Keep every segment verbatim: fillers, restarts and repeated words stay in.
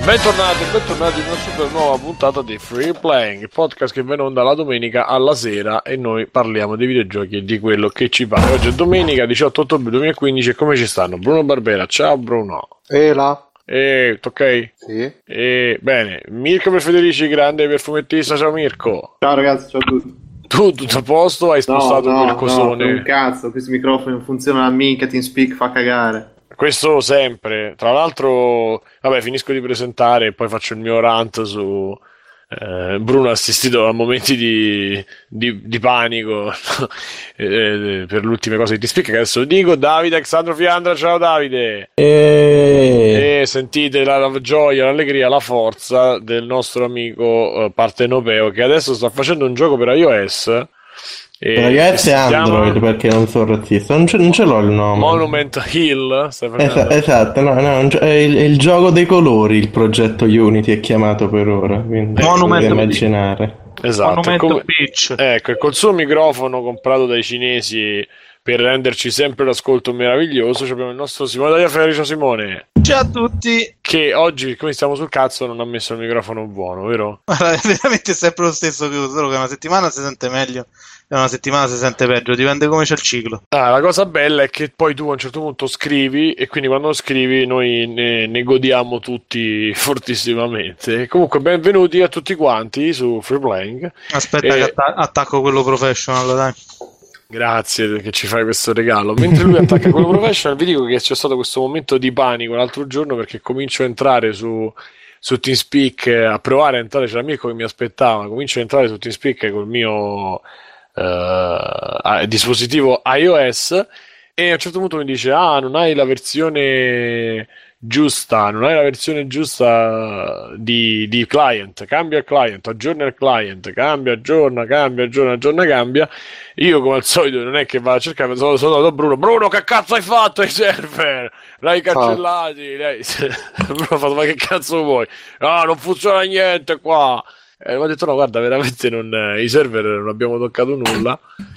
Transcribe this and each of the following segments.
Bentornati, bentornati in una super nuova puntata di Free Playing, il podcast che va in onda la domenica alla sera e noi parliamo dei videogiochi e di quello che ci pare. Oggi è domenica diciotto ottobre duemilaquindici e come ci stanno? Bruno Barbera, ciao Bruno. E là. E ok? Sì. E bene, Mirko per Federici, grande perfumettista, ciao Mirko. Ciao ragazzi, ciao a tutti. Tu tutto a posto? Hai spostato no, no, quel cosone? No, un cazzo, questo microfono non funziona la minchia, TeamSpeak fa cagare. Questo sempre. Tra l'altro, vabbè, finisco di presentare e poi faccio il mio rant su eh, Bruno ha assistito a momenti di, di, di panico eh, per le ultime cose che ti spiega, che adesso dico. Davide Alessandro Fiandra, ciao Davide. E... e sentite la, la gioia, l'allegria, la forza del nostro amico eh, partenopeo che adesso sta facendo un gioco per iOS. E ragazzi, è Android chiama... perché non sono razzista, non, non ce l'ho il nome. Monument Hill, stai Esa- esatto, no, no, è il, è il gioco dei colori, il progetto Unity è chiamato per ora, quindi Monument potete immaginare. Esatto, Monument come... Beach. Ecco, col suo microfono comprato dai cinesi per renderci sempre l'ascolto meraviglioso, abbiamo il nostro Simone Tagliaferri. Ciao Simone. Ciao a tutti. Che oggi, come stiamo sul cazzo, non ha messo il microfono buono, vero? Guarda, è veramente sempre lo stesso, solo che una settimana si sente meglio e una settimana si sente peggio, dipende come c'è il ciclo. Ah, la cosa bella è che poi tu a un certo punto scrivi e quindi quando scrivi noi ne, ne godiamo tutti fortissimamente. Comunque benvenuti a tutti quanti su Free Playing. Aspetta e... che atta- attacco quello professional, dai. Grazie che ci fai questo regalo. Mentre lui attacca quello professional, vi dico che c'è stato questo momento di panico l'altro giorno perché comincio a entrare su, su TeamSpeak, a provare a entrare, c'era Mirko che mi aspettava, comincio a entrare su TeamSpeak col mio uh, dispositivo iOS e a un certo punto mi dice: ah, non hai la versione giusta, non hai la versione giusta di, di client, cambia il client, aggiorna il client, cambia, aggiorna, cambia, aggiorna, aggiorna, cambia. Io come al solito non è che vado a cercare, sono, sono andato a Bruno, Bruno che cazzo hai fatto ai server? L'hai cancellati? Oh. Lei... Bruno ha fatto: ma che cazzo vuoi? No, non funziona niente qua. E mi ha detto: no, guarda, veramente non, i server non abbiamo toccato nulla.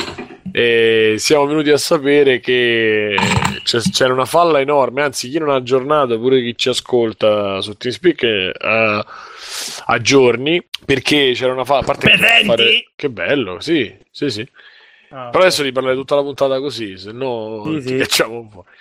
E siamo venuti a sapere che c'era una falla enorme, anzi chi non ha aggiornato, pure chi ci ascolta su TeamSpeak uh, aggiorni, perché c'era una falla, a parte che, fare... che bello, sì, sì, sì. Ah, però adesso di parlare tutta la puntata così, se no sì, ti sì. Cacciamo un po'.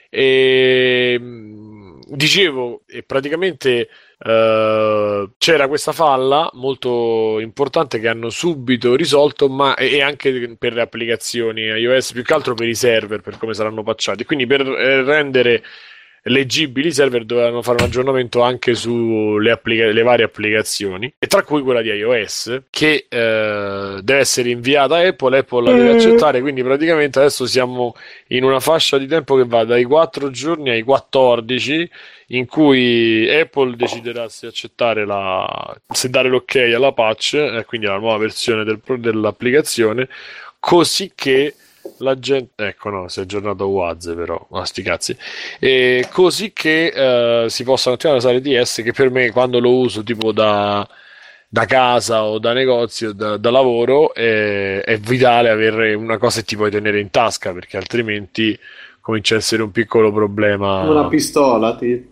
E dicevo, e praticamente uh, c'era questa falla molto importante che hanno subito risolto, ma e anche per le applicazioni iOS, più che altro per i server, per come saranno patchati. Quindi per eh, rendere leggibili i server dovevano fare un aggiornamento anche sulle applica- le varie applicazioni, e tra cui quella di iOS che eh, deve essere inviata a Apple, Apple la deve accettare, quindi praticamente adesso siamo in una fascia di tempo che va dai quattro giorni ai quattordici in cui Apple deciderà se accettare la se dare l'ok alla patch, eh, quindi alla nuova versione del, dell'applicazione, così che la gente, ecco, no, si è aggiornato Waz, però, ma sti cazzi, e così che uh, si possano attivare usare D S, che per me quando lo uso tipo da, da casa o da negozio, da, da lavoro, è, è vitale avere una cosa che ti puoi tenere in tasca, perché altrimenti comincia a essere un piccolo problema. Una pistola, ti...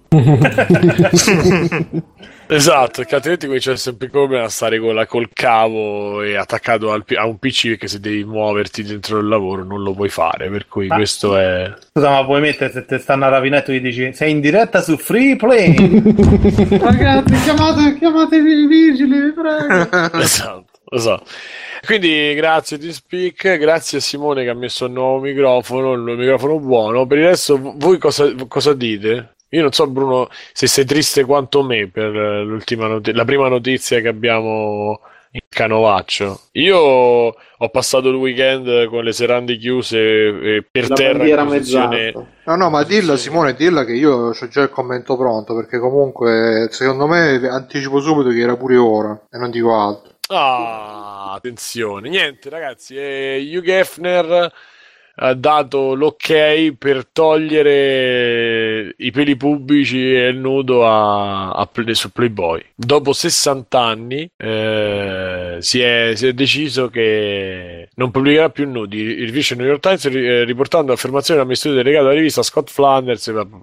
Esatto, perché altrimenti comincia a essere un piccolo problema stare con la, col cavo e attaccato al, a un P C, perché se devi muoverti dentro il lavoro non lo puoi fare, per cui ah, questo è... Scusa, ma puoi mettere, se te stanno a rapinetto e dici sei in diretta su Free Play? Ragazzi, chiamate, chiamate i vigili, vi prego. Esatto, esatto. Quindi grazie TeamSpeak, grazie a Simone che ha messo il nuovo microfono, il nuovo microfono buono. Per il resto voi cosa, cosa dite? Io non so, Bruno, se sei triste quanto me per l'ultima not- la prima notizia che abbiamo in canovaccio. Io ho passato il weekend con le serrande chiuse e per la terra in posizione... No, no, ma dilla Simone, dilla che io ho già il commento pronto, perché comunque secondo me anticipo subito che era pure ora e non dico altro. Ah, attenzione. Niente, ragazzi, eh, Hugh Hefner ha dato l'ok per togliere i peli pubblici e il nudo a, a, su Playboy. Dopo sessanta anni eh, si, è, si è deciso che non pubblicherà più nudi. Il vice New York Times eh, riportando affermazioni dell'amministratore delegato della rivista Scott Flanders. Blah blah blah blah.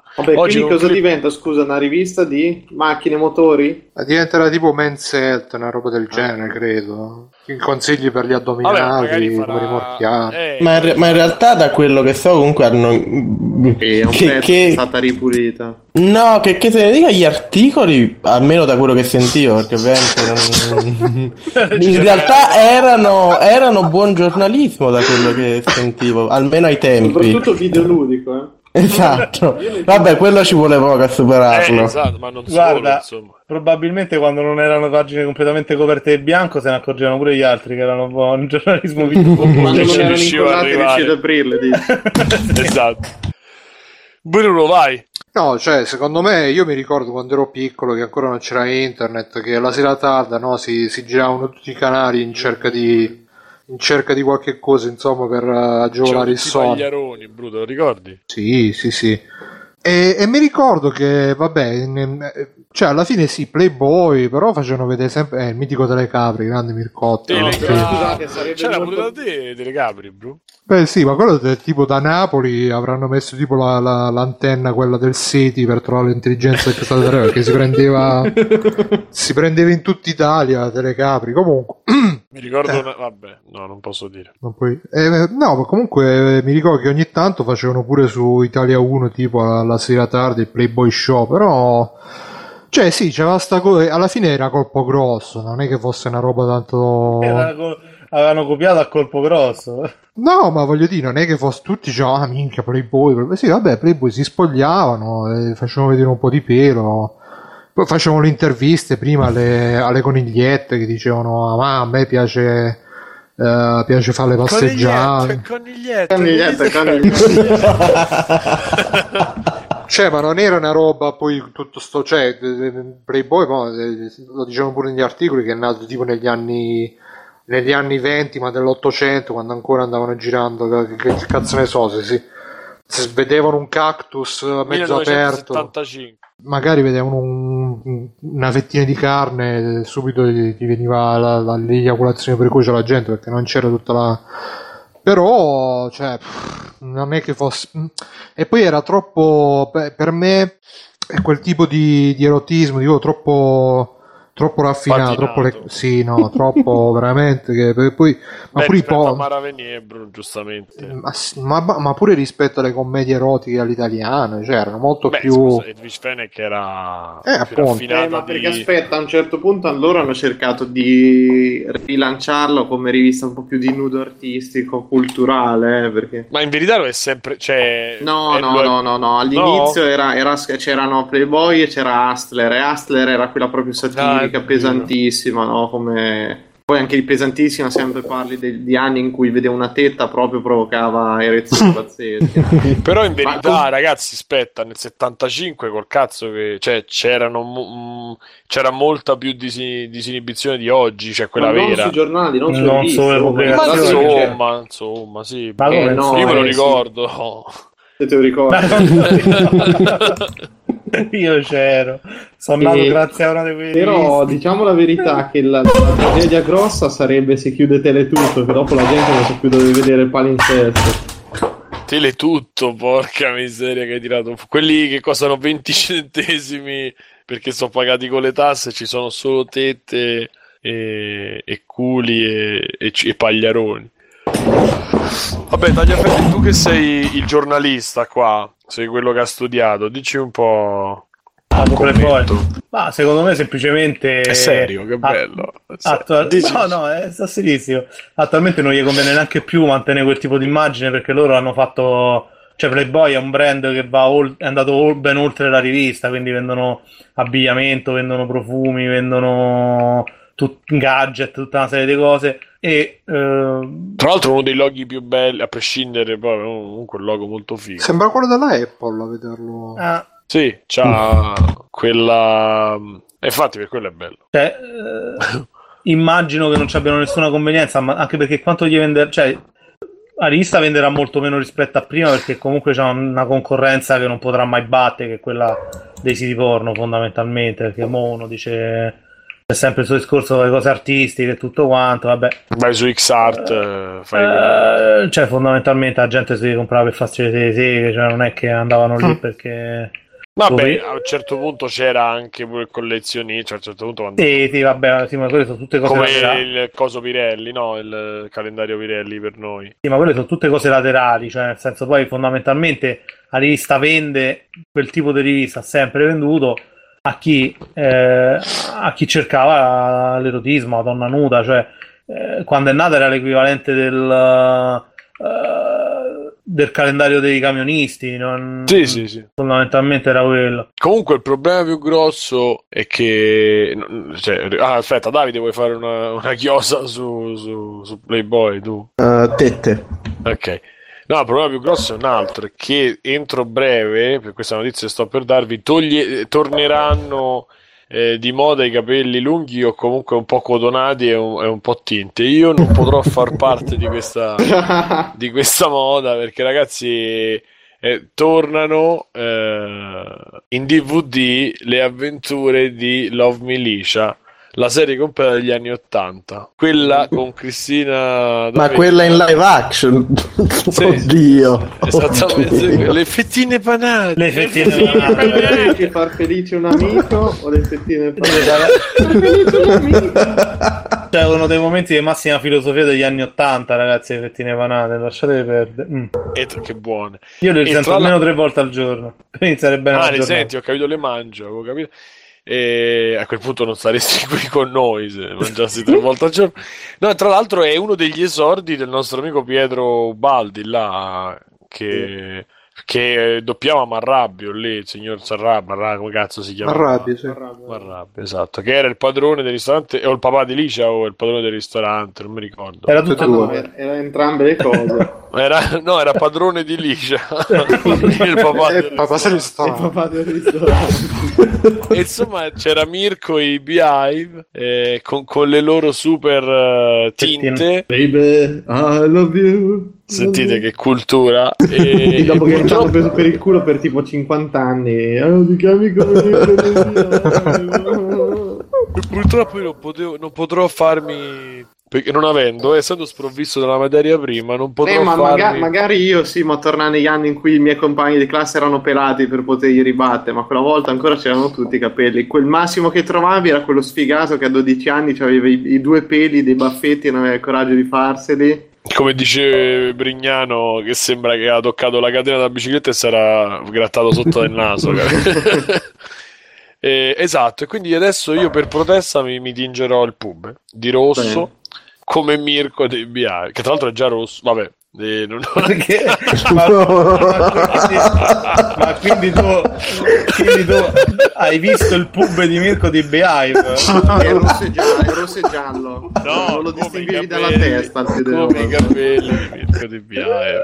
Vabbè, Oggi quindi con cosa clip- diventa, scusa, una rivista di macchine, motori? Diventerà tipo Men's Health, una roba del genere, credo. Consigli per gli Vabbè, magari addominali, farà... come rimorchiare. Eh, Ma in, re- ma in realtà da quello che so comunque hanno... Sì, è un che, pezzo, che- è stata ripulita. No, che, che se ne dica gli articoli, almeno da quello che sentivo, perché ovviamente non... in realtà erano, erano buon giornalismo da quello che sentivo, almeno ai tempi. Soprattutto videoludico, eh. Esatto. Vabbè, quello ci vuole poco a eh, superarlo. esatto, ma non Guarda, solo, insomma. probabilmente quando non erano pagine completamente coperte di bianco se ne accorgevano pure gli altri che erano buon giornalismo video. Quando ci non erano riuscivo a incollati arrivare. riuscite ad aprirle, dici. Esatto. Bruno, vai. No, cioè, secondo me, io mi ricordo quando ero piccolo che ancora non c'era internet, che la sera tarda, no, si, si giravano tutti i canali in cerca di, in cerca di qualche cosa, insomma, per uh, agevolare il C'erano tutti i sonno. pagliaroni, Bruno, lo ricordi? Sì, sì, sì. E, e mi ricordo che, vabbè, ne- cioè, alla fine sì, Playboy, però facevano vedere sempre, eh, il mitico Telecapri, grande Mircotto. no? Telecapri. Scusate, sarebbe C'era molto- pure da te Telecapri, Bru. Beh sì, ma quello è tipo da Napoli avranno messo tipo la, la- l'antenna, quella del Seti, per trovare l'intelligenza extraterrestre, perché si prendeva si prendeva in tutta Italia Telecapri. Comunque Mi ricordo una... Vabbè, no, non posso dire. non puoi- eh, no, ma comunque eh, mi ricordo che ogni tanto facevano pure su Italia uno tipo alla sera tardi il Playboy Show, però cioè sì, c'era sta cosa, alla fine era colpo grosso, non è che fosse una roba tanto... Era co- Avevano copiato a colpo grosso. No, ma voglio dire, non è che fosse tutti dicevano, ah minchia, Playboy, Playboy. Sì, vabbè, Playboy si spogliavano, e facevano vedere un po' di pelo, poi facevano le interviste prima alle, alle conigliette che dicevano, ah, ma a me piace, eh, piace fare le passeggiate. Conigliette, Conigliette, conigliette. Cioè, ma non era una roba poi tutto sto, cioè, Playboy, ma, eh, lo dicevano pure negli articoli, che è nato tipo negli anni... negli anni venti, ma dell'Ottocento, quando ancora andavano girando, che, che cazzo ne so, se, si, se vedevano un cactus mezzo aperto, millenovecentosettantacinque. magari vedevano un- una fettina di carne, subito gli gli veniva la, la, l'eiaculazione precoce alla gente, perché non c'era tutta la... Però, cioè, pff, non è che fosse... E poi era troppo, beh, per me, è quel tipo di, di erotismo, dico, troppo... troppo raffinato, Patinato. troppo le- sì, no, troppo veramente che perché poi ma Beh, pure i rispetto po- a Mara Venier, Bruno, giustamente. ma, sì, ma- ma pure rispetto alle commedie erotiche all'italiane, cioè erano molto Beh, più scusa, Edwige Fenech era Eh, più appunto. raffinata Eh, ma perché di... aspetta, a un certo punto loro hanno cercato di rilanciarlo come rivista un po' più di nudo artistico, culturale, eh, perché... Ma in verità lo è sempre... Cioè, No, è- no, lo è- no, no, no, all'inizio Era, era- c'erano Playboy e c'era Hustler, e Hustler era quella proprio satirica, Ah, è pesantissima, no, come... Poi anche di pesantissima sempre parli de- di anni in cui vedere una tetta proprio provocava erezioni pazzesche. Però in verità, Ma com- ragazzi, aspetta, nel settantacinque col cazzo che... Cioè, c'erano... mo- mh, c'era molta più disi- disinibizione di oggi, cioè quella Ma non vera. sui giornali, non, Non sulle sulle riviste, oh, pubblicazioni. Ma guardate che c'è. insomma, insomma, sì. Ma come Eh, no, Io me lo eh, sì. ricordo. Se te lo ricordi. Io c'ero, sono nato E- grazie a una di quei Però registi. diciamo la verità che la, la tragedia grossa sarebbe se chiude Teletutto, che dopo la gente non sa più dove vedere il palinsesto. Teletutto, porca miseria che hai tirato. fu- Quelli che costano venti centesimi perché sono pagati con le tasse, ci sono solo tette e, e culi e, e ci- e pagliaroni. Vabbè, Tagliaferri, tu che sei il giornalista qua, sei quello che ha studiato, dici un po'. Ah, un pure commento. poi. Ma secondo me semplicemente È serio, che Ah, bello. È serio. attual- Dici- No, no, è sta serissimo. Attualmente non gli conviene neanche più mantenere quel tipo di immagine perché loro hanno fatto. Cioè, Playboy è un brand che va ol- è andato ol- ben oltre la rivista, quindi vendono abbigliamento, vendono profumi, vendono tut- gadget, tutta una serie di cose. E eh, Tra l'altro uno dei loghi più belli, a prescindere, poi comunque un logo molto figo. sembra quello della Apple a vederlo. ah, Sì, c'ha quella... E infatti per quello è bello. cioè, eh, immagino che non ci abbiano nessuna convenienza, ma anche perché quanto gli vende, cioè, la rivista venderà molto meno rispetto a prima perché comunque c'è una concorrenza che non potrà mai battere, che è quella dei siti porno fondamentalmente, perché mo uno dice c'è sempre il suo discorso delle cose artistiche e tutto quanto, vabbè. Vai su Xart, eh, fai eh, cioè fondamentalmente la gente si comprava per farsi le seghe, cioè non è che andavano lì perché... Vabbè, a un certo punto c'era anche pure il collezionista, cioè a un certo punto quando... Sì, sì, vabbè, sì, ma quelle sono tutte cose come laterali. il coso Pirelli, no? Il calendario Pirelli per noi. Sì, ma quelle sono tutte cose laterali, cioè nel senso poi fondamentalmente la rivista vende, quel tipo di rivista ha sempre venduto a chi, eh, a chi cercava l'erotismo, la donna nuda, cioè eh, quando è nata era l'equivalente del... Uh, del calendario dei camionisti, non... sì, sì, sì. Fondamentalmente era quello. Comunque il problema più grosso è che cioè, ah, aspetta, Davide, vuoi fare una, una chiosa su, su, su Playboy tu? Uh, tette. Ok. No, il problema più grosso è un altro, è che entro breve, per questa notizia che sto per darvi, toglie, torneranno eh, di moda i capelli lunghi o comunque un po' codonati e un, e un po' tinte. Io non potrò far parte di questa, di questa moda perché ragazzi eh, tornano eh, in D V D le avventure di Love Militia, la serie completa degli anni ottanta, quella con Cristina ma quella in live action. Sì, oddio, esattamente, oddio. le fettine panate, le fettine panate, far felice un amico o le fettine panate. Cioè uno dei momenti di massima filosofia degli anni ottanta, ragazzi, le fettine panate, lasciatele perdere. Mm. E che buone, io le sento almeno la... tre volte al giorno per iniziare bene ah la le senti, ho capito, le mangio, avevo capito. E a quel punto non saresti qui con noi se mangiassi tre volte al giorno. No, tra l'altro è uno degli esordi del nostro amico Pietro Baldi là, che, che doppiava Marrabbio lì, il signor Sarrabbio, Marrabbio, come cazzo si chiama? Marrabbio, sì. Marrabbio, esatto, che era il padrone del ristorante o il papà di Licia o il padrone del ristorante, non mi ricordo. Era tutto no, era, era entrambe le cose. Era, no, era padrone di Licia. Il papà del papà del ristorante. Il papà del ristorante. E insomma c'era Mirko e i Beehive eh, con, con le loro super uh, tinte. Baby, I love you. Sentite che cultura. E dopo che purtroppo... è stato preso per il culo per tipo cinquanta anni. Oh, ti chiami come purtroppo io non, potevo, non potrò farmi, perché non avendo, essendo sprovvisto della materia prima, non potrò eh, ma farmi... magari, magari io sì, ma tornare negli anni in cui i miei compagni di classe erano pelati per potergli ribattere, ma quella volta ancora c'erano tutti i capelli. Quel massimo che trovavi era quello sfigato che a dodici anni aveva i, i due peli dei baffetti e non aveva il coraggio di farseli. Come dice Brignano, che sembra che ha toccato la catena della bicicletta e si era grattato sotto del naso. eh, esatto, e quindi adesso io per protesta mi, mi tingerò il pube di rosso. Beh. Come Mirko dei B I, che tra l'altro è già rosso, vabbè. Eh, non... Perché? ma, ma, ma quindi tu, quindi tu hai visto il pub di Mirko di Behive? È rosso e giallo, è rosso e giallo. No, non lo distinguevi dalla testa. Come i capelli di Mirko di Behive.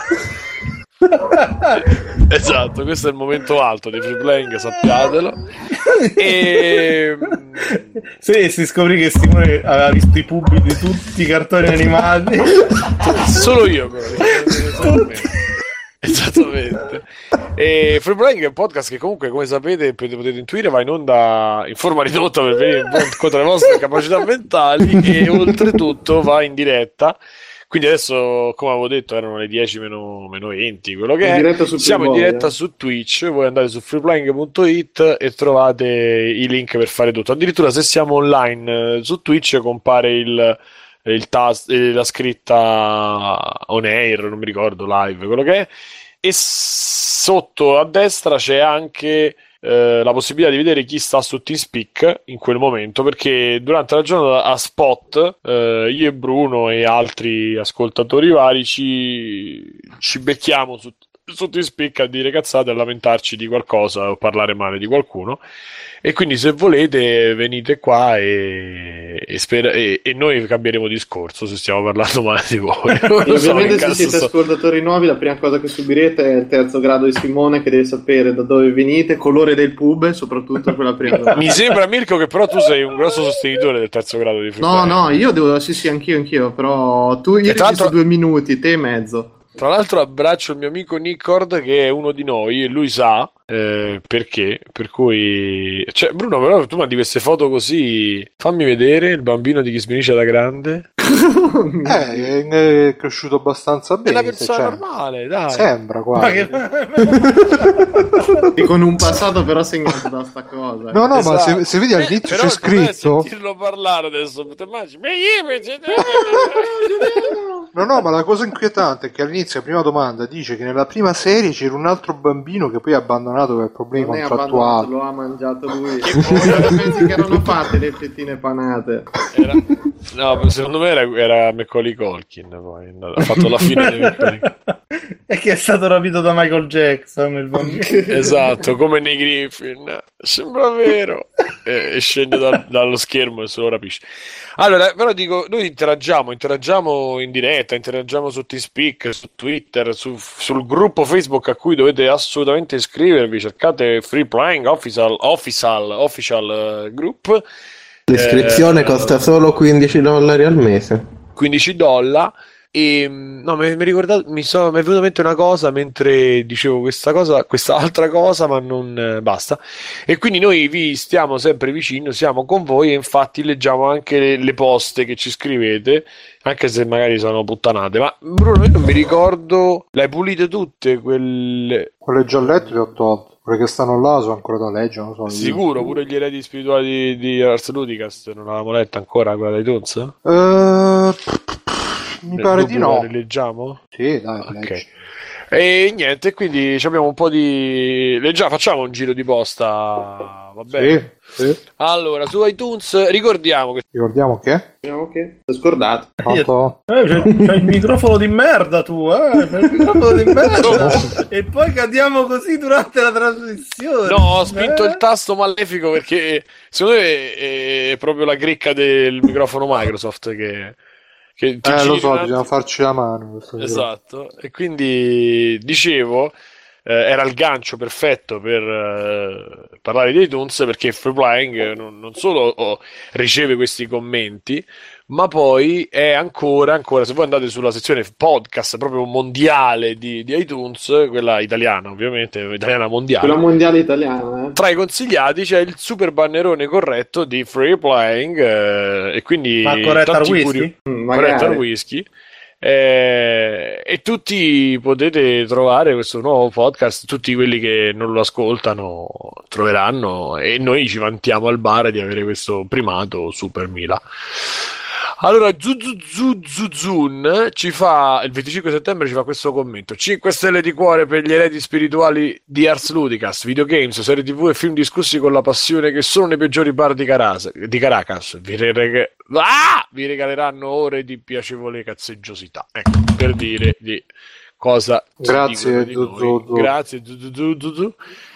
Esatto, questo è il momento alto di Free Playing, sappiatelo. E se si scoprì che Simone aveva visto i pubi di tutti i cartoni animati, solo io però. Esattamente. E Free Playing è un podcast che comunque, come sapete, potete intuire, va in onda in forma ridotta per venire incontro alle vostre capacità mentali e oltretutto va in diretta. Quindi adesso, come avevo detto, erano le dieci meno venti, quello che in è. Siamo in diretta su Twitch, voi andate su freeplaying punto it e trovate i link per fare tutto. Addirittura se siamo online eh, su Twitch compare il, il tasto, la scritta on air, non mi ricordo, live, quello che è. E sotto a destra c'è anche... Eh, la possibilità di vedere chi sta su TeamSpeak in quel momento, perché durante la giornata a Spot eh, io e Bruno e altri ascoltatori vari ci, ci becchiamo su, su TeamSpeak a dire cazzate, a lamentarci di qualcosa o parlare male di qualcuno, e quindi se volete venite qua e, e, spera, e, e noi cambieremo discorso se stiamo parlando male di voi. E ovviamente so se siete sto... ascoltatori nuovi, la prima cosa che subirete è il terzo grado di Simone, che deve sapere da dove venite, colore del pub, soprattutto quella prima cosa. Mi sembra, Mirko, che però tu sei un grosso sostenitore del terzo grado di Free No, no, io devo, sì sì, anch'io, anch'io, però tu ieri hai visto due minuti, te e mezzo. Tra l'altro abbraccio il mio amico Nicord che è uno di noi e lui sa eh, perché, per cui... Cioè, Bruno, però tu mandi queste foto così, fammi vedere il bambino di chi sminisce da grande. Eh, è cresciuto abbastanza È bene. una persona cioè, normale, dai. Sembra quasi. Che... E con un passato però segnato da sta cosa. No, no, Esatto. ma se, se vedi all'inizio Eh, c'è però scritto... sentirlo parlare adesso, ti immagini? No, no, ma la cosa inquietante è che all'inizio, la prima domanda, dice che nella prima serie c'era un altro bambino che poi è abbandonato per problemi Non è contrattuali. abbandonato, lo ha mangiato lui. Ora pensi che erano fatte le fettine panate. Era... No, secondo me era, era Macaulay Culkin, poi ha fatto la fine di Macaulay. E che è stato rapito da Michael Jackson il bambino. Esatto, come nei Griffin. Sembra vero. E, e scende dal- dallo schermo e se lo rapisce. Allora, però dico, noi interagiamo, interagiamo in diretta, interagiamo su TeamSpeak, su Twitter, su- sul gruppo Facebook a cui dovete assolutamente iscrivervi. Cercate Free Playing Official, official, official eh, Group. L'iscrizione Eh, costa solo quindici dollari al mese. quindici dollari. E no, mi, mi, ricordato, mi, so, mi è venuta in mente una cosa mentre dicevo questa cosa, questa altra cosa, ma non eh, basta. E quindi noi vi stiamo sempre vicino, siamo con voi e infatti leggiamo anche le, le poste che ci scrivete, anche se magari sono puttanate. Ma Bruno, io non mi ricordo, le hai pulite tutte quelle. Quelle già lette le ho tolte. Quelle che stanno là sono ancora da leggere, non so. Sicuro, pure gli eredi spirituali di, di Ars Ludicast non l'avevamo letta ancora quella di Toons? Eh, mi Nel pare di dubbio no. la rileggiamo? Sì, dai, Ok. leggi. E niente, quindi ci abbiamo un po' di. Leggiamo, facciamo un giro di posta. Va bene. Sì, sì. Allora, su iTunes ricordiamo che. Ricordiamo che... Vediamo che si è scordato. Quanto... Eh, c'è, c'è il microfono di merda tu, eh? C'è il microfono di merda. E poi cadiamo così durante la trasmissione. No, ho spinto Eh? il tasto malefico perché secondo me è, è proprio la cricca del microfono Microsoft che. che ti Eh, giri lo so, un attimo. bisogna farci la mano. questo microfono. Esatto, e quindi dicevo, eh, era il gancio perfetto per eh, parlare di iTunes perché Free Playing eh, non, non solo oh, riceve questi commenti, ma poi è ancora, ancora, se voi andate sulla sezione podcast proprio mondiale di, di iTunes, quella italiana ovviamente, italiana mondiale, Quella mondiale italiana, eh. tra i consigliati c'è il super bannerone corretto di Free Playing eh, e quindi Ma corretto al tanti whisky? curi- Mm, corretto al magari. whisky. Eh, e tutti potete trovare questo nuovo podcast, tutti quelli che non lo ascoltano troveranno e noi ci vantiamo al bar di avere questo primato super Mila. Allora Zuzuzuzun ci fa il venticinque settembre ci fa questo commento: cinque stelle di cuore per gli eredi spirituali di Ars Ludicast, videogames, serie tv e film discussi con la passione che sono nei peggiori bar di, Caras- di Caracas. Vi, reg- ah! Vi regaleranno ore di piacevole cazzeggiosità. Ecco, per dire di cosa si Grazie, dicono di noi. Zuzuzu. Grazie Zuzuzu.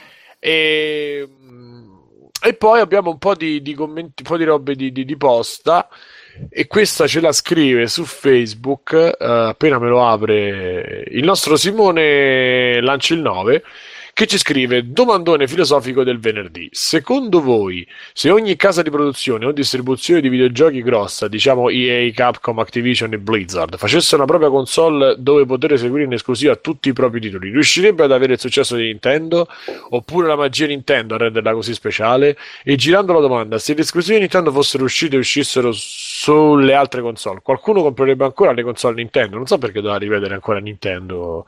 E e poi abbiamo un po' di, di commenti, un po' di robe di, di, di posta. E questa ce la scrive su Facebook, eh, appena me lo apre il nostro Simone Lancia il nove, che ci scrive: domandone filosofico del venerdì. Secondo voi, se ogni casa di produzione o distribuzione di videogiochi grossa, diciamo E A, Capcom, Activision e Blizzard, facesse una propria console dove poter seguire in esclusiva tutti i propri titoli, riuscirebbe ad avere il successo di Nintendo? Oppure la magia Nintendo a renderla così speciale? E girando la domanda, se le esclusive Nintendo fossero uscite e uscissero sulle altre console, qualcuno comprerebbe ancora le console Nintendo? Non so perché doveva ripetere ancora Nintendo.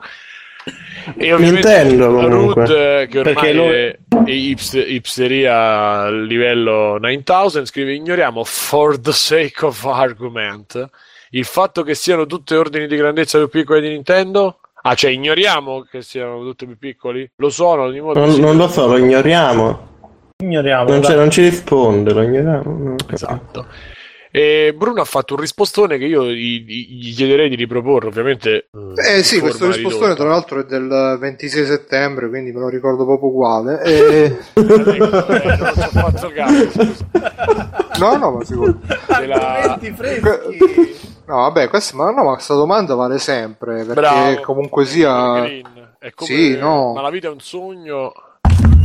E ovviamente Nintendo, comunque. Ruth, eh, che ormai Perché lo- è, è ips- ipsteria a livello novemila, scrive: ignoriamo for the sake of argument il fatto che siano tutte ordini di grandezza più piccoli di Nintendo. Ah, cioè ignoriamo che siano tutte più piccoli? Lo sono di modo Non, sì. non lo so, lo ignoriamo. Ignoriamo. Non, dai. c'è- non ci risponde, lo ignoriamo. Non capisco. Esatto. E Bruno ha fatto un rispostone che io gli, gli chiederei di riproporre, ovviamente. Eh sì, in questo forma rispostone ridotta. tra l'altro è del ventisei settembre, quindi me lo ricordo proprio uguale. E... Eh, non ci ho fatto caso, scusa. No, no, ma sicuro. Te la- Argomenti freschi. No, vabbè, questa, ma, no, ma questa domanda vale sempre, perché Bravo. comunque sia... Green. È come, Sì, no. ma la vita è un sogno.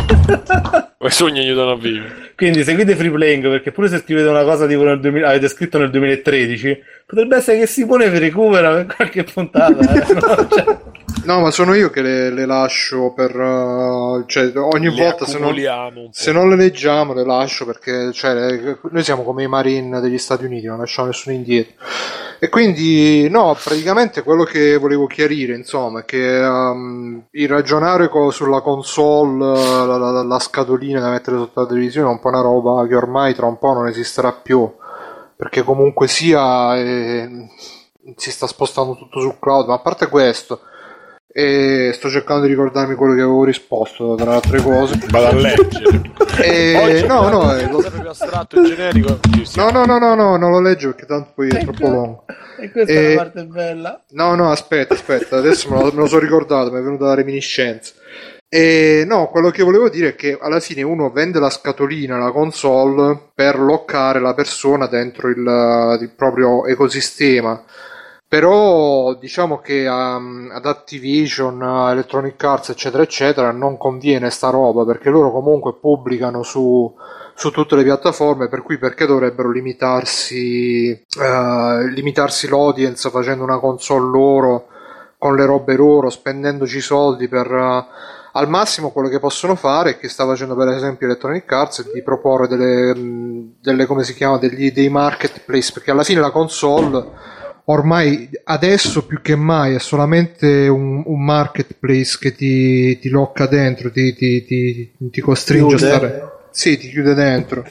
I sogni aiutano a vivere. Quindi seguite Free Playing, perché pure se scrivete una cosa tipo nel duemila, avete scritto nel duemilatredici, potrebbe essere che Simone vi recupera per qualche puntata. Eh? No, cioè... no, ma sono io che le, le lascio per uh, cioè ogni le volta se non, se non le leggiamo le lascio, perché cioè, noi siamo come i Marine degli Stati Uniti, non lasciamo nessuno indietro. E quindi no, praticamente quello che volevo chiarire, insomma, è che um, il ragionare co- sulla console, la, la, la scatolina da mettere sotto la televisione è un po' una roba che ormai tra un po' non esisterà più, perché comunque sia eh, si sta spostando tutto sul cloud. Ma a parte questo, e sto cercando di ricordarmi quello che avevo risposto tra le altre cose. Vado a leggere. E... no, no, è lo... più astratto e generico. No, no, no, no, no, non lo leggo perché tanto poi è troppo lungo. E questa e... è la parte bella. No, no, aspetta, aspetta, adesso me lo, me lo sono ricordato, mi è venuta la reminiscenza. E no, quello che volevo dire è che alla fine uno vende la scatolina, la console, per loccare la persona dentro il, il proprio ecosistema. Però diciamo che um, ad Activision, uh, Electronic Arts eccetera eccetera non conviene sta roba, perché loro comunque pubblicano su, su tutte le piattaforme, per cui perché dovrebbero limitarsi uh, limitarsi l'audience facendo una console loro con le robe loro, spendendoci soldi per uh, al massimo quello che possono fare, che sta facendo per esempio Electronic Arts, è di proporre delle, delle come si chiama, degli, dei marketplace, perché alla fine la console ormai adesso più che mai è solamente un, un marketplace che ti, ti locca dentro, ti, ti, ti, ti costringe chiude. a stare, sì, ti chiude dentro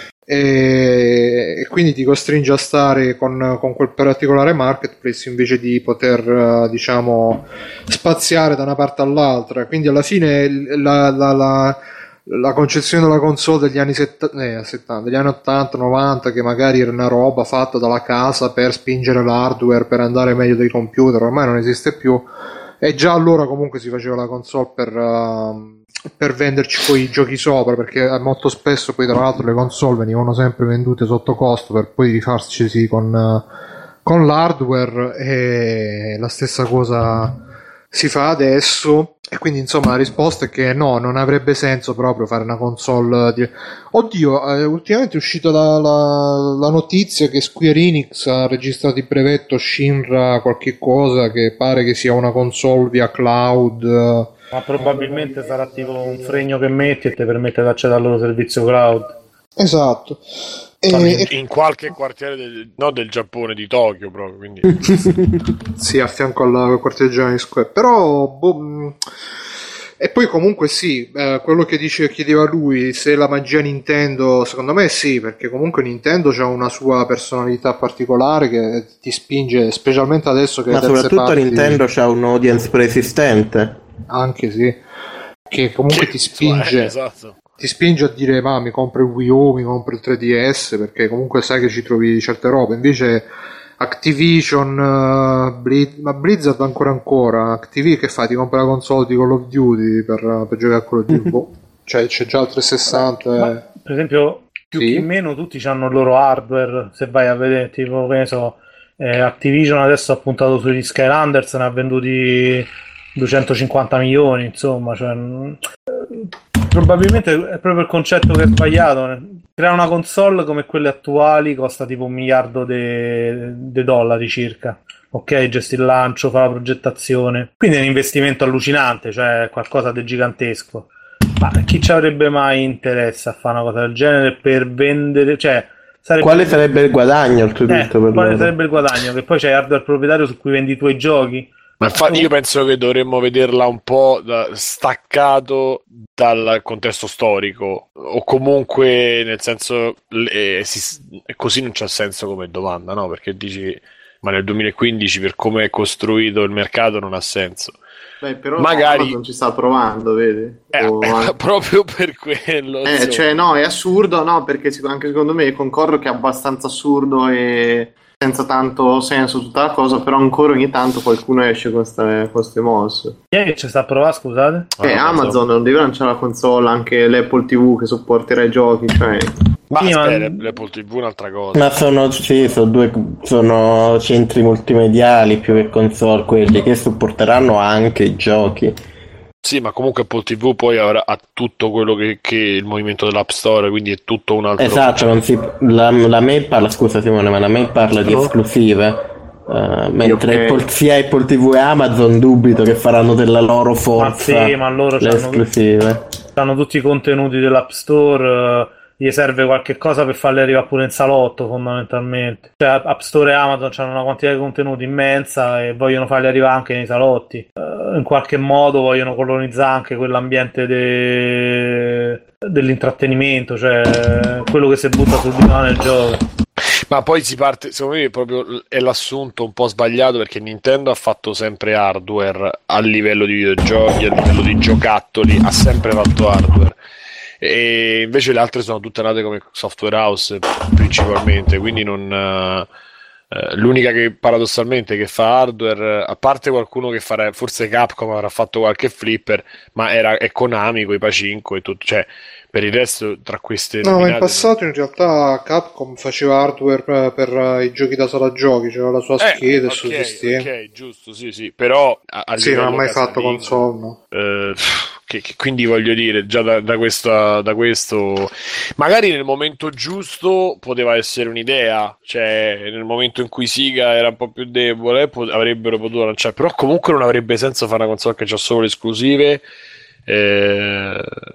e, e quindi ti costringe a stare con, con quel particolare marketplace invece di poter diciamo spaziare da una parte all'altra. Quindi alla fine la, la, la la concezione della console degli anni settanta, eh, settanta, degli anni ottanta novanta, che magari era una roba fatta dalla casa per spingere l'hardware per andare meglio dei computer, ormai non esiste più. E già allora comunque si faceva la console per, uh, per venderci poi i giochi sopra, perché molto spesso poi tra l'altro le console venivano sempre vendute sotto costo per poi rifarcisi con, uh, con l'hardware, e la stessa cosa si fa adesso. E quindi insomma la risposta è che no, non avrebbe senso proprio fare una console di... Oddio, eh, ultimamente è uscita la, la, la notizia che Square Enix ha registrato il brevetto Shinra qualche cosa, che pare che sia una console via cloud. Ma probabilmente sarà tipo un fregno che metti e ti permette di accedere al loro servizio cloud. Esatto. In, in qualche quartiere del, no, del Giappone, di Tokyo proprio, quindi sì, a fianco al quartiere generale di Square. Però boh, e poi comunque sì, eh, quello che dice, chiedeva lui, se la magia Nintendo, secondo me sì, perché comunque Nintendo c'ha una sua personalità particolare che ti spinge, specialmente adesso che ma soprattutto parti... Nintendo c'ha un audience preesistente, anche sì, che comunque che, ti spinge, esatto. ti spinge a dire ma mi compro il Wii U, mi compro il tre D S, perché comunque sai che ci trovi certe robe. Invece Activision, uh, Blizz- ma Blizzard ancora ancora Activision che fa? Ti compra la console di Call of Duty per, per giocare a Call of Duty. Boh. Cioè c'è già il trecentosessanta. Ma, per esempio più sì? che meno tutti hanno il loro hardware, se vai a vedere tipo che ne so, eh, Activision adesso ha puntato sugli Skylanders, ne ha venduti duecentocinquanta milioni, insomma, cioè, probabilmente è proprio il concetto che è sbagliato. Creare una console come quelle attuali costa tipo un miliardo di dollari circa, ok, gesti il lancio, fa la progettazione, quindi è un investimento allucinante, cioè qualcosa di gigantesco. Ma chi ci avrebbe mai interesse a fare una cosa del genere per vendere, cioè sarebbe... quale sarebbe il guadagno oltretutto? Eh, per quale loro? sarebbe il guadagno? Che poi c'è hardware proprietario su cui vendi i tuoi giochi. Ma infatti io penso che dovremmo vederla un po' da, staccato dal contesto storico, o comunque nel senso eh, si, così non c'ha senso come domanda, no? Perché dici ma nel duemilaquindici per come è costruito il mercato non ha senso. Beh, però magari non ci sta provando, vedi? eh, o... eh, proprio per quello eh, cioè no, è assurdo, no, perché anche secondo me concordo che è abbastanza assurdo e senza tanto senso tutta la cosa, però ancora ogni tanto qualcuno esce con queste mosse. Chi è che ci sta a provare, scusate? Eh, ah, Amazon non deve lanciare la console, anche l'Apple tivù che supporterà i giochi, cioè... ma sì, aspetta, ma... l'Apple tivù è un'altra cosa. Ma sono, sì, sono due, sono centri multimediali più che console quelli che supporteranno anche i giochi. Sì, ma comunque Apple T V poi avrà ha tutto quello che, che il movimento dell'App Store, quindi è tutto un altro. Esatto, non si, la, la mail parla, scusa Simone, ma la mail parla di esclusive. Uh, mentre okay. Apple, sia Apple T V e Amazon dubito che faranno della loro forza ma sì, ma loro le esclusive. Hanno tutti i contenuti dell'App Store, uh, gli serve qualche cosa per farli arrivare pure in salotto fondamentalmente. Cioè App Store e Amazon hanno una quantità di contenuti immensa e vogliono farli arrivare anche nei salotti. Uh, in qualche modo vogliono colonizzare anche quell'ambiente de... dell'intrattenimento, cioè quello che si butta sul divano nel gioco. Ma poi si parte, secondo me proprio è l'assunto un po' sbagliato, perché Nintendo ha fatto sempre hardware a livello di videogiochi, a livello di giocattoli, ha sempre fatto hardware, e invece le altre sono tutte nate come software house principalmente, quindi non eh, l'unica che paradossalmente che fa hardware, a parte qualcuno che farà, forse Capcom avrà fatto qualche flipper, ma era, è Konami con i Pachinko e tutto, cioè per il resto tra queste no, ma in passato no. In realtà Capcom faceva hardware per, per i giochi da sala giochi, c'era la sua scheda e eh, il suo okay, sistema. Ok, giusto, sì, sì, però a, a sì, non ha mai fatto console, no. eh, che, che quindi voglio dire, già da, da, questa, da questo magari nel momento giusto poteva essere un'idea, cioè nel momento in cui Sega era un po' più debole pot- avrebbero potuto lanciare, però comunque non avrebbe senso fare una console che c'ha solo le esclusive. Eh,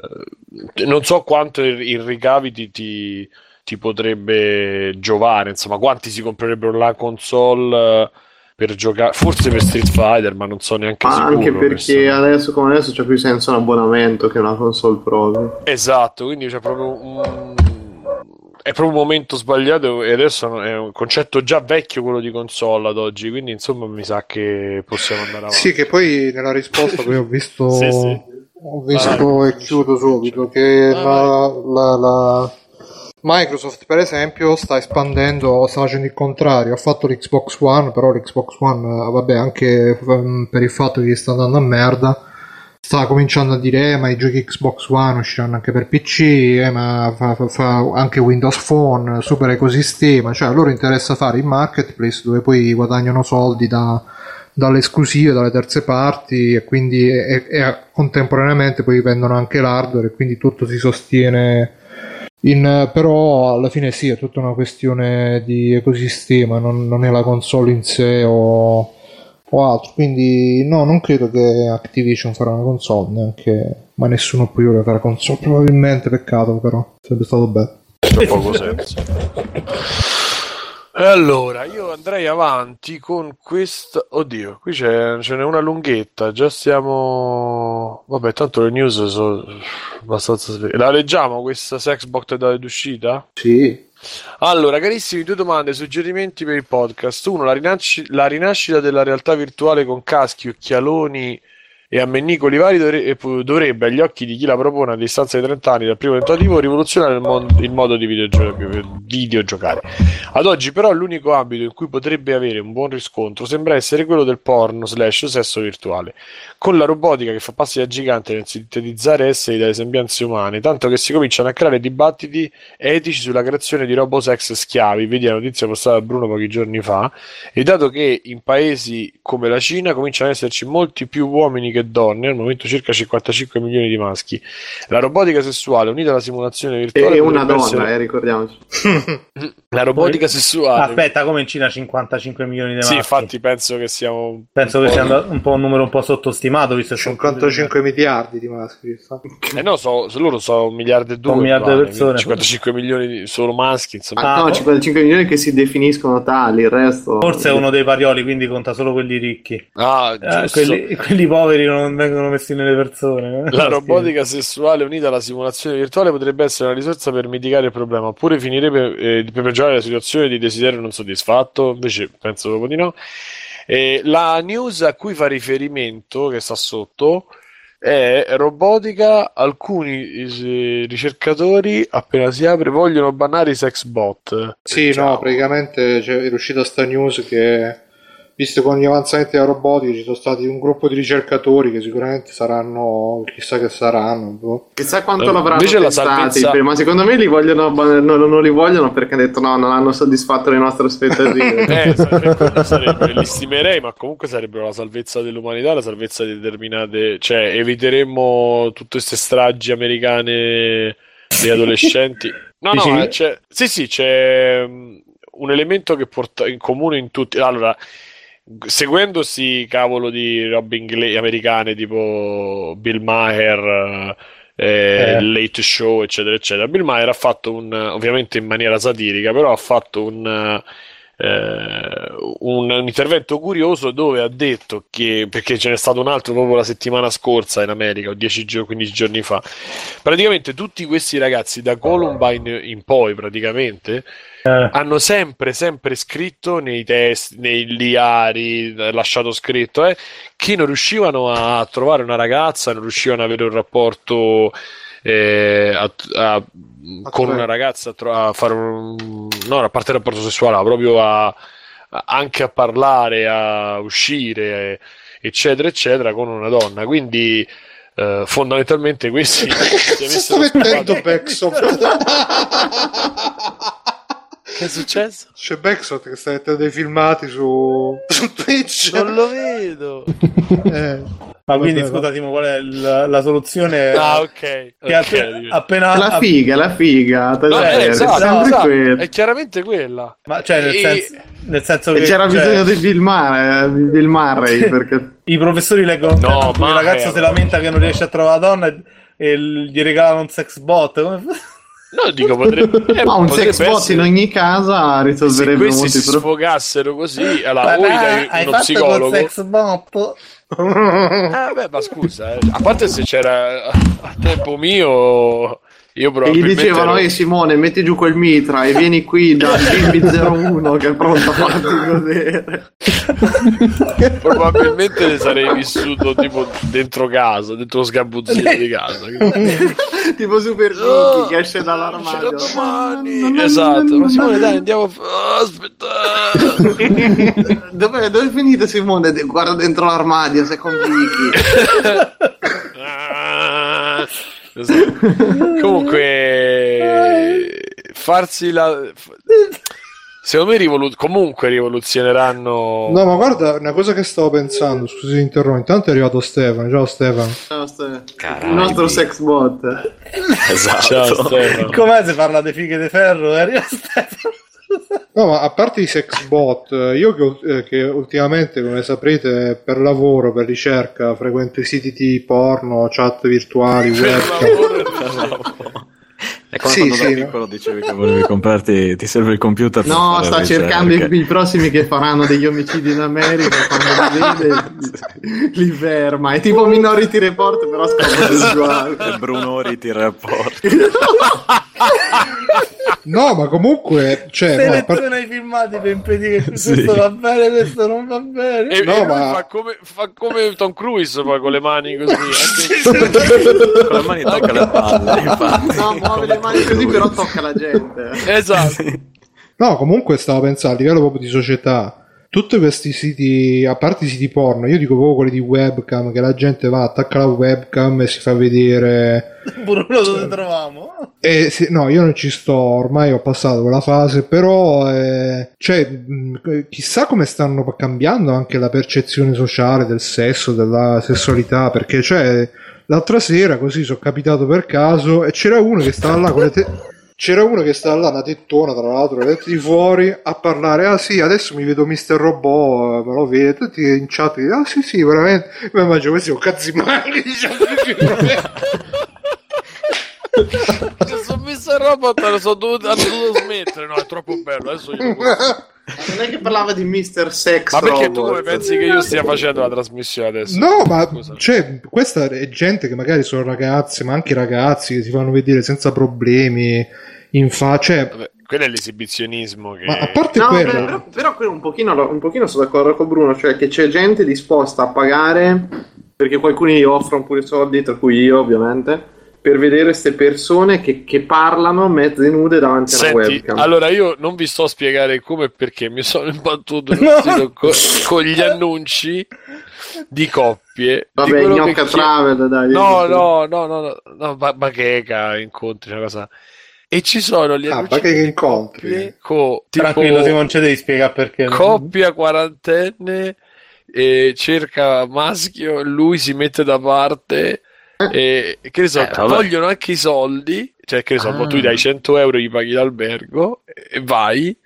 non so quanto il, il ricavi ti, ti, ti potrebbe giovare, insomma, quanti si comprerebbero la console per giocare, forse per Street Fighter, ma non so neanche ma sicuro, anche perché adesso come adesso c'è più senso un abbonamento che una console proprio. Esatto, quindi c'è proprio un è proprio un momento sbagliato, e adesso è un concetto già vecchio quello di console ad oggi, quindi insomma mi sa che possiamo andare avanti. Sì, che poi nella risposta poi ho visto sì, sì. ho visto ah, e chiudo subito che ah, la, la, la Microsoft per esempio sta espandendo, sta facendo il contrario, ha fatto l'Xbox One, però l'Xbox One vabbè anche per il fatto che gli sta andando a merda sta cominciando a dire eh, ma i giochi Xbox One usciranno anche per P C, eh, ma fa, fa, fa anche Windows Phone, super ecosistema, cioè a loro interessa fare il marketplace dove poi guadagnano soldi da, dalle esclusive, dalle terze parti, e quindi e, e contemporaneamente poi vendono anche l'hardware e quindi tutto si sostiene in, però alla fine sì, è tutta una questione di ecosistema, non, non è la console in sé o o altro, quindi no, non credo che Activision farà una console, neanche, ma nessuno più vuole fare console, probabilmente, peccato, però sarebbe stato bello. C'è poco senso. E allora io andrei avanti con questa, oddio, qui c'è, ce n'è una lunghetta, già stiamo, vabbè, tanto le news sono abbastanza sveglie. La leggiamo questa Sexbox è data d'uscita? Sì. Allora, carissimi, due domande, suggerimenti per il podcast. Uno, la, rinasc- la rinascita della realtà virtuale con caschi, occhialoni e ammennicoli vari dovre- dovrebbe, agli occhi di chi la propone a distanza di trenta anni dal primo tentativo, rivoluzionare il, mon- il modo di videogio- videogiocare. Ad oggi però l'unico ambito in cui potrebbe avere un buon riscontro sembra essere quello del porno slash sesso virtuale, con la robotica che fa passi da gigante nel sintetizzare esseri dalle sembianze umane, tanto che si cominciano a creare dibattiti etici sulla creazione di robosex schiavi, vedi la notizia postata da Bruno pochi giorni fa, e dato che in paesi come la Cina cominciano ad esserci molti più uomini che donne, al momento circa cinquantacinque milioni di maschi, la robotica sessuale unita alla simulazione virtuale è una donna, essere... eh, ricordiamoci. La robotica sessuale. Aspetta, come in Cina cinquantacinque milioni di maschi? Sì, infatti penso che siamo penso che sia un po' un numero un po' sottostimato, visto cinquantacinque miliardi di maschi. Eh no, so, loro sono un miliardo e due, un miliardo di persone, cinquantacinque milioni di, solo maschi, insomma. Ah, no, cinquantacinque milioni che si definiscono tali, il resto forse è uno dei parioli, quindi conta solo quelli ricchi. Ah, eh, quelli, quelli poveri non vengono messi nelle persone. Eh? La robotica sessuale unita alla simulazione virtuale potrebbe essere una risorsa per mitigare il problema, oppure finire eh, per peggiorare la situazione di desiderio non soddisfatto. Invece penso proprio di no. Eh, la news a cui fa riferimento, che sta sotto, è robotica. Alcuni eh, ricercatori, appena si apre, vogliono bannare i sex bot. Sì, diciamo. No, praticamente cioè, è uscita sta news che visto con gli avanzamenti della robotica ci sono stati un gruppo di ricercatori che sicuramente saranno, chissà che saranno, boh. Chissà quanto Eh, l'avranno invece la tentati, salvezza- ma secondo me li vogliono, non, non li vogliono perché hanno detto no, non hanno soddisfatto le nostre aspettative. Eh, sarebbe, sarebbe, li stimerei, ma comunque sarebbero la salvezza dell'umanità, la salvezza di determinate, cioè eviteremmo tutte queste stragi americane degli adolescenti. No, no, Dici? eh, c'è, sì, sì, c'è mm, un elemento che porta in comune in tutti. Allora, seguendo sti cavolo di robe inglesi americane tipo Bill Maher, eh, Eh. Late Show, eccetera, eccetera. Bill Maher ha fatto un, ovviamente in maniera satirica, però ha fatto un, eh, un, un intervento curioso dove ha detto che, perché ce n'è stato un altro proprio la settimana scorsa in America, o dieci o quindici giorni fa, praticamente tutti questi ragazzi da Columbine in poi praticamente Eh. hanno sempre, sempre scritto nei test, nei diari, eh, lasciato scritto, eh, che non riuscivano a trovare una ragazza, non riuscivano ad avere un rapporto eh, a- a- con una ragazza, a, tro- a fare un, no, a parte il rapporto sessuale, ma proprio a, a- anche a parlare, a uscire, eh, eccetera, eccetera, con una donna. Quindi eh, fondamentalmente questi si Si sta avessero mettendo sposato- Backshot. Che è successo? C'è Backshot che sta mettendo dei filmati su, su Twitch. Non lo vedo. Eh, Ma quindi vabbè, scusa Timo, qual è la, la soluzione? Ah, ok. Che Ok, appe- dico. appena La figa, la figa, te No, la eh, perdi, esatto, è sempre esatto, quello. è chiaramente quella. ma cioè nel E- senso, nel senso E che c'era cioè, bisogno di filmare, di filmare perché i professori leggono un No, testo in cui il ma ragazzo è- si lamenta che non riesce a trovare la donna e, e gli regalano un sex bot. Come fa? No, dico, potrebbe, eh, ma un potrebbe sex bot essere- in ogni casa se risolverebbe questi molti si problemi. sfogassero così, allora, o gli Papà, dai hai uno fatto psicologo. col sex bot? Ah, beh, ma scusa, eh, a parte se c'era a tempo mio, io E gli probabilmente dicevano, ero- ehi Simone, metti giù quel mitra e vieni qui da Bimbi zero uno che è pronto a farti godere. probabilmente ne sarei vissuto tipo dentro casa, dentro lo sgabuzzino di casa. Tipo Super Oh, Vicky che esce dall'armadio. c'è domani. Esatto, ma Simone dai andiamo a... oh, aspetta. Dove, dove è finito Simone? De- Guarda dentro l'armadio, sei con Vicky. Ah, esatto. Comunque farsi la secondo me rivolu- comunque rivoluzioneranno. no, ma guarda, una cosa che stavo pensando, scusi se interrompo, intanto è arrivato Stefano, ciao Stefano. Ciao, Ste- Caralho. il nostro sex bot. Esatto. Ciao Stefano. Com'è se parla di fighe di ferro? E arriva Stefano. No, ma a parte i sex bot, io che, eh, che ultimamente, come saprete, per lavoro, per ricerca, frequento i siti di porno, chat virtuali, Per webcam. lavoro e per lavoro. È come Sì, quando sì, da no? piccolo dicevi che volevi comprarti, ti serve il computer per No, fare sta ricerche. cercando i, i prossimi che faranno degli omicidi in America. Quando li vede, li, li ferma. È tipo Minority Report, però a scopo sessuale. E Brunori ti rapporti. No, ma comunque, cioè, no, a parte- Seleziona i filmati per impedire che Sì. questo va bene, questo non va bene. E, No, e lui ma- fa, come, fa come Tom Cruise poi con le mani così. Anche- Con le mani tocca le palle, infatti. No, muove le mani così, però tocca la gente. Esatto. no, comunque stavo pensando a livello proprio di società. Tutti questi siti, a parte i siti porno, io dico proprio quelli di webcam, che la gente va, attacca la webcam e si fa vedere. Bruno, dove troviamo? E sì, no, io non ci sto, ormai ho passato quella fase, però eh, cioè, mh, chissà come stanno cambiando anche la percezione sociale del sesso, della sessualità, perché cioè l'altra sera così sono capitato per caso e c'era uno che stava là con le te- c'era uno che stava là, una tettona tra l'altro, le tette di fuori, a parlare, ah sì, adesso mi vedo mister Robot, me lo vedo, tutti in chat, ah sì sì, veramente, mi immagino questi sono cazzi mali, diciamo così. Sono messo a robot, lo so, dovuto, hanno dovuto smettere. No, è troppo bello. Adesso io non posso. Ma non è che parlava di mister Sex Ma perché tu Robot. come pensi che io stia facendo la trasmissione adesso? No, ma Scusa. cioè, questa è gente che magari sono ragazze, ma anche ragazzi che si fanno vedere senza problemi in faccia. Cioè, Vabbè, quello è l'esibizionismo che... ma a parte No, quello, però, però quello un pochino, un pochino sono d'accordo con Bruno, cioè che c'è gente disposta a pagare perché qualcuno gli offrono pure i soldi, tra cui io ovviamente, per vedere queste persone che, che parlano mezze nude davanti alla Senti, webcam. allora io non vi sto a spiegare come e perché mi sono imbattuto in No. un sito co- con gli annunci di coppie. di Vabbè, quello che gnocca chi- travel, dai. No, no, no, no, no, no, ba- bacheca, incontri, una cosa. E ci sono gli Ah, annunci bacheca di incontri. coppie con Tranquillo, tipo Simon, ci devi spiegare perché. coppia quarantenne, e cerca maschio, lui si mette da parte e che ne so, Eh, vabbè. vogliono anche i soldi, cioè che ne so, Ah. tu gli dai cento euro, gli paghi l'albergo e vai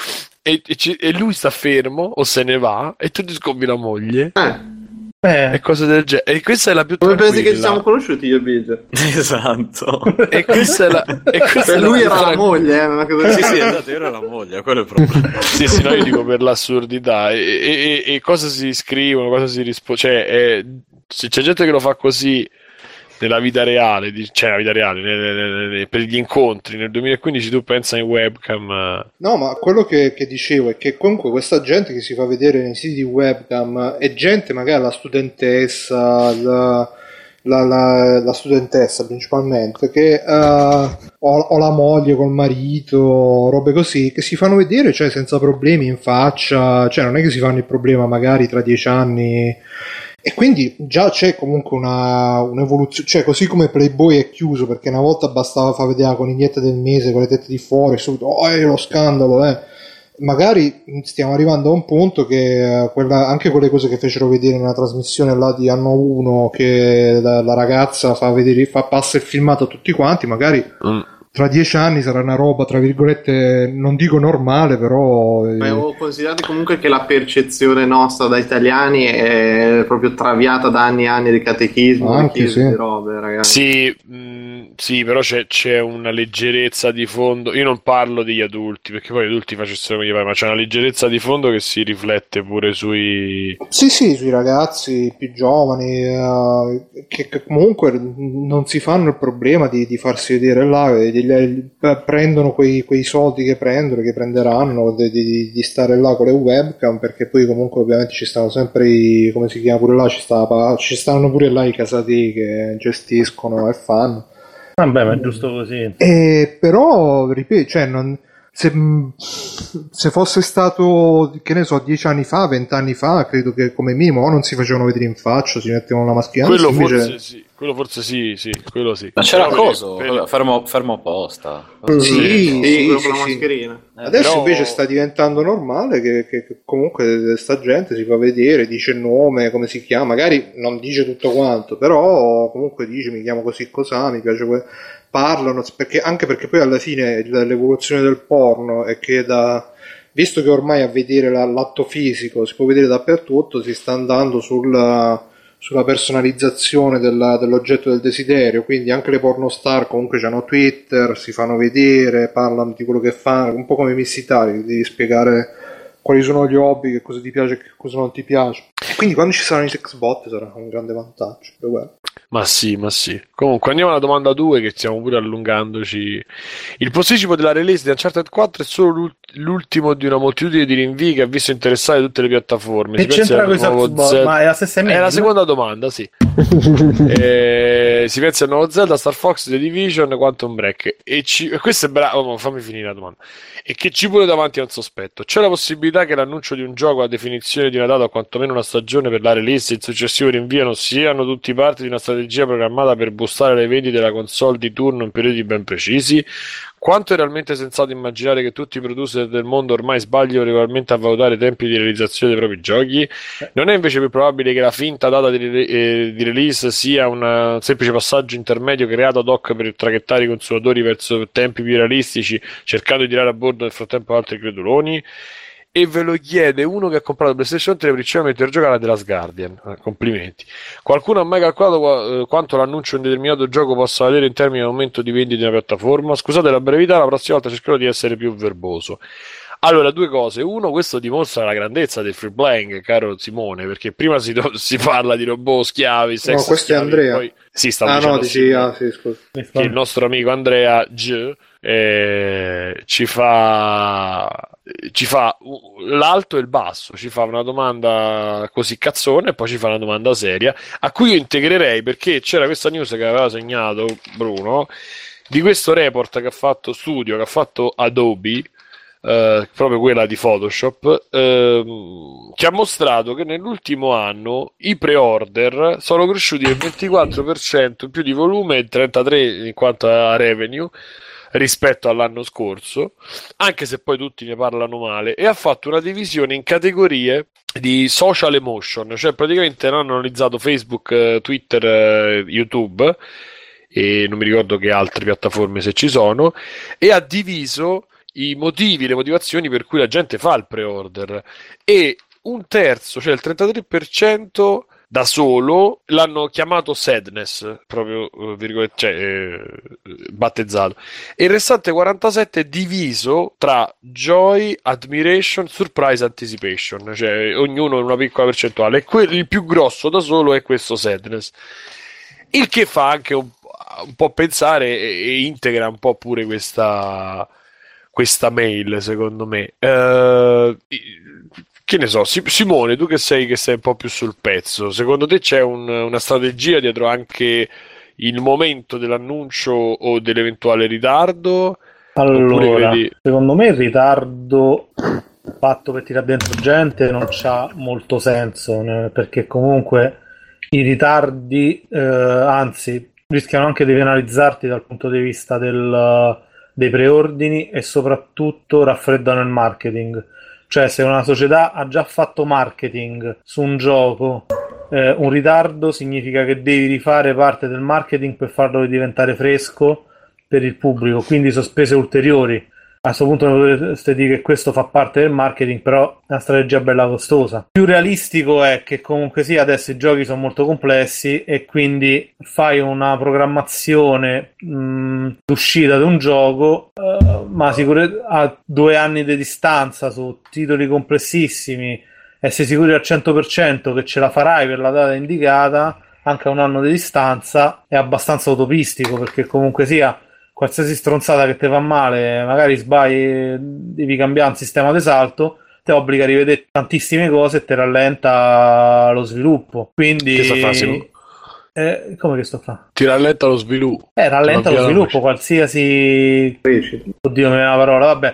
e, e ci- e lui sta fermo o se ne va e tu ti scopri la moglie Eh, e Eh, cose del genere, e questa è la più come pensi che ci tranquilla. siamo conosciuti io e Biggio? Esatto. E questa è la, e questa Per è la lui più era la tranquilla. moglie, eh, non è una cosa Sì, sì, esatto, io ero la moglie, quello è il problema. Sì, sì, no, io dico per l'assurdità e, e- e- e cosa si scrivono, cosa si risponde, cioè eh, se c'è gente che lo fa così nella vita reale, di- cioè nella vita reale, ne- ne- ne- ne- per gli incontri nel duemilaquindici tu pensa in webcam, eh, No, ma quello che, che dicevo è che comunque questa gente che si fa vedere nei siti webcam è gente, magari la studentessa, la, la, la- la studentessa principalmente, che eh, o, o la moglie col marito, robe così, che si fanno vedere, cioè senza problemi in faccia, cioè non è che si fanno il problema magari tra dieci anni. E quindi già c'è comunque una, un'evoluzione, cioè così come Playboy è chiuso perché una volta bastava far vedere la coniglietta del mese con le tette di fuori, subito, oh, è lo scandalo, eh. Magari stiamo arrivando a un punto che eh, quella, anche quelle cose che fecero vedere nella trasmissione là di Anno uno, che la, la ragazza fa vedere, fa, passa il filmato a tutti quanti, magari tra dieci anni sarà una roba, tra virgolette, non dico normale, però... eh, Ma ho considerato comunque che la percezione nostra da italiani è proprio traviata da anni e anni di catechismo, Anche, di chiese, sì. di robe, ragazzi. sì, mh, sì, però c'è, c'è una leggerezza di fondo. Io non parlo degli adulti, perché poi gli adulti facessero come gli pare, ma c'è una leggerezza di fondo che si riflette pure sui... Sì, sì, sui ragazzi più giovani eh, che, che comunque non si fanno il problema di, di farsi vedere là, e di- di- prendono quei, quei soldi che prendono, che prenderanno, di, di- di stare là con le webcam, perché poi comunque ovviamente ci stanno sempre i, come si chiama pure là, ci, sta, ci stanno pure là i casati che gestiscono e fanno. vabbè, ma è giusto così. E però, ripeto, cioè, non, se, se fosse stato, che ne so, dieci anni fa, vent'anni fa, credo che come minimo o non si facevano vedere in faccia, si mettevano la mascherina. Quello invece- forse sì, quello forse sì, sì, quello sì. Ma c'era Però coso, per- per- fermo, fermo apposta. Sì, Sì, sì, quello sì, con la sì. mascherina. Adesso però- invece sta diventando normale che, che- che comunque sta gente si fa vedere, dice il nome, come si chiama, magari non dice tutto quanto, però comunque dice mi chiamo così cosà, mi piace que-", parlano, perché, anche perché poi alla fine il- l'evoluzione del porno è che da, visto che ormai a vedere la- l'atto fisico si può vedere dappertutto, si sta andando sulla, sulla personalizzazione della- dell'oggetto del desiderio, quindi anche le pornostar comunque hanno Twitter, si fanno vedere, parlano di quello che fanno, un po' come i Miss Italia, devi spiegare quali sono gli hobby, che cosa ti piace e che cosa non ti piace. E quindi quando ci saranno i sex bot sarà un grande vantaggio. Però guarda. Ma sì, ma sì. Comunque andiamo alla domanda due, che stiamo pure allungandoci. Il posticipo della release di Uncharted quattro è solo l'ult- l'ultimo di una moltitudine di rinvii che ha visto interessare tutte le piattaforme. Che Si pensa c'entra al con i nuovo Soxbot? Zelda- Ma è la stessa È email? la seconda domanda, sì. Eh, si pensa al nuovo Zelda, Star Fox, The Division, Quantum Break. E, ci... e questo è bravo, oh, fammi finire la domanda. E che ci pone davanti a un sospetto. C'è la possibilità che l'annuncio di un gioco, la definizione di una data o quantomeno una stagione per la release e il successivo rinvio non siano tutti parte di una strategia programmata per boostare le vendite della console di turno in periodi ben precisi? Quanto è realmente sensato immaginare che tutti i producer del mondo ormai sbaglino regolarmente a valutare i tempi di realizzazione dei propri giochi? Non è invece più probabile che la finta data di, re- eh, di release sia un semplice passaggio intermedio creato ad hoc per traghettare i consumatori verso tempi più realistici, cercando di tirare a bordo nel frattempo altri creduloni? E ve lo chiede uno che ha comprato PlayStation tre principalmente per giocare a The Last Guardian. Eh, complimenti. Qualcuno ha mai calcolato qua- eh, quanto l'annuncio di un determinato gioco possa avere in termini di aumento di vendite di una piattaforma? Scusate la brevità, la prossima volta cercherò di essere più verboso. Allora, due cose. Uno, questo dimostra la grandezza del free playing, caro Simone, perché prima si, si parla di robot schiavi, sex No, questo schiavi, è Andrea. poi... Sì, stavo ah dicendo no, dici, Simone, ah sì, scusa. che il nostro amico Andrea G eh, ci fa ci fa l'alto e il basso, ci fa una domanda così cazzone e poi ci fa una domanda seria, a cui io integrerei, perché c'era questa news che aveva segnato Bruno, di questo report che ha fatto studio, che ha fatto Adobe, eh, proprio quella di Photoshop, ehm, che ha mostrato che nell'ultimo anno i pre-order sono cresciuti del ventiquattro per cento in più di volume e il trentatré per cento in quanto a revenue rispetto all'anno scorso, anche se poi tutti ne parlano male, e ha fatto una divisione in categorie di social emotion, cioè praticamente hanno analizzato Facebook, Twitter, YouTube e non mi ricordo che altre piattaforme se ci sono, e ha diviso i motivi, le motivazioni per cui la gente fa il pre-order, e un terzo, cioè il trentatré per cento da solo, l'hanno chiamato sadness, proprio virgolette, cioè, eh, battezzato, e il restante quarantasette è diviso tra joy, admiration, surprise, anticipation, cioè ognuno in una piccola percentuale, e que- il più grosso da solo è questo sadness, il che fa anche un, un po' pensare e, e integra un po' pure questa questa mail, secondo me. Uh, che ne so, Simone, tu che sei, che sei un po' più sul pezzo, secondo te c'è un, una strategia dietro anche il momento dell'annuncio o dell'eventuale ritardo? Allora, vedi... secondo me il ritardo fatto per tirare dentro gente non c'ha molto senso, perché comunque i ritardi, eh, anzi, rischiano anche di penalizzarti dal punto di vista del, dei preordini, e soprattutto raffreddano il marketing. Cioè, se una società ha già fatto marketing su un gioco, eh, un ritardo significa che devi rifare parte del marketing per farlo diventare fresco per il pubblico, quindi sospese ulteriori. A questo punto potreste dire che questo fa parte del marketing, però è una strategia bella costosa. Più realistico è che comunque sia adesso i giochi sono molto complessi, e quindi fai una programmazione mh, d'uscita di un gioco, uh, ma sicure- a due anni di distanza su titoli complessissimi, e sei sicuro al cento per cento che ce la farai per la data indicata, anche a un anno di distanza, è abbastanza utopistico, perché comunque sia qualsiasi stronzata che ti fa male, magari sbagli, devi cambiare un sistema di salto, ti obbliga a rivedere tantissime cose e ti rallenta lo sviluppo. Quindi che sto facendo? Eh, come che sto a fare? Ti rallenta lo sviluppo. Eh, rallenta lo sviluppo, qualsiasi oddio, non è una parola, vabbè,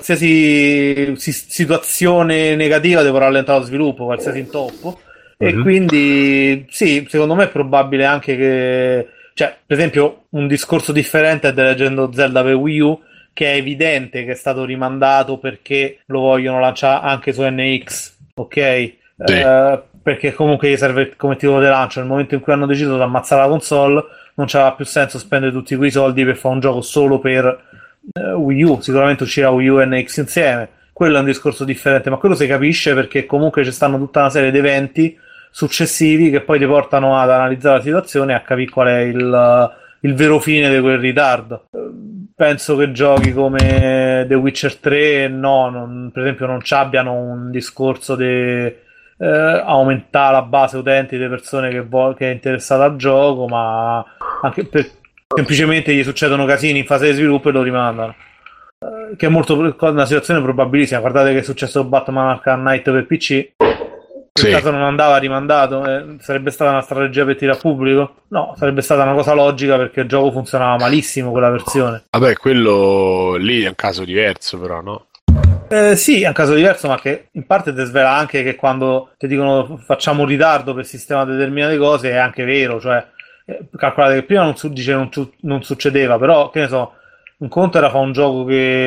qualsiasi si- situazione negativa devo rallentare lo sviluppo, qualsiasi intoppo. E Mhm. quindi sì, secondo me è probabile anche che, cioè, per esempio, un discorso differente è The Legend of Zelda per Wii U, che è evidente che è stato rimandato perché lo vogliono lanciare anche su N X, ok? Sì. Eh, perché comunque gli serve come titolo di lancio. Nel momento in cui hanno deciso di ammazzare la console, non c'aveva più senso spendere tutti quei soldi per fare un gioco solo per eh, Wii U. Sicuramente uscirà Wii U e N X insieme. Quello è un discorso differente, ma quello si capisce perché comunque ci stanno tutta una serie di eventi successivi che poi ti portano ad analizzare la situazione e a capire qual è il, il vero fine di quel ritardo. Penso che giochi come The Witcher tre, no, non, per esempio, non ci abbiano un discorso di eh, aumentare la base utenti delle persone che, vo- che è interessata al gioco, ma anche per, semplicemente gli succedono casini in fase di sviluppo e lo rimandano. Eh, che è molto una situazione probabilissima. Guardate che è successo con Batman Arkham Knight per P C. Sì. Il caso non andava rimandato, eh, sarebbe stata una strategia per tirare pubblico? No, sarebbe stata una cosa logica perché il gioco funzionava malissimo quella versione. Vabbè, quello lì è un caso diverso, però, no? Eh, sì, è un caso diverso, ma che in parte ti svela anche che quando ti dicono facciamo un ritardo per sistemare determinate cose è anche vero, cioè eh, calcolate che prima non, su- dice, non, su- non succedeva, però che ne so, un conto era fare un gioco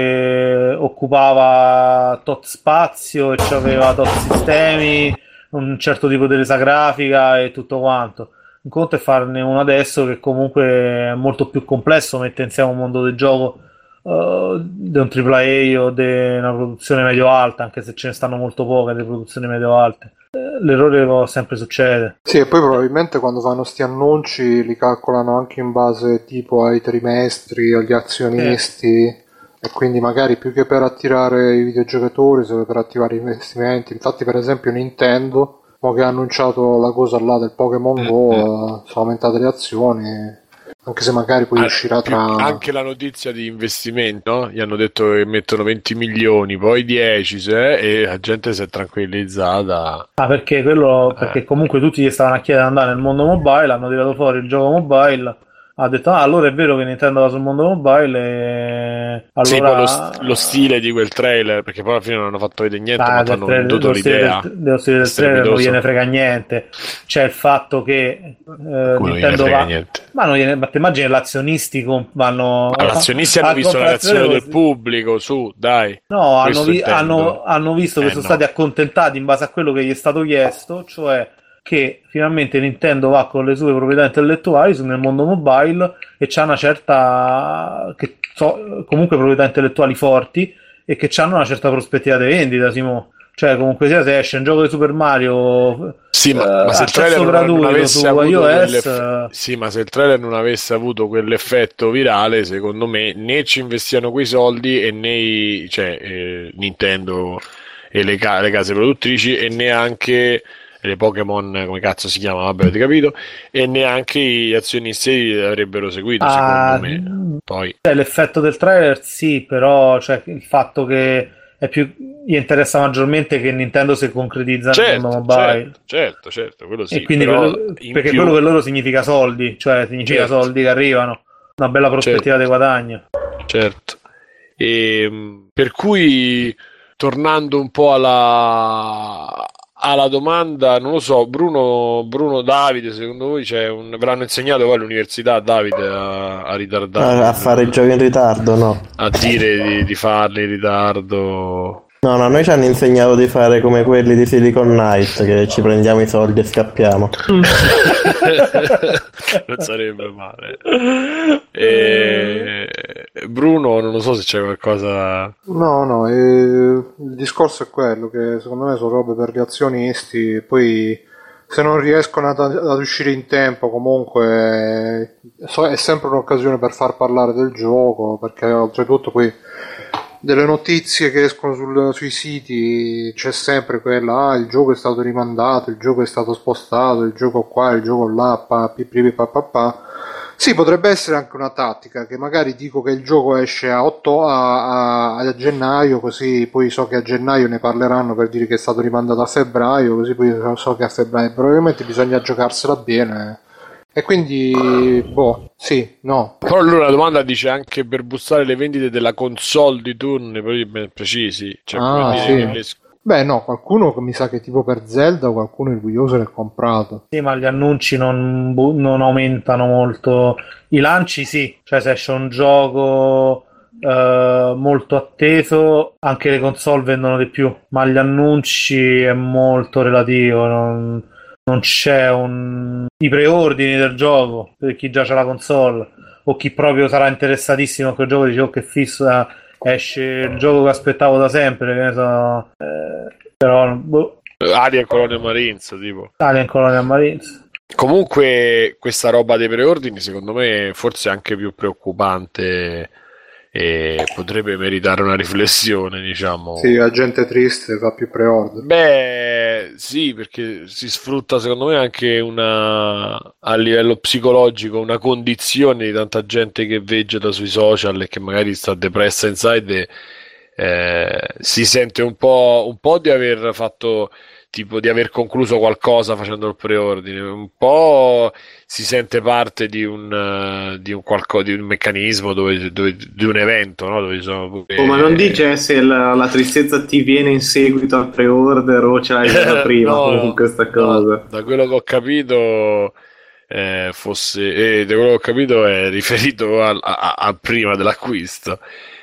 che occupava tot spazio e aveva tot sistemi, un certo tipo di resa grafica e tutto quanto. Un conto è farne uno adesso che comunque è molto più complesso, mette insieme un mondo del gioco uh, di un tripla A o di una produzione medio-alta, anche se ce ne stanno molto poche di produzioni medio-alte. Eh, l'errore sempre succede. Sì, e poi probabilmente quando fanno sti annunci li calcolano anche in base tipo ai trimestri, agli azionisti. e quindi magari più che per attirare i videogiocatori serve per attivare investimenti. Infatti per esempio Nintendo, che ha annunciato la cosa là del Pokémon Go, uh, sono aumentate le azioni, anche se magari poi ah, uscirà tra... Anche la notizia di investimento, no? Gli hanno detto che mettono venti milioni, poi dieci, se, e la gente si è tranquillizzata. Ah, perché quello eh. perché comunque tutti gli stavano a chiedere di andare nel mondo mobile, hanno tirato fuori il gioco mobile, ha detto ah allora è vero che Nintendo va sul mondo mobile e allora sì, poi lo, st- lo stile di quel trailer, perché poi alla fine non hanno fatto vedere niente, ah, ma ti hanno venduto l'idea del, dello stile del trailer non gliene frega niente. C'è il fatto che eh, Nintendo va niente. Ma non gliene, ma ti immagini gli azionisti vanno ma gli azionisti hanno visto la reazione del pubblico, su dai, no, hanno, vi- hanno, hanno visto che eh, sono no. stati accontentati in base a quello che gli è stato chiesto, cioè che finalmente Nintendo va con le sue proprietà intellettuali nel mondo mobile e c'ha una certa che so, comunque proprietà intellettuali forti e che hanno una certa prospettiva di vendita, Simo. Cioè comunque sia se esce un gioco di Super Mario sì, ma, eh, ma se il trailer non, non avesse avuto iOS, sì, ma se il trailer non avesse avuto quell'effetto virale, secondo me né ci investivano quei soldi e né cioè, eh, Nintendo e le, ca- le case produttrici e neanche le Pokémon, come cazzo si chiama, vabbè, avete capito, e neanche gli azionisti avrebbero seguito, ah, secondo me. Poi cioè, l'effetto del trailer sì, però cioè, il fatto che è più gli interessa maggiormente che Nintendo si concretizza certo, nel mondo mobile. Certo, certo, certo, quello sì. E quindi però per, perché più... quello per loro significa soldi, cioè significa certo. soldi che arrivano, una bella prospettiva certo. di guadagno. Certo. E, per cui tornando un po' alla alla domanda, non lo so, Bruno, Bruno Davide, secondo voi c'è un, avranno insegnato poi all'università Davide a, a ritardare? A, a fare i giochi in ritardo, no? A dire di, di farli in ritardo? No, no, noi ci hanno insegnato di fare come quelli di Silicon Knight, che ci prendiamo i soldi e scappiamo. Non sarebbe male. E... Bruno, non lo so se c'è qualcosa... No, no, eh, il discorso è quello che secondo me sono robe per gli azionisti, poi se non riescono ad, ad uscire in tempo comunque è, è sempre un'occasione per far parlare del gioco, perché oltretutto poi delle notizie che escono sul, sui siti c'è sempre quella, ah il gioco è stato rimandato, il gioco è stato spostato, il gioco qua, il gioco là, pa, pi, pi, pa, pa, pa. Sì, potrebbe essere anche una tattica, che magari dico che il gioco esce a, otto, a, a, a gennaio, così poi so che a gennaio ne parleranno per dire che è stato rimandato a febbraio, così poi so che a febbraio probabilmente bisogna giocarsela bene. E quindi, boh, sì, no. Però allora la domanda dice anche per boostare le vendite della console di turno, ben precisi. Cioè, ah, sì. le... Beh, no, qualcuno mi sa che tipo per Zelda qualcuno il Wii U se l'è comprato. Sì, ma gli annunci non, non aumentano molto. I lanci sì, cioè se esce un gioco eh, molto atteso, anche le console vendono di più, ma gli annunci è molto relativo, non... non c'è un i preordini del gioco per chi già c'ha la console o chi proprio sarà interessatissimo a quel gioco, dice oh che fissa esce il gioco che aspettavo da sempre, che ne so, eh, però boh. Alien Colonial Marines tipo Alien Colonial Marines. Comunque questa roba dei preordini secondo me forse è anche più preoccupante e potrebbe meritare una riflessione, diciamo. Sì, la gente triste fa più pre-order. Beh, sì, perché si sfrutta secondo me anche una a livello psicologico una condizione di tanta gente che vegeta sui social e che magari sta depressa inside e eh, si sente un po', un po' di aver fatto tipo di aver concluso qualcosa facendo il preordine, un po' si sente parte di un uh, di un qualcosa di un meccanismo dove, dove di un evento, no? Dove sono oh, ma non dice se la, la tristezza ti viene in seguito al pre-order o ce l'hai già prima no, con questa cosa. No, da quello che ho capito eh, fosse eh, da quello che ho capito è riferito al, a, a prima dell'acquisto.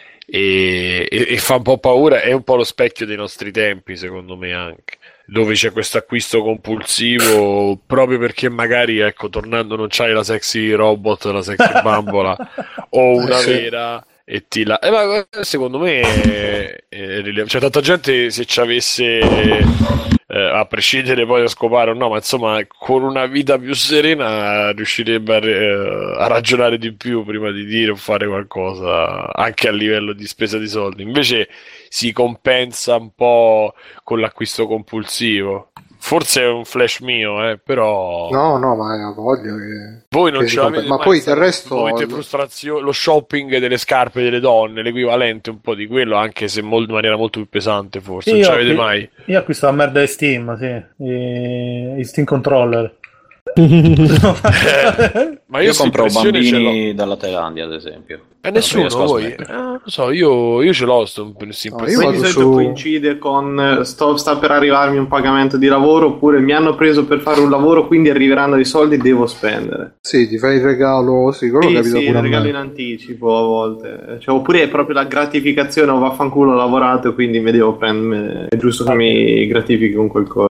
E, e, e fa un po' paura, è un po' lo specchio dei nostri tempi secondo me anche, dove c'è questo acquisto compulsivo proprio perché magari ecco tornando non c'hai la sexy robot, la sexy bambola o una sì. vera e ti la... eh, ma secondo me è, è rilevante. Cioè tanta gente se ci avesse eh, a prescindere poi da scopare o no, ma insomma con una vita più serena riuscirebbe a, eh, a ragionare di più prima di dire o fare qualcosa anche a livello di spesa di soldi. Invece si compensa un po' con l'acquisto compulsivo. Forse è un flash mio, eh, però No, no, ma ha voglia che... voi non che ce si l'avete compra- Ma mai poi sta- del resto... momento di frustrazione, lo shopping delle scarpe delle donne, l'equivalente un po' di quello, anche se mol- in maniera molto più pesante forse, non Io ce l'avete acqui- mai? Io acquisto la merda di Steam, sì. I, i Steam Controller. Ma io, Io sta compro impressione ce l'ho. bambini dalla Thailandia, ad esempio. E Non nessuno riesco a voi? smettere. Eh, non lo so, io, io ce l'ho sto questa No, impressione. io Poi di vado solito su- coincide con eh, sto, sta per arrivarmi un pagamento di lavoro, oppure mi hanno preso per fare un lavoro, quindi arriveranno dei soldi, devo spendere. Sì, ti fai il regalo, sì, quello Sì, capita sì, pure a il me. regalo in anticipo a volte. Cioè, oppure è proprio la gratificazione, o vaffanculo ho lavorato, quindi mi devo prendere. È giusto che mi gratifichi con qualcosa.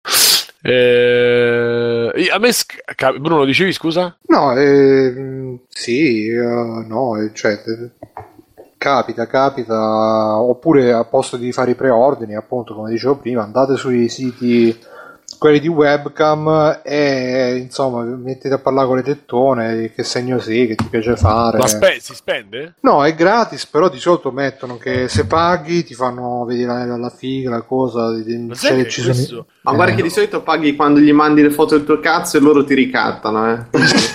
Eh, a me sc- ca- Bruno, dicevi scusa? No, eh, sì, eh, no, eh, cioè, eh, capita, capita, oppure a posto di fare i preordini, appunto, come dicevo prima, andate sui siti, quelli di webcam e, insomma, mettete a parlare con le tettone, che segno sì, che ti piace fare. Ma spe- si spende? No, è gratis, però di solito mettono che se paghi ti fanno vedere la, la figa, la cosa, di- Ma se sai che ci sono- questo- Ma guarda Eh. che di solito paghi quando gli mandi le foto del tuo cazzo e loro ti ricattano, eh.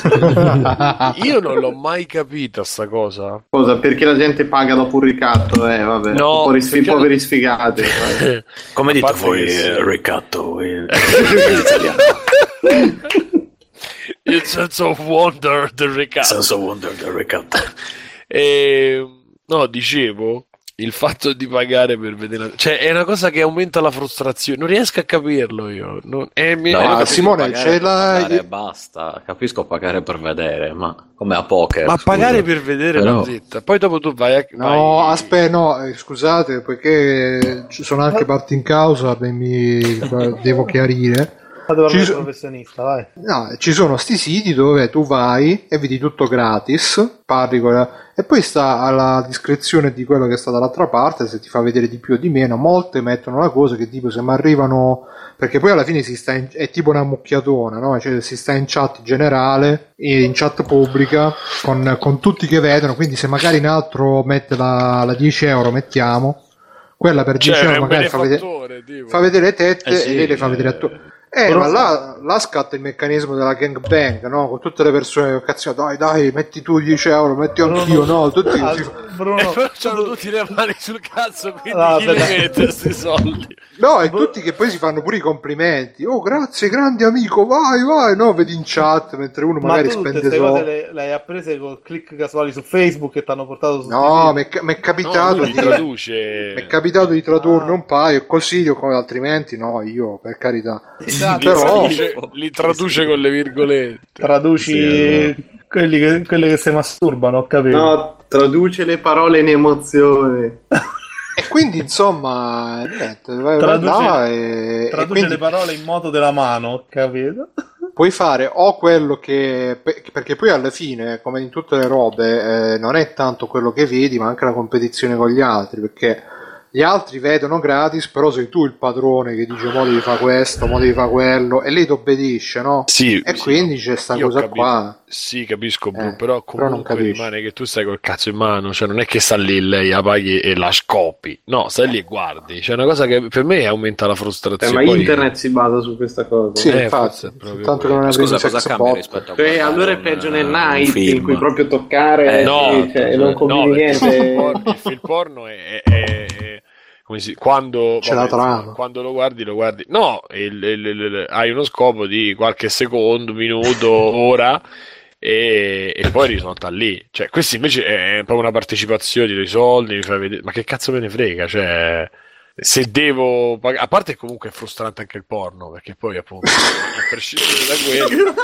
Io non l'ho mai capita sta cosa. Cosa? Perché la gente paga dopo un ricatto, eh, vabbè. No, poveri, sfi- perché- poveri sfigati. vai. Come A dite parte voi, che sì. eh, ricatto in in italiano? Il sense of wonder del ricatto. Senza wonder del ricatto. E, no, dicevo, il fatto di pagare per vedere, cioè è una cosa che aumenta la frustrazione. Non riesco a capirlo io. Non- è- mi- No, Ah, io capisco Simone, pagare c'è per la- pagare e basta. Capisco pagare per vedere, ma come a poker. Ma scusa. pagare per vedere Però- la zitta. Poi dopo tu vai a. No, vai- aspetta, no, eh, scusate, perché ci sono anche parti in causa e mi devo chiarire. Fate parlare Ci il so- professionista, vai. No, ci sono sti siti dove tu vai e vedi tutto gratis, parli con la- e poi sta alla discrezione di quello che sta dall'altra parte se ti fa vedere di più o di meno. Molte mettono la cosa che tipo se mi arrivano, perché poi alla fine si sta in- è tipo una mucchiatona, no? Cioè si sta in chat generale, in chat pubblica con, con tutti che vedono, quindi se magari un altro mette la, la dieci euro, mettiamo quella per dieci Cioè, è euro un magari fa vedere, benefattore, tipo. fa vedere le tette Eh sì, e lei le fa vedere a tu. Eh, Però- ma là, là scatta il meccanismo della gangbang, no? Con tutte le persone che cazzo, dai, dai, metti tu dieci euro, metti anch'io, no? Tutti Ah, si- Bruno, E poi c'hanno tutti le mani sul cazzo, quindi No, chi li aspetta. mette questi soldi? No, e tutti che poi si fanno pure i complimenti. Oh, grazie, grande amico, vai, vai, no? Vedi in chat mentre uno ma magari tu tutte spende queste cose soldi. le, le hai apprese con click casuali su Facebook e ti hanno portato su No, mi è ca- mi è capitato No, lui di... li traduce. Mi è capitato di tradurne un paio, così, o come altrimenti no, io, per carità. Esatto, li, però- traduce, li traduce con le virgolette. traduci Sì, quelli che, quelle che si masturbano, ho capito. No, traduce le parole in emozioni. E quindi, insomma, niente, vai, vai Traduce- là e, e Traduce quindi le parole in modo della mano, ho capito? puoi fare o quello che... pe- perché poi alla fine, come in tutte le robe, eh, non è tanto quello che vedi, ma anche la competizione con gli altri, perché gli altri vedono gratis, però sei tu il padrone che dice mo devi fare questo, mo devi fare quello, e lei ti obbedisce, no? Sì, E sì, quindi c'è sta io ho cosa capito. qua. Sì, capisco, Bru, Eh, però però non comunque capisci. rimane che tu stai col cazzo in mano, cioè non è che sta lì lei la paghi e la scopi, no, stai lì e guardi, cioè è una cosa che per me aumenta la Eh, frustrazione. ma Poi- internet si basa su questa cosa. Sì, Eh, infatti, forse è proprio tanto che quello. non Scusa, avevi cosa sex cambia bot. rispetto a Cioè, guardare allora è un- peggio nel un night, film? in cui proprio toccare Eh, No, sì, cioè, e non no, combini perché il film niente. porno, il film porno è, è- è- come si, quando, C'è la trama. quando lo guardi, lo guardi. No, il- il- il- il- hai uno scopo di qualche secondo, minuto, ora. E, e poi risolta lì, cioè questo invece è proprio una partecipazione, ti do i soldi, mi fai vedere, ma che cazzo me ne frega, cioè se devo pagare, a parte che comunque è frustrante anche il porno, perché poi appunto a prescindere da quello,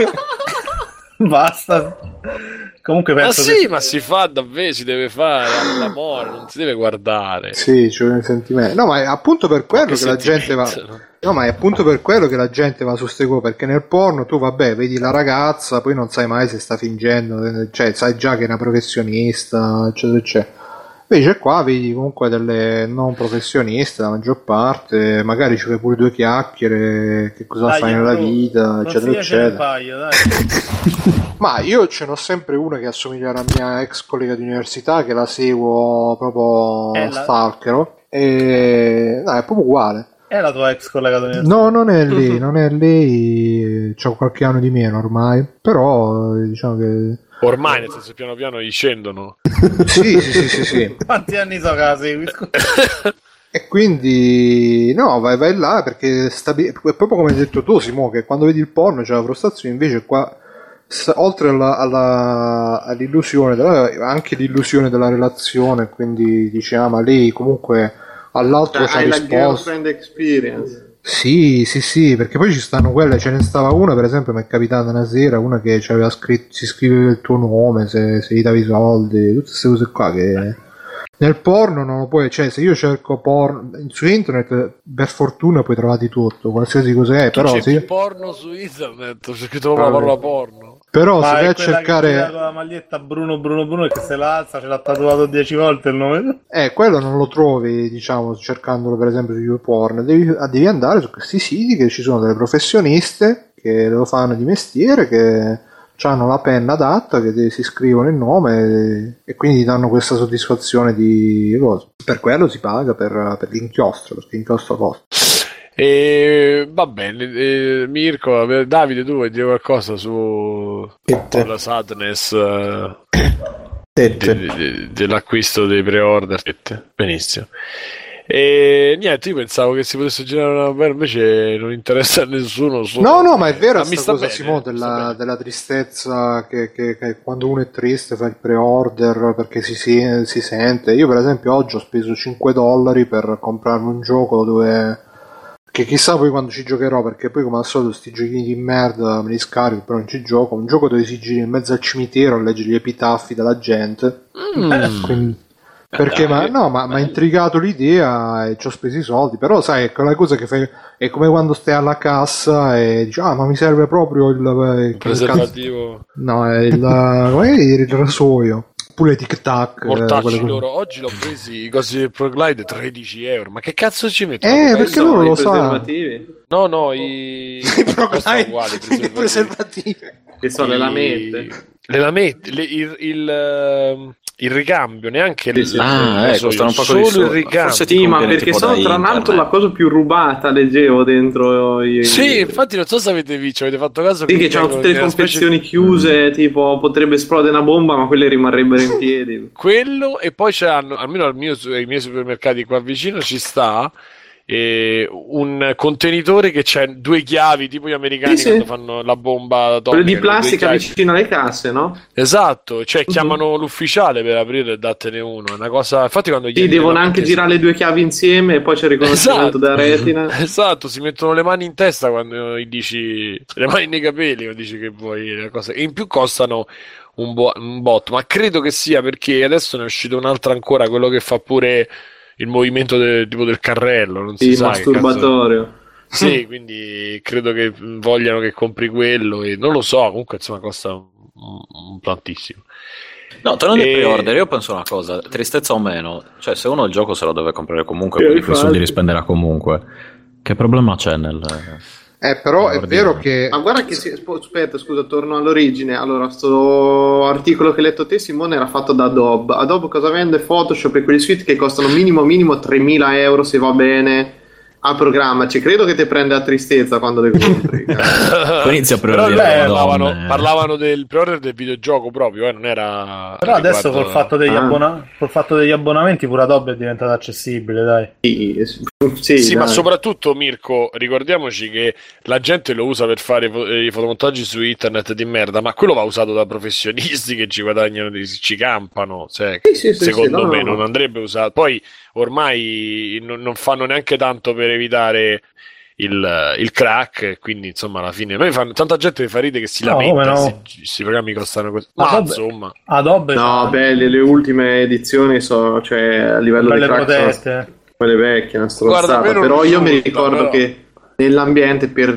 Basta. Comunque ma penso sì, che... ma si fa davvero, si deve fare l'amore, non si deve guardare. Sì, c'è un sentimento. No, ma è appunto per quello Che che la gente va. sentimento, no? No, ma è appunto per quello che la gente va su ste cose, perché nel porno tu, vabbè, vedi la ragazza, poi non sai mai se sta fingendo, cioè sai già che è una professionista, eccetera, eccetera. Invece qua vedi comunque delle non professioniste, la maggior parte, magari ci fai pure due chiacchiere, che cosa Dai, fai nella bro, vita, eccetera, eccetera. Paio, dai. Ma io ce n'ho sempre una che assomiglia alla mia ex collega di università, che la seguo proprio È la- stalkero, e no, è proprio uguale. È la tua ex collega d'università? No, non è lei, non è lei, c'ho qualche anno di meno ormai, però eh, diciamo che... Ormai, nel senso, piano piano gli scendono. Sì, sì, sì, sì, sì. Quanti anni so che la segui? Scusa. E quindi no, vai, vai là perché stabi- è proprio come hai detto tu, Simo, che quando vedi il porno c'è la frustrazione, invece qua s- oltre alla, alla- all'illusione della, anche l'illusione della relazione, quindi dici ah ma lei comunque all'altro ci ha Hai la risposto. girlfriend experience. Sì, sì, sì, perché poi ci stanno quelle, ce ne stava una per esempio, mi è capitata una sera, una che ci aveva scritto, si scriveva il tuo nome, se, se gli davi i soldi, tutte queste cose qua che nel porno non lo puoi, cioè se io cerco porno su internet per fortuna puoi trovare di tutto, qualsiasi cosa è, però C'è se, porno su internet, c'è scritto proprio la parola porno. però se Ma vai è a quella che gira cercare, con la maglietta Bruno Bruno Bruno e che se la alza ce l'ha tatuato dieci volte il nome. eh, quello non lo trovi, diciamo, cercandolo per esempio su YouPorn, devi, devi andare su questi siti che ci sono delle professioniste che lo fanno di mestiere, che hanno la penna adatta, che ti- si scrivono il nome e, e quindi ti danno questa soddisfazione di cosa. Per quello si paga per, per l'inchiostro, perché l'inchiostro costa. E va bene, eh, Mirko, eh, Davide, tu vuoi dire qualcosa su Tette. sulla sadness eh, Tette. de- de- dell'acquisto dei pre-order? Benissimo. E niente, io pensavo che si potesse girare una bella, invece non interessa a nessuno. Solo... No, no, ma è vera Ma mi sta sta cosa, bene, Simone, mi sta della, bene. della tristezza che, che- che quando uno è triste fa il pre-order perché si, si, si sente. Io per esempio oggi ho speso cinque dollari per comprarmi un gioco dove... che chissà poi quando ci giocherò, perché poi come al solito sti giochini di merda me li scarico, però non ci gioco. Un gioco dove si gira in mezzo al cimitero a leggere gli epitaffi della gente. Mm. Quindi... Perché ma, no, ma mi ha intrigato l'idea e ci ho speso i soldi, però sai, è quella cosa che fai, è come quando stai alla cassa e dici ah ma mi serve proprio il, il, Il preservativo. no, è il, com'è il rasoio, pure tic tac, Mortacci loro, oggi l'ho presi i cosi del ProGlide tredici euro, ma che cazzo ci mettono? Eh, Come perché sono? loro I lo sanno. preservativi? No, no, i... I costano uguali, i preservativi. Che sono le I- lamette. Le lamette, le- il, il, ehm, il ricambio, neanche Sì, sì. il, Ah, il eh, rasoio, costano un po' solo di il soldi. ricambio. Forse ti Sì, ma conviene perché tipo sono da tra l'altro internet. la cosa più rubata, leggevo dentro i... Sì, infatti non so se avete visto, avete fatto caso Sì, che c'hanno c'hanno tutte le una specie- confezioni chiuse, tipo potrebbe esplodere una bomba, ma quelle rimarrebbero in piedi. quello, e poi c'hanno, almeno al mio, ai miei supermercati qua vicino ci sta eh, un contenitore che c'è due chiavi, tipo gli americani Sì, sì. quando fanno la bomba atomica. Quelle di con due plastica chiavi. vicino alle casse, no? Esatto, cioè Mhm. chiamano l'ufficiale per aprire e dattene uno. È una cosa. Infatti, quando gli Sì, devono anche girare le due chiavi insieme e poi c'è il riconoscimento Esatto. della retina. Esatto, si mettono le mani in testa quando gli dici le mani nei capelli, quando dici che vuoi una cosa. E in più costano un, bo- un botto, ma credo che sia perché adesso ne è uscito un'altra ancora, quello che fa pure il movimento del tipo del carrello, non si Sì, sa che cazzo- masturbatorio. Sì, quindi credo che vogliano che compri quello e non lo so, comunque insomma costa un, un tantissimo. No, tornando ai E- pre-order, io penso una cosa, tristezza o meno, cioè se uno il gioco se lo deve comprare comunque, Eh, quindi quei infatti. soldi li spenderà comunque, che problema c'è nel... Eh, però è Ordine. vero che Ma guarda che si, spo- aspetta, scusa, torno all'origine. Allora, sto articolo che hai letto te, Simone, era fatto da Adobe. Adobe cosa vende? Photoshop e quegli suite che costano minimo minimo tremila euro se va bene a programma. Ci credo che ti prende a tristezza quando le compri. Poi inizia a Però preordinare beh, le parlavano, donne. parlavano del pre-order del videogioco proprio, eh, non era Però adesso riguardo- col fatto, degli Ah. abbona- col fatto degli abbonamenti pure Adobe è diventato accessibile, dai. Sì, sì, Sì, ma dai. soprattutto Mirko, ricordiamoci che la gente lo usa per fare i fo- i fotomontaggi su internet di merda, ma quello va usato da professionisti che ci guadagnano, di- ci campano, cioè, Sì, sì, sì, secondo sì, no, me no, no. non andrebbe usato. Poi ormai non, non fanno neanche tanto per evitare il, il crack, quindi insomma alla fine noi fanno, tanta gente che fa ride che si No, lamenta, come no? questi, questi programmi costano così, ma Adobe- insomma Adobe No, fa beh, le, le ultime edizioni sono, cioè, a livello belle di crack sono protette. quelle vecchie, una Guarda, stronzata. a me non Però io mi risulta, ricordo però. che nell'ambiente per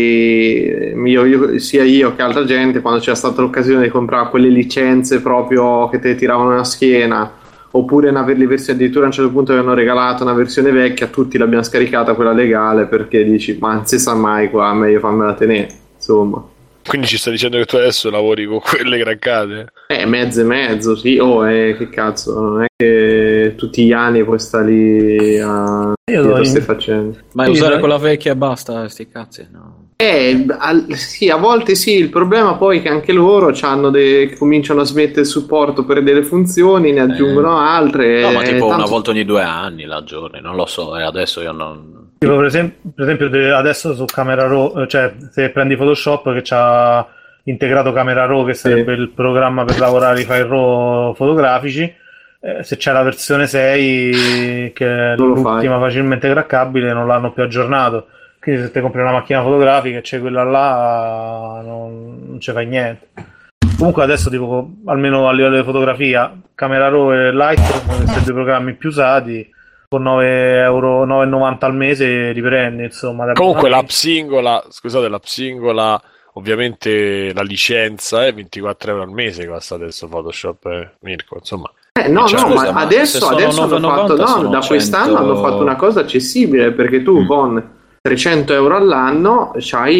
di io, io- sia io che altra gente, quando c'era stata l'occasione di comprare quelle licenze proprio che te tiravano la schiena, oppure una, le versioni, addirittura a un certo punto avevano regalato una versione vecchia, tutti l'abbiamo scaricata quella legale, perché dici ma non si sa mai qua, meglio farmela tenere, insomma. Quindi ci sta dicendo che tu adesso lavori con quelle craccate? Eh, mezzo e mezzo, sì. Oh, eh, che cazzo, non è che tutti gli anni puoi stare lì a... Io Io in... stai facendo? Ma usare quella vecchia e basta, sti cazzi, no? Eh, al, sì, a volte sì, il problema poi è che anche loro c'hanno de, cominciano a smettere il supporto per delle funzioni, ne aggiungono eh. altre. No, ma tipo tanto... una volta ogni due anni la giorni, non lo so, e adesso io non... Tipo, per esempio, per esempio adesso su Camera Raw, cioè se prendi Photoshop che c'ha integrato Camera Raw, che sarebbe sì. il programma per lavorare i file RAW fotografici, eh, se c'è la versione sei che è non l'ultima facilmente craccabile, non l'hanno più aggiornato. Quindi se ti compri una macchina fotografica e c'è quella là, non, non ci fai niente. Comunque adesso tipo, almeno a livello di fotografia, Camera Raw e Lightroom, questi due programmi più usati, con nove euro, nove e novanta al mese riprendi, insomma. Comunque l'app singola, scusate, l'app singola, ovviamente la licenza è ventiquattro euro al mese, costa adesso Photoshop, eh, Mirko, insomma. Eh, no, cioè, no, scusa, ma adesso, adesso hanno fatto, no, da quest'anno cento... hanno fatto una cosa accessibile, perché tu mm. con trecento euro all'anno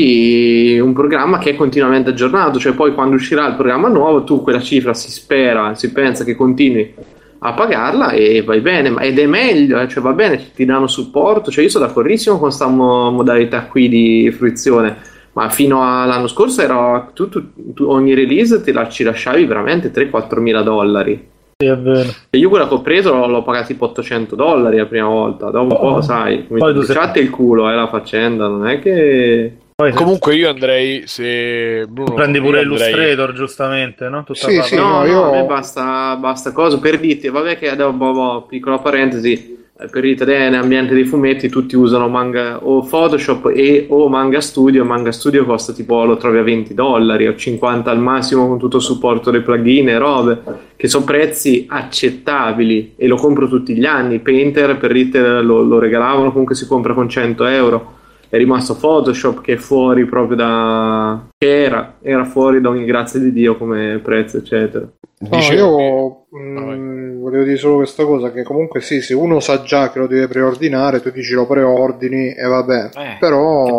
c'hai un programma che è continuamente aggiornato, cioè poi quando uscirà il programma nuovo tu quella cifra si spera, si pensa che continui a pagarla e vai bene, ma ed è meglio, eh, cioè va bene, ti danno supporto, cioè io sono d'accordissimo con questa mo- modalità qui di fruizione, ma fino all'anno scorso era tu, tu, tu ogni release te la, ci lasciavi veramente tre quattro mila dollari. Sì, è vero. E io quella che ho preso l'ho pagata tipo ottocento dollari la prima volta, dopo un oh, po' sai, come ti sei... il culo è eh, la faccenda, non è che... Comunque io andrei, se Bruno prendi pure andrei... Illustrator giustamente, no? Tutta sì, sì, no, no, io... no, a me basta, basta cosa per dirti, vabbè che adesso boh, boh, piccola parentesi, per dirti nell'ambiente dei fumetti tutti usano manga o Photoshop e o Manga Studio. Manga Studio costa tipo, lo trovi a venti dollari o cinquanta al massimo con tutto il supporto dei plugin e robe, che sono prezzi accettabili e lo compro tutti gli anni. Painter per dirti lo, lo regalavano, comunque si compra con cento euro. È rimasto Photoshop che è fuori proprio da... che era, era fuori da ogni grazia di Dio come prezzo, eccetera. No, io mh, volevo dire solo questa cosa, che comunque sì, se uno sa già che lo deve preordinare, tu dici lo preordini e vabbè, eh, però...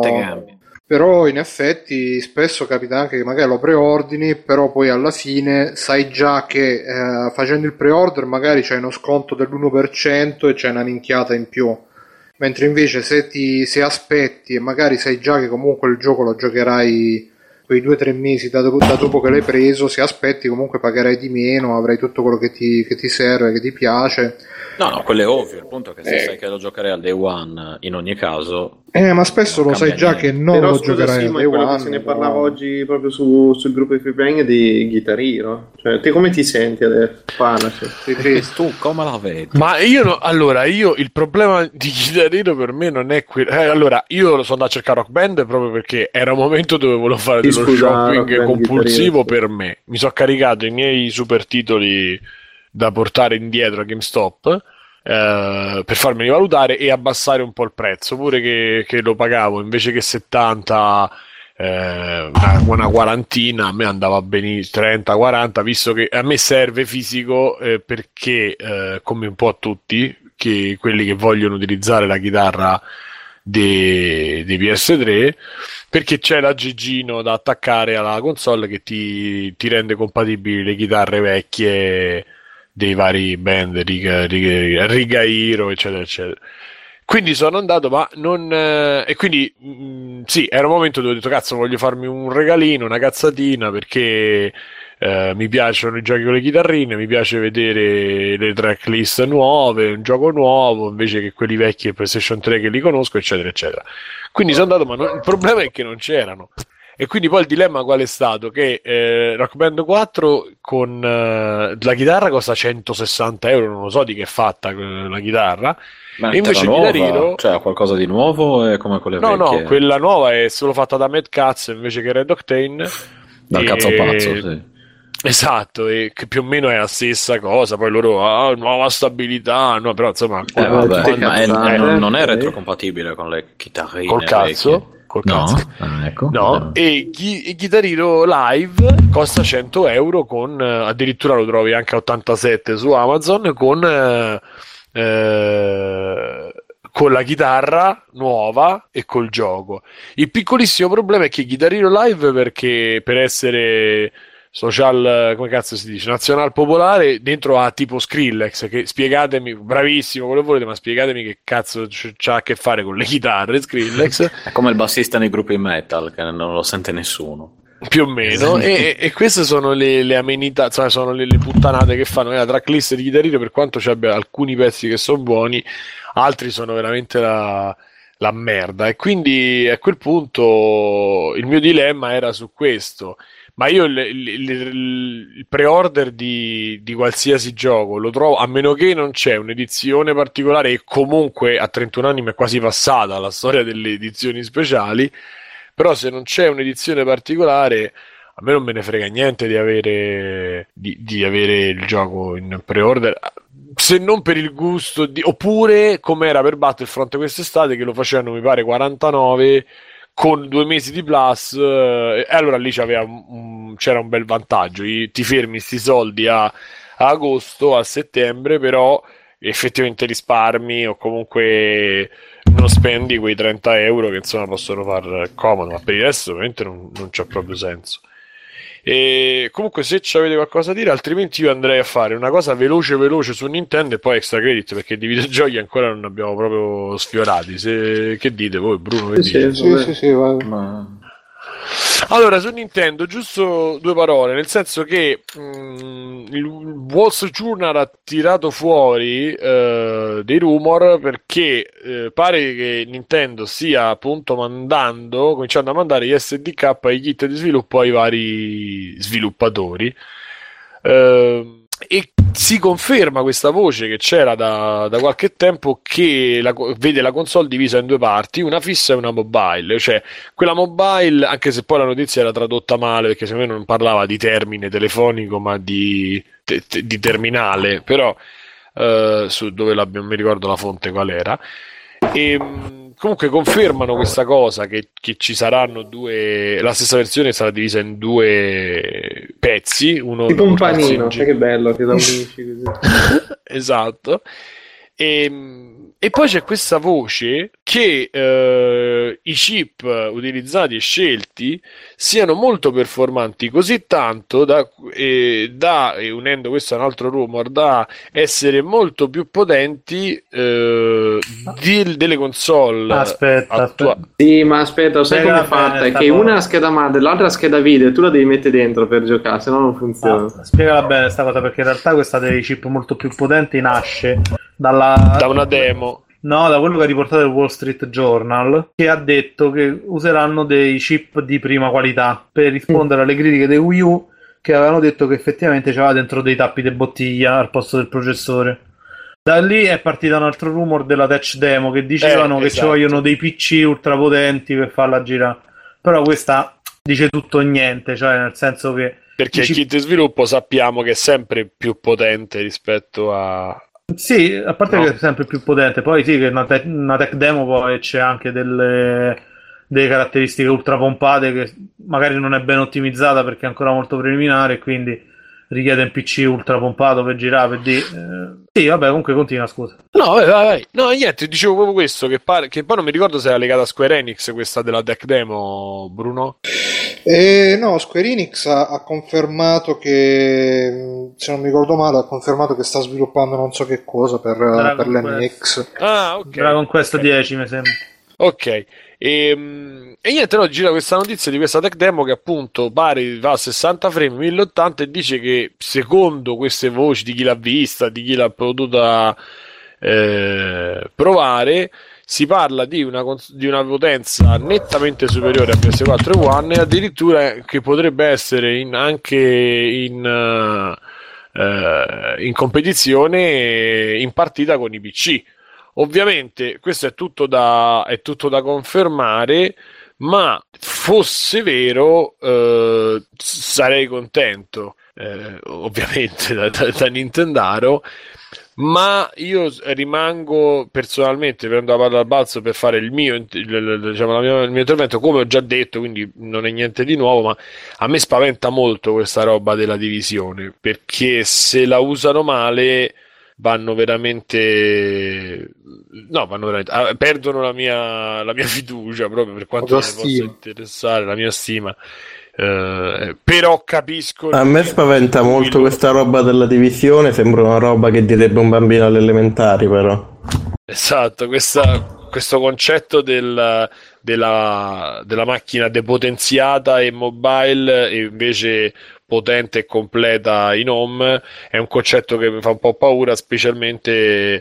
Però in effetti spesso capita anche che magari lo preordini, però poi alla fine sai già che eh, facendo il pre-order magari c'hai uno sconto dell'uno per cento e c'è una minchiata in più. Mentre invece se ti se aspetti e magari sai già che comunque il gioco lo giocherai quei due o tre mesi da dopo, da dopo che l'hai preso, se aspetti comunque pagherai di meno, avrai tutto quello che ti, che ti serve, che ti piace. No, no, quello è ovvio, il punto è che se eh. sai che lo giocherai al day one in ogni caso... Eh, ma spesso lo sai già niente. Che non però, lo scusa, giocherai sì, al ma day quello one. Che se ne parlava oggi proprio su, sul gruppo di Freeplaying di Guitar Hero. Cioè, te come ti senti adesso? Parlaci. Tu come la vedi? Ma io, no, allora, io il problema di Guitar Hero per me non è quello. Eh, allora, io sono andato a cercare Rock Band proprio perché era un momento dove volevo fare dello scusa, shopping compulsivo per me. Mi sono caricato i miei super titoli da portare indietro a GameStop. Uh, per farmeli valutare e abbassare un po' il prezzo, pure che, che lo pagavo invece che settanta eh, una, una quarantina, a me andava benissimo, trenta quaranta, visto che a me serve fisico eh, perché eh, come un po' a tutti che quelli che vogliono utilizzare la chitarra dei, dei P S tre, perché c'è l'aggeggino da attaccare alla console che ti, ti rende compatibili le chitarre vecchie dei vari band, Riga, Riga, Riga Hero, eccetera, eccetera. Quindi sono andato, ma non... Eh, e quindi, mh, sì, era un momento dove ho detto, cazzo, voglio farmi un regalino, una cazzatina, perché eh, mi piacciono i giochi con le chitarrine, mi piace vedere le tracklist nuove, un gioco nuovo, invece che quelli vecchi del PlayStation tre che li conosco, eccetera, eccetera. Quindi sono andato, ma non, il problema è che non c'erano. E quindi poi il dilemma qual è stato? Che eh, Rock Band quattro con eh, la chitarra costa centosessanta euro, non lo so di che è fatta eh, la chitarra. Ma e invece nuova, Guitar Hero, cioè qualcosa di nuovo è come quelle no, vecchie? No, quella nuova è solo fatta da Mad Catz invece che Red Octane. Dal e... cazzo pazzo, sì. Esatto, e che più o meno è la stessa cosa. Poi loro, ah, nuova stabilità, no, però insomma, eh, vabbè, quando, ma è, eh, non, non è retrocompatibile con le chitarrine col cazzo. vecchie. col No, cazzo. ah, ecco. No, e, Ghi- e Guitar Hero Live costa cento euro con, eh, addirittura lo trovi anche a ottantasette su Amazon con, eh, eh, con la chitarra nuova e col gioco. Il piccolissimo problema è che Guitar Hero Live, perché per essere social, come cazzo si dice, nazional popolare, dentro ha tipo Skrillex, che spiegatemi, bravissimo quello che volete, ma spiegatemi che cazzo c- c'ha a che fare con le chitarre Skrillex. È come il bassista nei gruppi metal, che non lo sente nessuno. Più o meno, e, e queste sono le, le amenità, cioè sono le, le puttanate che fanno la tracklist di Guitar Hero, per quanto ci abbia alcuni pezzi che sono buoni, altri sono veramente la, la merda. E quindi a quel punto il mio dilemma era su questo. Ma io il, il- il- il pre-order di, di qualsiasi gioco lo trovo, a meno che non c'è un'edizione particolare, e comunque a trentuno anni mi è quasi passata la storia delle edizioni speciali. Però se non c'è un'edizione particolare, a me non me ne frega niente di avere, di, di avere il gioco in pre-order, se non per il gusto di... Oppure, come era per Battlefront quest'estate, che lo facevano, mi pare, quarantanove con due mesi di plus, eh, e allora lì c'aveva un- un- c'era un bel vantaggio. I- ti fermi sti soldi a, a agosto, a settembre, però effettivamente risparmi, o comunque non spendi quei trenta euro che insomma possono far comodo, ma per il resto ovviamente non, non c'ha proprio senso. E comunque, se ci avete qualcosa da dire, altrimenti io andrei a fare una cosa veloce veloce su Nintendo e poi extra credit, perché di videogiochi ancora non abbiamo proprio sfiorati. Se... Che dite voi, Bruno? Che Sì, dite? sì, Sì, vabbè. sì, sì, va. Ma... Allora, su Nintendo, giusto due parole, nel senso che mh, il Wall Street Journal ha tirato fuori eh, dei rumor, perché eh, pare che Nintendo stia appunto mandando, cominciando a mandare gli S D K e i kit di sviluppo ai vari sviluppatori. Eh, e si conferma questa voce che c'era da, da qualche tempo, che la, vede la console divisa in due parti, una fissa e una mobile, cioè quella mobile, anche se poi la notizia era tradotta male, perché secondo me non parlava di termine telefonico ma di, te- te- di terminale, però eh, su dove l'abbiamo, mi ricordo la fonte qual era. E mh, comunque confermano questa cosa, che, che ci saranno due, la stessa versione sarà divisa in due pezzi, uno Tipo un lo portarsi in panino, gi- sai che bello, che da unisci così. esatto. E, e poi c'è questa voce che eh, i chip utilizzati e scelti siano molto performanti, così tanto da, eh, da e unendo questo a un altro rumor, da essere molto più potenti eh, di- delle console Aspetta, attua- aspetta. Sì, ma aspetta, lo sai Spiega come è fatta? bene È sta che cosa. una è la scheda madre, l'altra è la scheda video, e tu la devi mettere dentro per giocare, se no non funziona. Ah, spiegala bene questa cosa, perché in realtà questa dei chip molto più potenti nasce dalla... da una demo. No, da quello che ha riportato il Wall Street Journal, che ha detto che useranno dei chip di prima qualità per rispondere alle critiche dei Wii U, che avevano detto che effettivamente c'aveva dentro dei tappi di bottiglia al posto del processore. Da lì è partito un altro rumor della Tech Demo, che dicevano Eh, che esatto. ci vogliono dei P C ultrapotenti per farla girare. Però questa dice tutto o niente, cioè nel senso che Perché il Dici- kit di sviluppo sappiamo che è sempre più potente rispetto a... sì, a parte No. che è sempre più potente, poi sì che una, tech, una tech demo poi c'è anche delle, delle caratteristiche ultra pompate che magari non è ben ottimizzata perché è ancora molto preliminare e quindi richiede un P C ultra pompato per girare, per di... eh, sì, vabbè, comunque continua, scusa. No, vai, vai, vai. No, niente, dicevo proprio questo, che, pare, che poi non mi ricordo se era legata a Square Enix questa della tech demo, Bruno. E no, Square Enix ha, ha confermato che, mh, se non mi ricordo male, ha confermato che sta sviluppando non so che cosa per, Dragon per l'N X. Ah, ok. Dragon Quest ok. dieci mi sembra. Ok, e, mm, e niente, no, gira questa notizia di questa tech demo che appunto pare va a sessanta frame, mille ottanta, e dice che secondo queste voci di chi l'ha vista, di chi l'ha potuta eh, provare, si parla di una, cons- di una potenza nettamente superiore a P S quattro e One, e addirittura che potrebbe essere in- anche in, eh, eh, in competizione in partita con i P C. Ovviamente questo è tutto da, è tutto da confermare, ma fosse vero eh, sarei contento, eh, ovviamente da, da, da Nintendaro, ma io rimango personalmente, prendo la palla al balzo per fare il mio, il, il- diciamo, la mia- il mio intervento, come ho già detto, quindi non è niente di nuovo, ma a me spaventa molto questa roba della divisione, perché se la usano male vanno veramente, no, vanno veramente, ah, perdono la mia, la mia fiducia, proprio per quanto La me ne tua possa stima. interessare, la mia stima. Eh, però capisco il A me spaventa motivo in cui molto lo- questa roba della divisione, sembra una roba che direbbe un bambino alle elementari, però. Esatto, questa- questo concetto del- della, della macchina depotenziata e mobile e invece potente e completa in home è un concetto che mi fa un po' paura, specialmente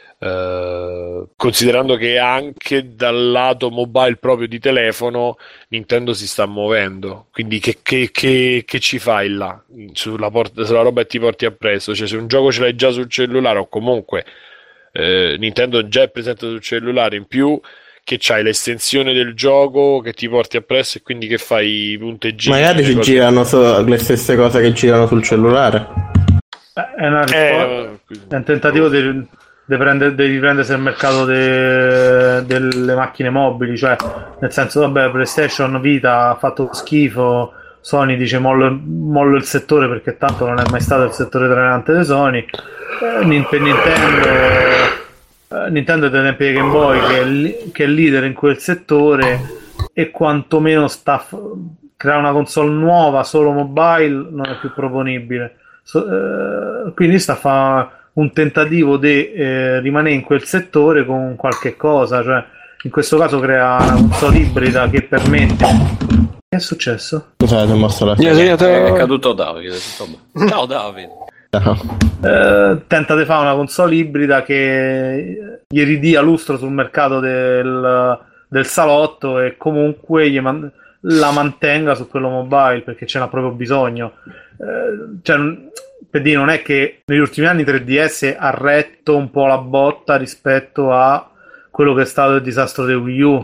eh, considerando che anche dal lato mobile proprio di telefono Nintendo si sta muovendo. Quindi che, che- che- che ci fai là? Sulla, port- sulla roba che ti porti appresso? Cioè, se un gioco ce l'hai già sul cellulare o comunque eh, Nintendo già è presente sul cellulare, in più che c'hai l'estensione del gioco che ti porti appresso e quindi che fai i punteggini, Magari le ci cose- girano so- le stesse cose che girano sul cellulare. Eh, È, una rispo- Eh, è un tentativo di, di, prendere, di riprendersi il mercato de- delle macchine mobili, cioè nel senso, vabbè, PlayStation Vita ha fatto schifo, Sony dice mollo, mollo il settore perché tanto non è mai stato il settore trainante di Sony. Eh, Nin- per Nintendo, eh, Nintendo dei tempi di Game Boy che è, li- che è leader in quel settore e quantomeno sta f- creare una console nuova solo mobile non è più proponibile. So- eh, quindi sta a fa un tentativo di eh, rimanere in quel settore con qualche cosa, cioè in questo caso crea una console ibrida che permette. Che è successo? Scusate, ho mosso la È caduto Davide. Vabbè. Ciao Davide. Eh, tenta di fare una console ibrida che gli ridia lustro sul mercato del, del salotto e comunque gli man- la mantenga su quello mobile perché ce n'ha proprio bisogno. Eh, cioè, per dire, non è che negli ultimi anni tre D S ha retto un po' la botta rispetto a quello che è stato il disastro del Wii U.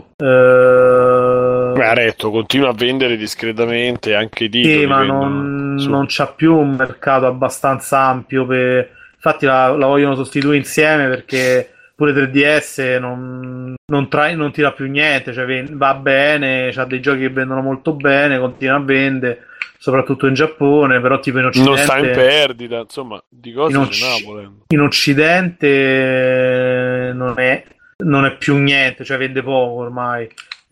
Eh, Beh, ha retto, continua a vendere discretamente anche i titoli. sì, ma vendono non, su. non c'ha più un mercato abbastanza ampio per... Infatti la, la vogliono sostituire insieme perché pure tre D S non, non, tra- non tira più niente, cioè ven- va bene, c'ha dei giochi che vendono molto bene, continua a vendere, soprattutto in Giappone, però tipo in Occidente... Non sta in perdita, insomma, di cose in, ce n'ha Occ- volendo. in Occidente non è, non è più niente, cioè vende poco ormai.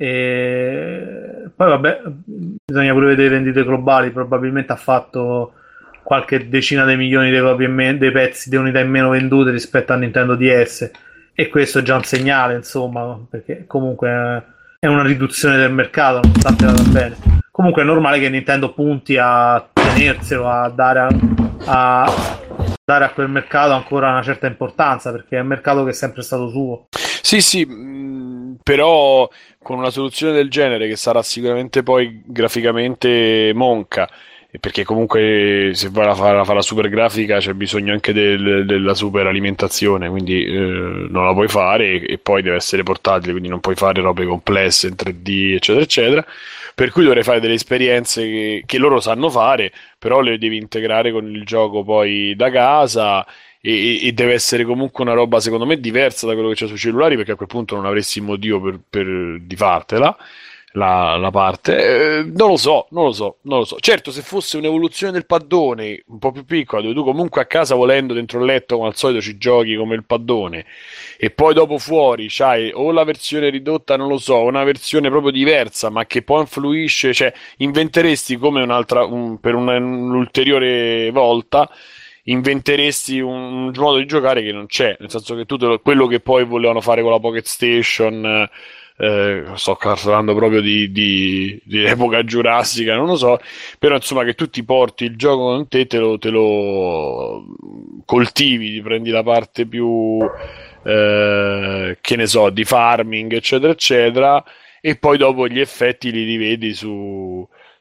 E poi vabbè, bisogna pure vedere le vendite globali, probabilmente ha fatto qualche decina di milioni di copie in me- dei pezzi di unità in meno vendute rispetto a Nintendo D S e questo è già un segnale, insomma, perché comunque è una riduzione del mercato nonostante vada bene. Comunque è normale che Nintendo punti a tenerselo, a dare a, a dare a quel mercato ancora una certa importanza perché è un mercato che è sempre stato suo. Sì, sì, mh, però con una soluzione del genere che sarà sicuramente poi graficamente monca, e perché comunque se vai a fare, a fare la super grafica c'è bisogno anche del- della super alimentazione, quindi eh, non la puoi fare e, e poi deve essere portatile, quindi non puoi fare robe complesse in tre D, eccetera, eccetera. Per cui dovrei fare delle esperienze che, che loro sanno fare, però le devi integrare con il gioco poi da casa. E, e deve essere comunque una roba secondo me diversa da quello che c'è sui cellulari perché a quel punto non avresti motivo per, per di fartela la, la parte. Eh, non lo so, non lo so, non lo so. Certo, se fosse un'evoluzione del paddone un po' più piccola dove tu comunque a casa volendo dentro il letto come al solito ci giochi come il paddone e poi dopo fuori c'hai o la versione ridotta, non lo so, una versione proprio diversa ma che poi influisce, cioè inventeresti come un'altra un, per una- un'ulteriore volta inventeresti un modo di giocare che non c'è, nel senso che tu te lo- quello che poi volevano fare con la Pocket Station, eh, sto parlando proprio di, di, di epoca giurassica, non lo so, però insomma che tu ti porti il gioco con te, te lo, te lo coltivi, ti prendi la parte più, eh, che ne so, di farming, eccetera, eccetera, e poi dopo gli effetti li rivedi su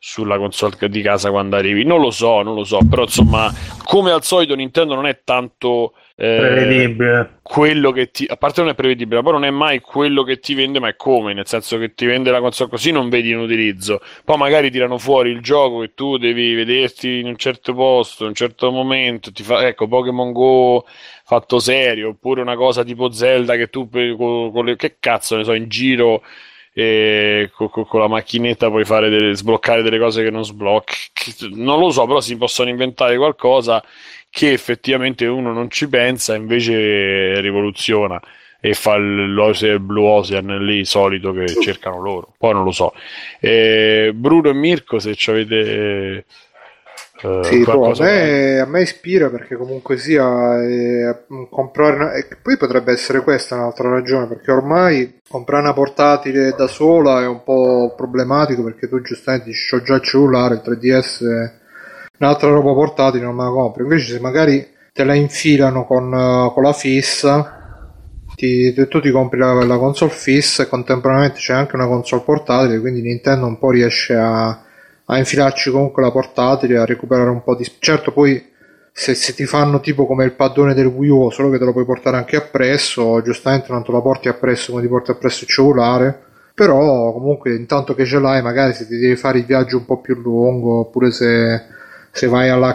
sulla console di casa quando arrivi. Non lo so, non lo so, però insomma, come al solito Nintendo non è tanto eh, prevedibile. Quello che ti, a parte non è prevedibile, ma poi non è mai quello che ti vende, ma è come, nel senso che ti vende la console così, non vedi in utilizzo. Poi magari tirano fuori il gioco che tu devi vederti in un certo posto, in un certo momento, ti fa, ecco, Pokémon Go fatto serio, oppure una cosa tipo Zelda che tu con, con le, che cazzo ne so, in giro e con, con la macchinetta puoi fare delle, sbloccare delle cose che non sblocchi, non lo so, però si possono inventare qualcosa che effettivamente uno non ci pensa e invece rivoluziona e fa il Blue Ocean lì solito che cercano loro, poi non lo so. eh, Bruno e Mirko, se ci avete Uh, sì, boh, a, me, a me ispira perché comunque sia eh, comprare una, e poi potrebbe essere questa un'altra ragione, perché ormai comprare una portatile da sola è un po' problematico, perché tu giustamente dici c'ho già il cellulare, il tre D S, un'altra roba portatile non me la compro. Invece se magari te la infilano con, uh, con la fissa, ti, tu ti compri la, la console fissa e contemporaneamente c'è anche una console portatile, quindi Nintendo un po' riesce a a infilarci comunque la portatile, a recuperare un po' di... Certo, poi se, se ti fanno tipo come il paddone del Wii U, solo che te lo puoi portare anche appresso, giustamente non te la porti appresso come ti porti appresso il cellulare, però comunque intanto che ce l'hai, magari se ti devi fare il viaggio un po' più lungo, oppure se, se vai alla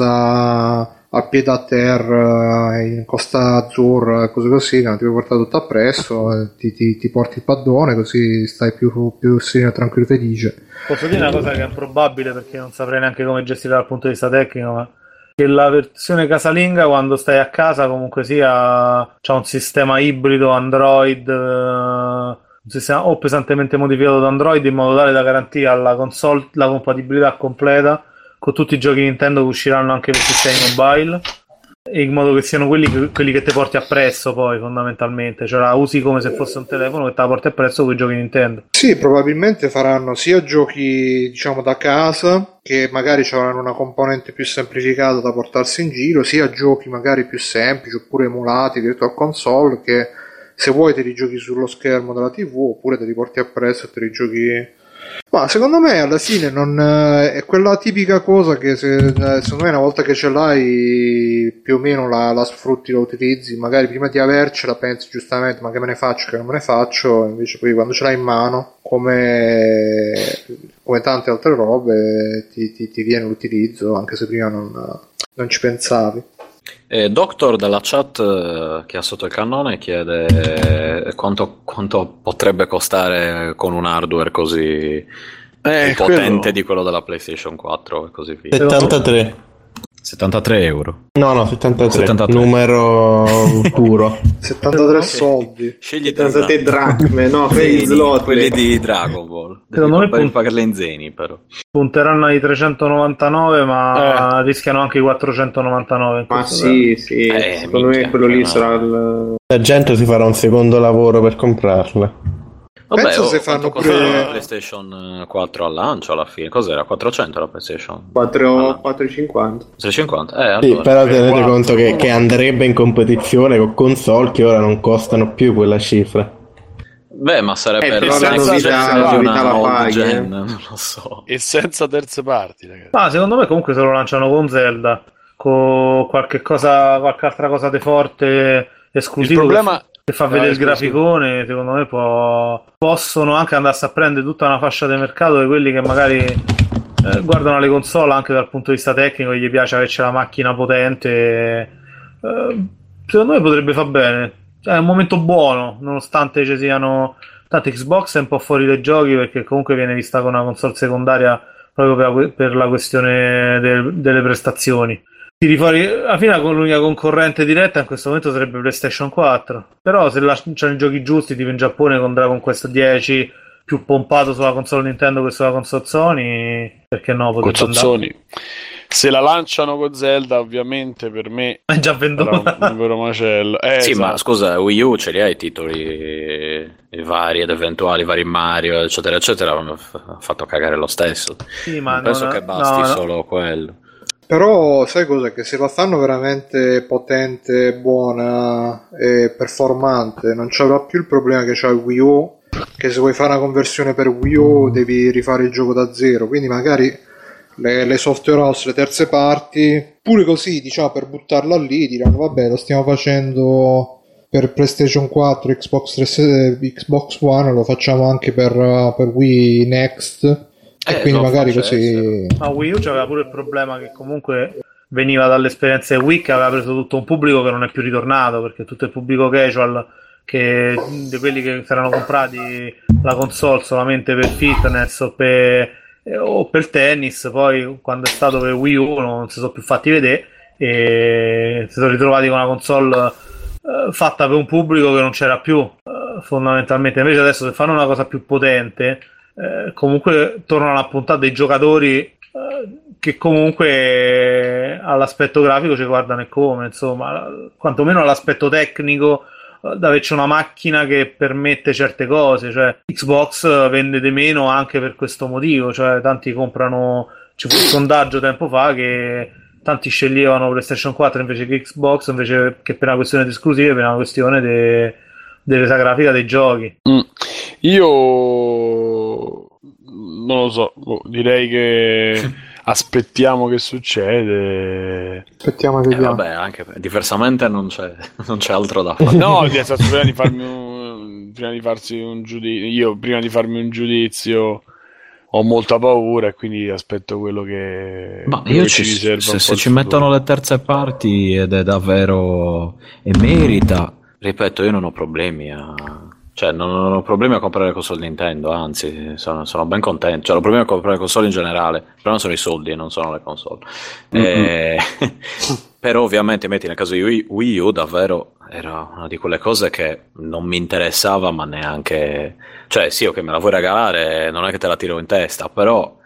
casa a piede a terra in Costa Azzurra, cose così, non ti puoi portare tutto appresso, ti, ti, ti porti il paddone, così stai più, più sereno, tranquillo, felice. Posso dire una cosa che è improbabile, perché non saprei neanche come gestire dal punto di vista tecnico, ma che la versione casalinga, quando stai a casa, comunque sia c'ha un sistema ibrido Android, un sistema o pesantemente modificato da Android, in modo tale da garantire alla console la compatibilità completa con tutti i giochi Nintendo che usciranno anche per sistemi mobile, e in modo che siano quelli che, quelli che ti porti appresso poi fondamentalmente, cioè la usi come se fosse un telefono che te la porti appresso con i giochi Nintendo. Sì, probabilmente faranno sia giochi diciamo da casa, che magari avranno una componente più semplificata da portarsi in giro, sia giochi magari più semplici oppure emulati diretto al console, che se vuoi te li giochi sullo schermo della tivù, oppure te li porti appresso e te li giochi. Ma secondo me alla fine non è quella tipica cosa che se, secondo me una volta che ce l'hai più o meno la, la sfrutti, la utilizzi, magari prima di avercela pensi giustamente ma che me ne faccio, che non me ne faccio, invece poi quando ce l'hai in mano, come, come tante altre robe, ti, ti, ti viene l'utilizzo anche se prima non, non ci pensavi. Eh, Doctor dalla chat eh, che ha sotto il cannone chiede eh, quanto, quanto potrebbe costare con un hardware così eh, potente quello... di quello della PlayStation quattro e così via. settantatré settantatré euro. No, no, settantatré. settantatré. Numero puro. settantatré soldi. Scegli settantatré dracme, no, quelli, slot, quelli di Dragon Ball. Secondo me puoi pagarle in zeni, però. Punteranno ai trecentonovantanove, ma eh. rischiano anche i quattrocentonovantanove. Ma sì, sì, eh, secondo minchia, me quello lì no. sarà il... La gente si farà un secondo lavoro per comprarle. Vabbè, penso oh, se fanno pure pure la PlayStation quattro al lancio alla fine. Cos'era? quattrocento la PlayStation? quattro e cinquanta. tre e cinquanta? Eh, Sì, allora. però tenete conto che, che andrebbe in competizione con console che ora non costano più quella cifra. Beh, ma sarebbe Eh, la la next novità- gen la di novità una la old paghi, gen, eh. non lo so. E senza terze parti, ragazzi. Ma secondo me comunque se lo lanciano con Zelda, con qualche cosa, qualche altra cosa di forte esclusivo, Il problema... che, che fa vedere Ah, il graficone, secondo me può, possono anche andarsi a prendere tutta una fascia di mercato di quelli che magari eh, guardano le console anche dal punto di vista tecnico e gli piace averci la macchina potente. Eh, secondo me potrebbe far bene. È un momento buono, nonostante ci siano... Tanto Xbox è un po' fuori dai giochi perché comunque viene vista con una console secondaria proprio per la, per la questione del, delle prestazioni. Tiri fuori, alla fine l'unica concorrente diretta in questo momento sarebbe PlayStation quattro, però se c'hanno i giochi giusti tipo in Giappone con Dragon Quest dieci più pompato sulla console Nintendo che sulla console Sony, perché no? Cozzoni. Se la lanciano con Zelda, ovviamente per me è già venduta. Un, un vero macello. Eh, sì, esatto. Ma scusa, Wii U ce li hai i titoli vari ed eventuali, vari Mario, eccetera, eccetera. Ha fatto cagare lo stesso. Sì, ma non penso non, che basti no, solo no. quello. Però sai cosa? Che se la fanno veramente potente, buona e performante, non c'avrà più il problema che c'ha il Wii U, che se vuoi fare una conversione per Wii U devi rifare il gioco da zero, quindi magari le, le software house, le terze parti, pure così, diciamo, per buttarla lì, diranno vabbè, lo stiamo facendo per PlayStation quattro, Xbox tre, Xbox One, lo facciamo anche per, per Wii Next, e eh, quindi magari facesse. così... Ma Wii U c'aveva pure il problema che comunque veniva dall'esperienza di Wii, che aveva preso tutto un pubblico che non è più ritornato, perché tutto il pubblico casual, che di quelli che si erano comprati la console solamente per fitness o per, o per tennis, poi quando è stato per Wii U non si sono più fatti vedere e si sono ritrovati con una console eh, fatta per un pubblico che non c'era più, eh, fondamentalmente. Invece adesso, se fanno una cosa più potente, eh, comunque tornano a puntare dei giocatori eh, che comunque all'aspetto grafico ci guardano e come, insomma, quantomeno all'aspetto tecnico, da averci una macchina che permette certe cose. Cioè Xbox vende di meno anche per questo motivo, cioè tanti comprano, ci fu un sondaggio tempo fa che tanti sceglievano PlayStation quattro invece che Xbox, invece che per una questione di esclusive, per una questione de, di resa grafica dei giochi. Mm. Io non lo so, direi che aspettiamo che succede. Aspettiamo e Eh, vediamo. vabbè, anche diversamente non c'è, non c'è altro da fare. No, di- aspetta, prima di farmi un, prima di farsi un giudizio, io prima di farmi un giudizio ho molta paura, e quindi aspetto quello che, Ma quello io che ci, ci riserva se, un po' se il ci futuro. mettono le terze parti ed è davvero e merita, ripeto, io non ho problemi a cioè non, non ho problemi a comprare le console Nintendo, anzi sono, sono ben contento, cioè ho problemi a comprare le console in generale, il problema sono i soldi e non sono le console. Eh, però ovviamente metti nel caso di Wii, Wii U davvero era una di quelle cose che non mi interessava, ma neanche, cioè sì, ok, me la vuoi regalare, non è che te la tiro in testa, però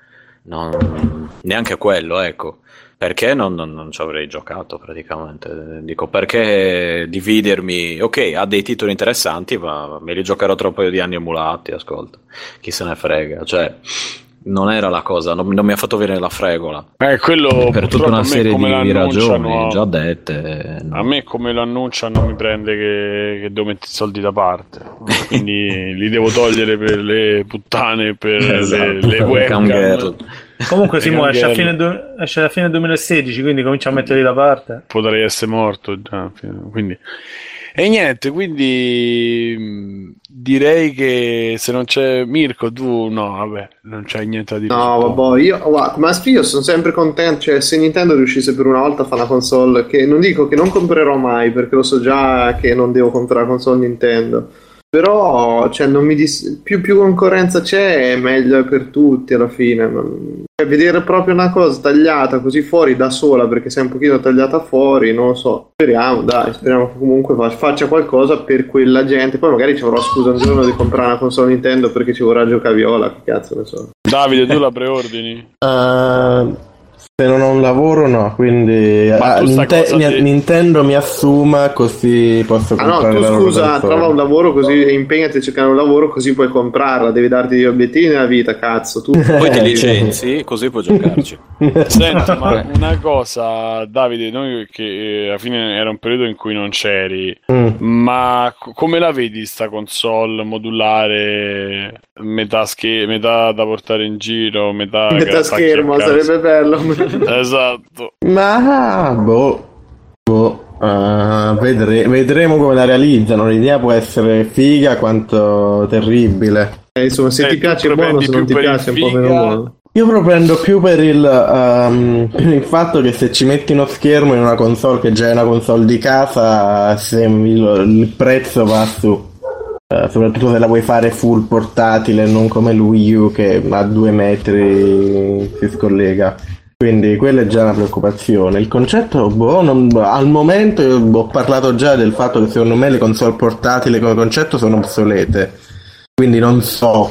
non, neanche quello, ecco. Perché non, non, non ci avrei giocato praticamente. Dico, perché dividermi? Ok, ha dei titoli interessanti, ma me li giocherò tra un paio di anni emulati, ascolta, chi se ne frega, cioè non era la cosa, non, non mi ha fatto venire la fregola. Eh, quello Per tutta purtroppo a una me serie come di l'annunciano- ragioni già dette. no. A me come lo annunciano mi prende che, che devo mettere i soldi da parte, quindi li devo togliere per le puttane, per Esatto, le, le per le webcam. camgirl. Comunque Simo esce a, Canghello. fine du- esce a fine duemilasedici, quindi comincia a metterli da parte. Potrei essere morto già, quindi e niente, quindi mh, direi che se non c'è Mirko, tu no, vabbè, non c'hai niente da dire. No, vabbè, io, guarda, ma io sono sempre contento, cioè se Nintendo riuscisse per una volta a fare una console, che non dico che non comprerò mai, perché lo so già che non devo comprare la console Nintendo, però cioè, non mi dis- più, più concorrenza c'è, meglio è per tutti alla fine. Non- cioè, vedere proprio una cosa tagliata così fuori da sola, perché sei un pochino tagliata fuori, non lo so, speriamo, dai, speriamo che comunque fa- faccia qualcosa per quella gente, poi magari ci avrò scusa un giorno di comprare una console Nintendo perché ci vorrà giocare Viola, che cazzo ne so. Davide, tu la preordini? Uh, se non ho un lavoro no, quindi Ma ah, tu sta Ninte- cosa mi- di- Nintendo mi assuma così posso Ah no, comprare tu la loro scusa, console. trova un lavoro così, impegnati a cercare un lavoro così puoi comprarla, devi darti degli obiettivi nella vita, cazzo, tu. Poi ti Eh, licenzi, così puoi giocarci. Senti, ma una cosa, Davide, noi che eh, alla fine era un periodo in cui non c'eri, Mm. ma co- come la vedi sta console modulare, metà, sche- metà da portare in giro, metà Metà che attacchi schermo, al cazzo? sarebbe bello. Esatto. Ma boh, boh, eh, vedre- vedremo come la realizzano. L'idea può essere figa quanto terribile. Eh, insomma, se Eh, ti tu piace è buono, propendi se non più ti per il piace è un po' figa. meno buono. Io propendo più per il, ehm, per il fatto che se ci metti uno schermo in una console che già è una console di casa, se il, il prezzo va su. Eh, soprattutto se la vuoi fare full portatile, non come il Wii U che a due metri si scollega. Quindi quella è già una preoccupazione. Il concetto, boh, non- al momento io ho parlato già del fatto che secondo me le console portatili come concetto sono obsolete. Quindi non so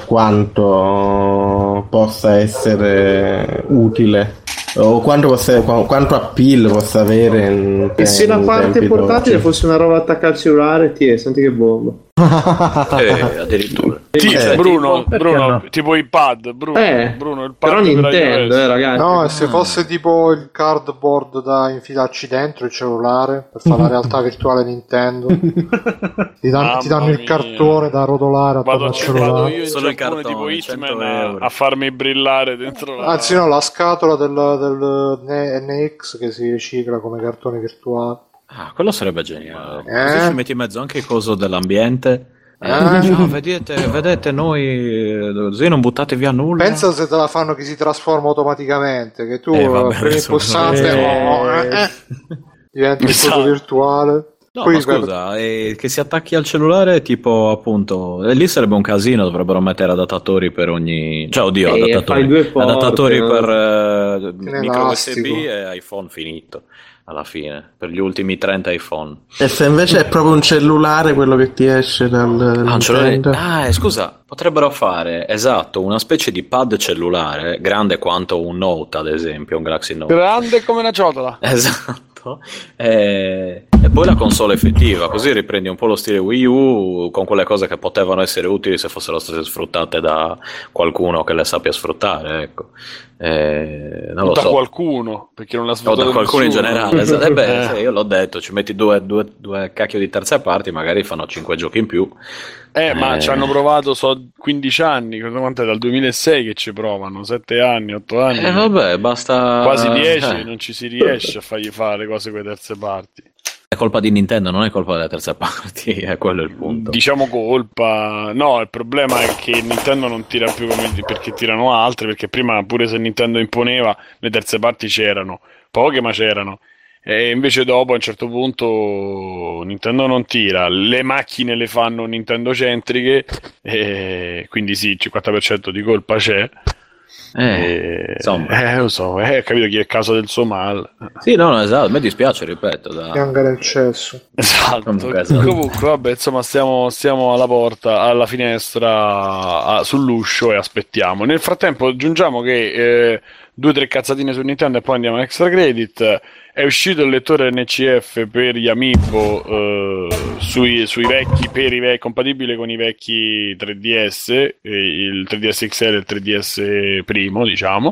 quanto possa essere utile o quanto, possa, qu- quanto appeal possa avere in E se la in parte tempi portatile d'oggi. fosse una roba attaccata al cellulare, ti è, senti che bomba. eh, addirittura. Sì, Eh, Bruno, tipo, Bruno no? tipo i pad, Bruno, Eh, Bruno, il pad però per Nintendo, iOS. eh, ragazzi. No, e se fosse tipo il cardboard da infilarci dentro il cellulare per fare la realtà virtuale Nintendo, ti, dan- ti danno Mamma il mia. cartone da rodolare Vado attorno a al cercare cellulare. io in Solo il Giappone cartone, tipo Hitman cento a, euro. a farmi brillare dentro la... Anzi no, la scatola del, del N X che si ricicla come cartone virtuale. Ah, quello sarebbe geniale. Eh? Così ci metti in mezzo anche il coso dell'ambiente. Eh, Eh? dici, "No, vedete, vedete noi, eh, così non buttate via nulla." Pensa se te la fanno che si trasforma automaticamente, che tu Eh, vabbè, premi il adesso- pulsante, Eh. oh, eh, eh, diventa il Esatto. coso virtuale. No, Poi ma per- scusa, eh, che si attacchi al cellulare, tipo appunto, e lì sarebbe un casino, dovrebbero mettere adattatori per ogni, cioè oddio, Eh, adattatori, fai due porte, adattatori no? per eh, Tiene micro U S B elastico. e iPhone finito, alla fine, per gli ultimi trenta iPhone. E se invece è proprio un cellulare quello che ti esce dal Ah, un cellulare- Nintendo? ah, eh, scusa, potrebbero fare, esatto, una specie di pad cellulare, grande quanto un Note, ad esempio, un Galaxy Note. Grande come una ciotola. Esatto. E, e poi la console effettiva, così riprendi un po' lo stile Wii U con quelle cose che potevano essere utili se fossero state sfruttate da qualcuno che le sappia sfruttare, ecco. E, non lo da so. qualcuno, perché non l'ha O sfruttato da qualcuno in nessuno. generale. Esatto. Eh beh, Eh. sì, io l'ho detto, ci metti due, due, due cacchio di terze parti, magari fanno cinque giochi in più. Eh, ma Eh. ci hanno provato, so, quindici anni, quanto è dal duemilasei che ci provano, sette anni, otto anni, E vabbè, basta. quasi dieci, eh. non ci si riesce a fargli fare le cose con le terze parti. È colpa di Nintendo, non è colpa delle terze parti, è quello il punto. Diciamo colpa, no, il problema è che Nintendo non tira più come perché tirano altre, perché prima pure se Nintendo imponeva le terze parti c'erano, poche ma c'erano. E invece dopo a un certo punto Nintendo non tira, le macchine le fanno Nintendo centriche, e quindi sì, il cinquanta per cento di colpa c'è. Eh, E- insomma. eh, lo so, eh, ho capito chi è il caso del suo male. Sì, no, no, esatto, a me dispiace, ripeto. Da... Pianga nel cesso. Esatto. Comunque, esatto. Comunque, vabbè, insomma, stiamo, stiamo alla porta, alla finestra, a- sull'uscio e aspettiamo. Nel frattempo, aggiungiamo che eh, due o tre cazzatine su Nintendo e poi andiamo a extra credit. È uscito il lettore N C F per gli Amiibo eh, sui, sui vecchi, per i vecchi, compatibile con i vecchi tre D S, eh, il tre D S X L e il tre D S primo, diciamo.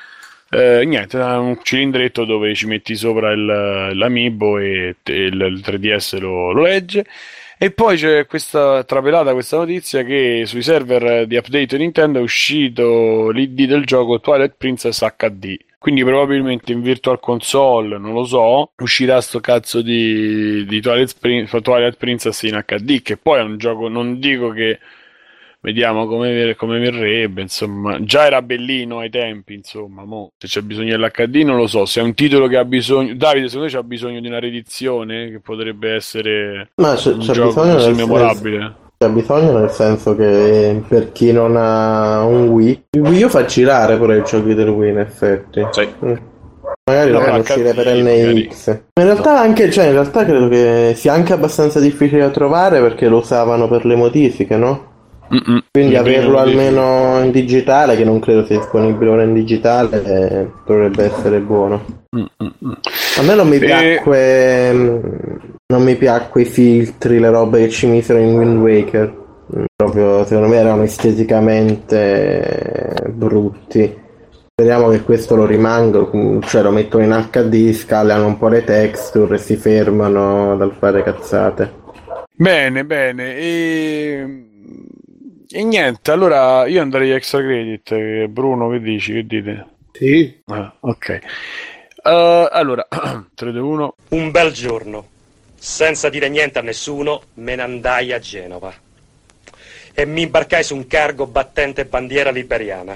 Eh, niente, è un cilindretto dove ci metti sopra il, l'Amiibo e te- il, il tre D S lo, lo legge. E poi c'è questa trapelata, questa notizia che sui server di update Nintendo è uscito l'I D del gioco Twilight Princess H D. Quindi probabilmente in Virtual Console, non lo so, uscirà sto cazzo di, di Twilight, Prin- Twilight Princess in H D, che poi è un gioco, non dico che vediamo come, come verrebbe, insomma, già era bellino ai tempi, insomma, mo, se c'è bisogno dell'H D non lo so, se è un titolo che ha bisogno, Davide, secondo te c'ha bisogno di una riedizione che potrebbe essere Ma c'è, un c'è gioco bisogno così nel memorabile? senso, c'è bisogno nel senso che per chi non ha un Wii, il Wii U fa girare pure i giochi del Wii in effetti. Sì. Mm. Magari lo No, fanno H D uscire per magari. N X. In realtà anche, cioè in realtà credo che sia anche abbastanza difficile da trovare perché lo usavano per le modifiche, no? Mm-mm. Quindi Le prime averlo modifiche. almeno in digitale, che non credo sia disponibile ora in digitale, eh, dovrebbe essere buono. Mm-mm. A me non mi E- piacque mm, non mi piacque i filtri, le robe che ci misero in Wind Waker. Mm, Proprio secondo me erano esteticamente brutti. Speriamo che questo lo rimanga, mm, cioè lo mettono in H D, scalano un po' le texture e si fermano dal fare cazzate. Bene, bene. E... e niente, allora io andrei extra credit. eh, Bruno, che dici? Che dite? Sì. Ah, ok. Uh, allora, tre, due, uno. Un bel giorno, senza dire niente a nessuno, me ne andai a Genova e mi imbarcai su un cargo battente bandiera liberiana.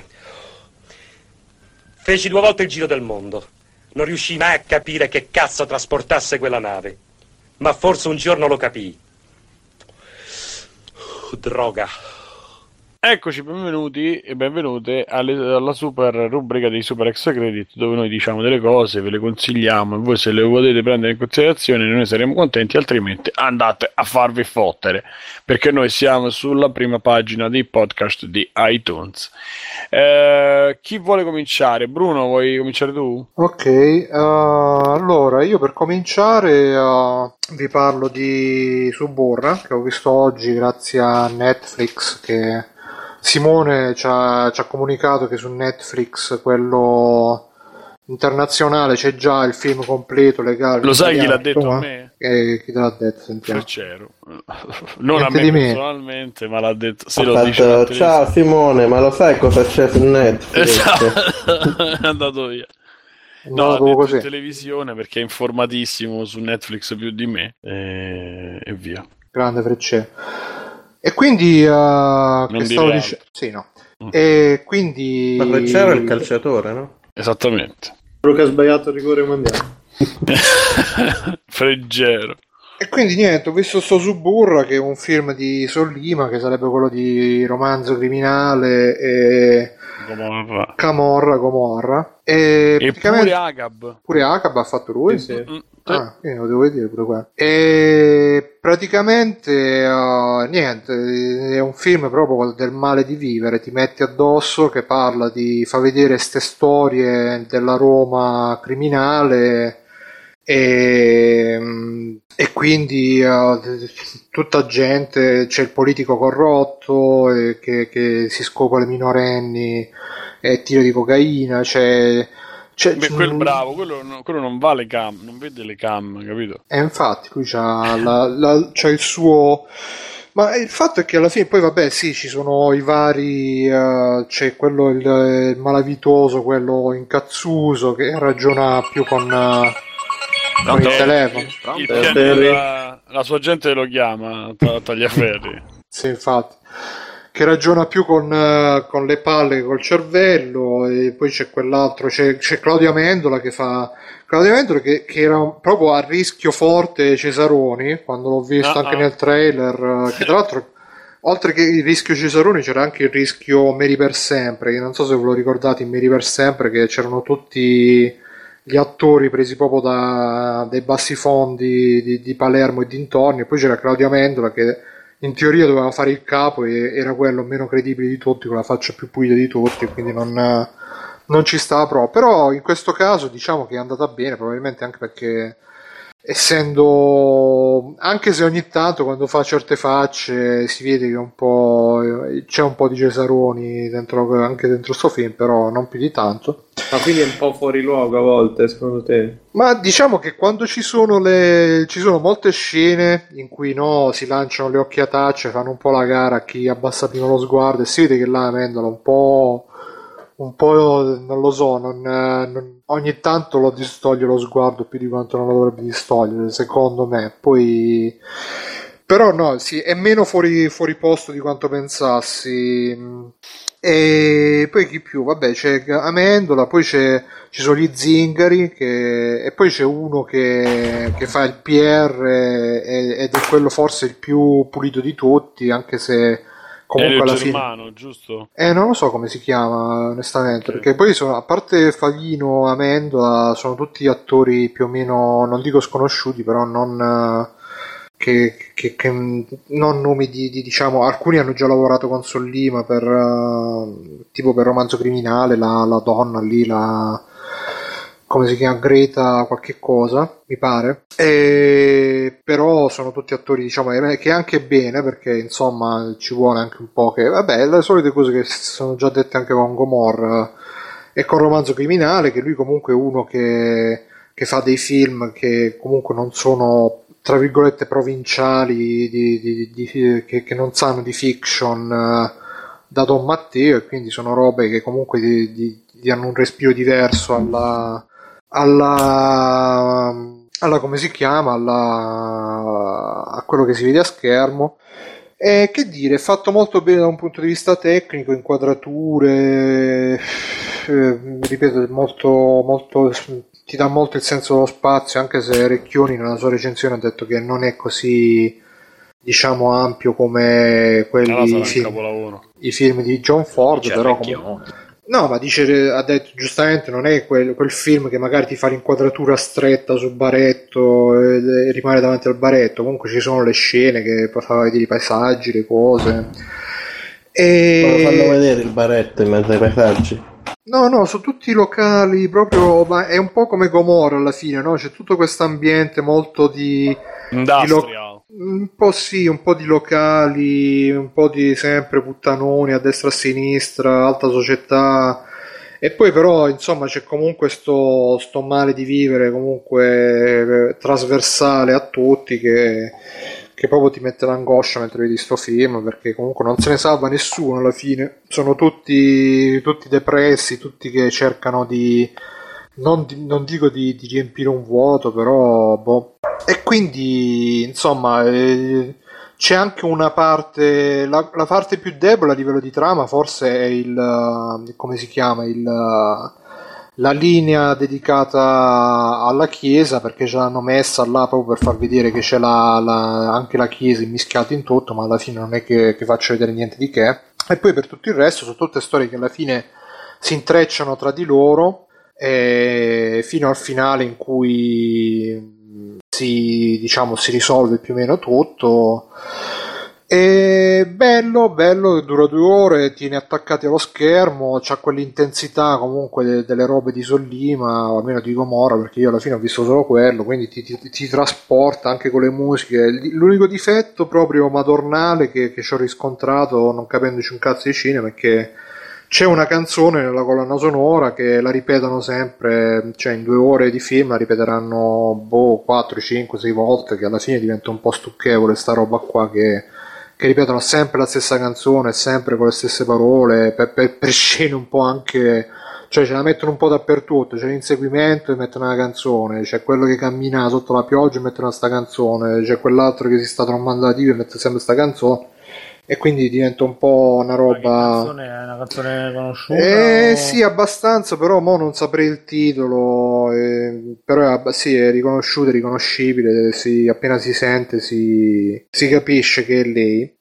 Feci due volte il giro del mondo. Non riuscii mai a capire che cazzo trasportasse quella nave, ma forse un giorno lo capii. Droga. Eccoci, benvenuti e benvenute alle, alla super rubrica dei super extra credit, dove noi diciamo delle cose, ve le consigliamo e voi se le potete prendere in considerazione noi saremo contenti, altrimenti andate a farvi fottere, perché noi siamo sulla prima pagina dei podcast di iTunes. Eh, chi vuole cominciare? Bruno, vuoi cominciare tu? Ok, uh, allora io per cominciare uh, vi parlo di Suburra, che ho visto oggi grazie a Netflix, che Simone ci ha, ci ha comunicato che su Netflix, quello internazionale, c'è già il film completo legale. Lo sai chi l'ha italiano, detto a ma- me? Eh, chi te l'ha detto? Sentiamo. Freccero. Non Niente a me di me. personalmente, ma l'ha detto. Se Ha lo fatto, dice la ciao Simone, ma lo sai cosa c'è su Netflix? Esatto. È andato via. No, No, l'ha proprio detto in così. televisione perché è informatissimo su Netflix più di me e, e via. Grande Frecce. E quindi uh, che dire stavo altro. dicendo? Sì, no. Mm. E quindi Ma c'era il calciatore, no? Esattamente. Quello che ha sbagliato il rigore mondiale. Freggero. E quindi niente, ho visto sto Suburra, che è un film di Sollima, che sarebbe quello di Romanzo Criminale e Come va? Camorra, Gomorra. E, E praticamente pure Agab. pure Acab ha fatto lui. Sì, sì. Mm, Ah, quindi lo devo vedere pure qua. E praticamente uh, niente, è un film proprio del male di vivere, ti metti addosso, che parla di, fa vedere ste storie della Roma criminale e, e quindi uh, tutta gente, c'è il politico corrotto e che, che si scopa le minorenni e tiro di cocaina, c'è c'è, Beh, quel bravo, quello, no- quello non va le cam, non vede le cam, capito? E infatti lui c'ha, la, la- c'ha il suo, ma il fatto è che alla fine poi vabbè sì, ci sono i vari, eh, c'è quello il, il malavitoso, quello incazzuso che ragiona più con, eh, con il Eh, telefono. Il, il Pronto? piano della- la sua gente lo chiama ta- Tagliaferri. Sì, infatti, che ragiona più con, eh, con le palle che col cervello. E poi c'è quell'altro, c'è, c'è Claudia Mendola che fa Claudia Mendola che, che era un- proprio a rischio forte Cesaroni, quando l'ho visto Ah, anche ah. nel trailer, eh, che tra l'altro oltre che il rischio Cesaroni c'era anche il rischio Mary per sempre, che non so se ve lo ricordate in Mary per sempre, che c'erano tutti gli attori presi proprio da, dai bassi fondi di, di Palermo e dintorni, e poi c'era Claudia Mendola che in teoria doveva fare il capo e era quello meno credibile di tutti, con la faccia più pulita di tutti, quindi non, non ci stava proprio. Però in questo caso diciamo che è andata bene, probabilmente anche perché essendo, anche se ogni tanto quando fa certe facce si vede che un po' c'è un po' di Cesaroni dentro, anche dentro sto film, però non più di tanto. Ma quindi è un po' fuori luogo a volte, secondo te? Ma diciamo che quando ci sono le ci sono molte scene in cui no, si lanciano le occhiatacce, fanno un po' la gara a chi abbassa prima lo sguardo, e si vede che là Mendola un po' un po' non lo so, non, non- ogni tanto lo distoglie lo sguardo più di quanto non lo dovrebbe distogliere, secondo me. Poi però no, sì, è meno fuori, fuori posto di quanto pensassi. E poi chi più? Vabbè, c'è Amendola, poi c'è, ci sono gli Zingari, che, e poi c'è uno che, che fa il P R e- ed è quello forse il più pulito di tutti, anche se comunque Elio alla fine... Germano, giusto? Eh, non lo so come si chiama, onestamente, Ok. perché poi sono, a parte Favino, Amendola, sono tutti attori più o meno, non dico sconosciuti, però non, eh, che, che- che- non nomi di, di, diciamo, alcuni hanno già lavorato con Sollima per, eh, tipo per Romanzo Criminale, la, la donna lì, la, come si chiama, Greta qualche cosa, mi pare. E però sono tutti attori, diciamo, eh, che è anche bene, perché insomma ci vuole anche un po' che, vabbè, le solite cose che sono già dette anche con Gomorra e con Romanzo Criminale, che lui comunque è uno che, che fa dei film che comunque non sono tra virgolette provinciali, di, di- di- che, che non sanno di fiction, eh, da Don Matteo, e quindi sono robe che comunque di, di- di hanno un respiro diverso alla alla, alla come si chiama, alla, a quello che si vede a schermo. E che dire, è fatto molto bene da un punto di vista tecnico, inquadrature, eh, ripeto, è molto, molto, ti dà molto il senso dello spazio, anche se Recchioni nella sua recensione ha detto che non è così, diciamo, ampio come Allora sarà quelli un film. capolavoro. i film di John Ford, C'è però vecchio. comunque... No, ma dice, ha detto giustamente, non è quel, quel film che magari ti fa l'inquadratura stretta sul baretto e, e rimane davanti al baretto. Comunque ci sono le scene che fa vedere i paesaggi, le cose. E... Ma lo fanno vedere il baretto in mezzo ai paesaggi. No, no, sono tutti locali, proprio, ma è un po' come Gomorra alla fine, no? C'è tutto questo ambiente molto di... Industrial. di lo- un po' sì, un po' di locali, un po' di sempre puttanoni a destra e a sinistra, alta società. E poi però, insomma, c'è comunque sto, sto male di vivere comunque eh, trasversale a tutti che... che proprio ti mette l'angoscia mentre vedi sto film, perché comunque non se ne salva nessuno alla fine, sono tutti, tutti depressi, tutti che cercano di non, di, non dico di, di riempire un vuoto, però boh. E quindi insomma eh, c'è anche una parte, la, la parte più debole a livello di trama forse è il, come si chiama, il la linea dedicata alla chiesa, perché ce l'hanno messa là proprio per far vedere che c'è la, la, anche la chiesa immischiata in tutto, ma alla fine non è che, che faccia vedere niente di che. E poi per tutto il resto sono tutte storie che alla fine si intrecciano tra di loro e fino al finale in cui si, diciamo, si risolve più o meno tutto. È bello, bello, dura due ore, tiene attaccati allo schermo, c'ha quell'intensità comunque de- delle robe di Sollima, o almeno di Gomorra, perché io alla fine ho visto solo quello, quindi ti, ti, ti trasporta anche con le musiche. L'unico difetto proprio madornale che, che ci ho riscontrato non capendoci un cazzo di cinema è che c'è una canzone nella colonna sonora che la ripetono sempre, cioè in due ore di film la ripeteranno boh, quattro, cinque, sei volte, che alla fine diventa un po' stucchevole sta roba qua che che ripetono sempre la stessa canzone, sempre con le stesse parole, per, per, per scene un po' anche, cioè ce la mettono un po' dappertutto, c'è l'inseguimento e mettono una canzone, c'è quello che cammina sotto la pioggia e mettono sta canzone, c'è quell'altro che si sta trombando la tiva e mette sempre sta canzone, e quindi diventa un po' una roba... Ma che canzone è? Una canzone conosciuta? Eh o... sì, abbastanza, però mo non saprei il titolo, eh, però è, abba- sì, è riconosciuto, è riconoscibile, si, appena si sente si, si capisce che è lei.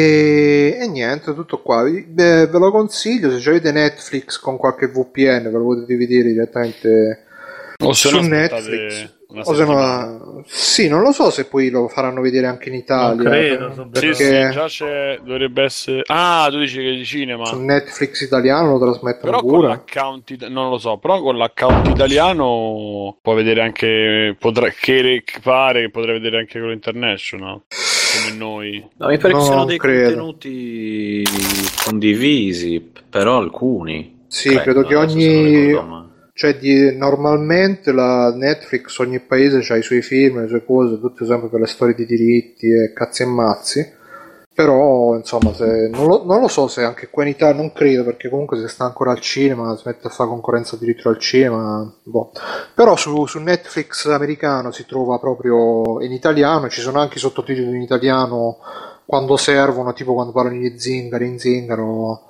E, e niente, tutto qua. Beh, ve lo consiglio, se avete Netflix con qualche V P N ve lo potete vedere direttamente O se su no, Netflix. una O se settimana. no, sì, non lo so se poi lo faranno vedere anche in Italia. Non credo, per- so Sì, perché sì, già c'è, dovrebbe essere... Ah, tu dici che è di cinema. su Netflix italiano lo trasmettono Però con pure. l'account, it- non lo so, però con l'account italiano può vedere anche, potrà, che pare che potrà vedere anche quello international, come noi. No, mi pare che No, siano dei credo. contenuti condivisi, però alcuni. Sì, credo che adesso se non ogni... ricordo male. Cioè, di, normalmente la Netflix, ogni paese ha i suoi film, le sue cose, tutto sempre per le storie di diritti e cazzi e mazzi. Però, insomma, se, non, lo, non lo so se anche qua in Italia, non credo, perché comunque se sta ancora al cinema, si mette a fare concorrenza addirittura al cinema, boh. Però su, su Netflix americano si trova proprio in italiano, ci sono anche i sottotitoli in italiano quando servono, tipo quando parlano di zingari, in zingaro,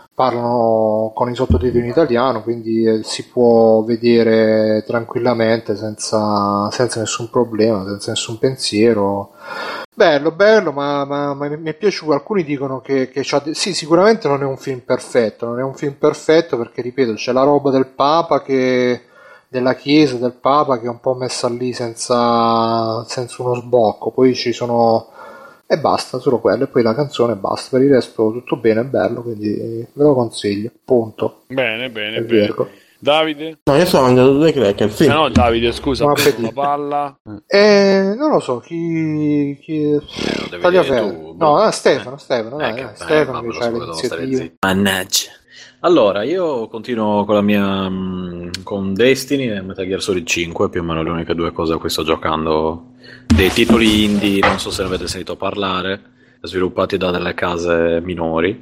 parlano con i sottotitoli in italiano, quindi eh, si può vedere tranquillamente senza, senza nessun problema, senza nessun pensiero. Bello, bello, ma, ma, ma mi è piaciuto. Alcuni dicono che, che c'ha de- sì, sicuramente non è un film perfetto, non è un film perfetto perché, ripeto, c'è la roba del Papa che della Chiesa, del Papa che è un po' messa lì senza, senza uno sbocco, poi ci sono e basta, solo quello, e poi la canzone e basta. Per il resto tutto bene, è bello, quindi ve lo consiglio, punto. Bene, bene, È bene. vero. Davide? No, io sto mangiando due cracker, sì. Eh no, Davide, scusa, Buon ha preso la appetito. palla. Eh, non lo so, chi... chi... lo devi Tagliaferro. dire tu, No, boh. ah, Stefano, Stefano, Eh, dai, che dai, bello, Stefano vabbè, che lo c'ha so che devo stare l'iniziativa. zitto. Mannaggia. Allora, io continuo con la mia mh, con Destiny e Metal Gear Solid cinque, più o meno le uniche due cose a cui sto giocando. Dei titoli indie, non so se ne avete sentito parlare, sviluppati da delle case minori,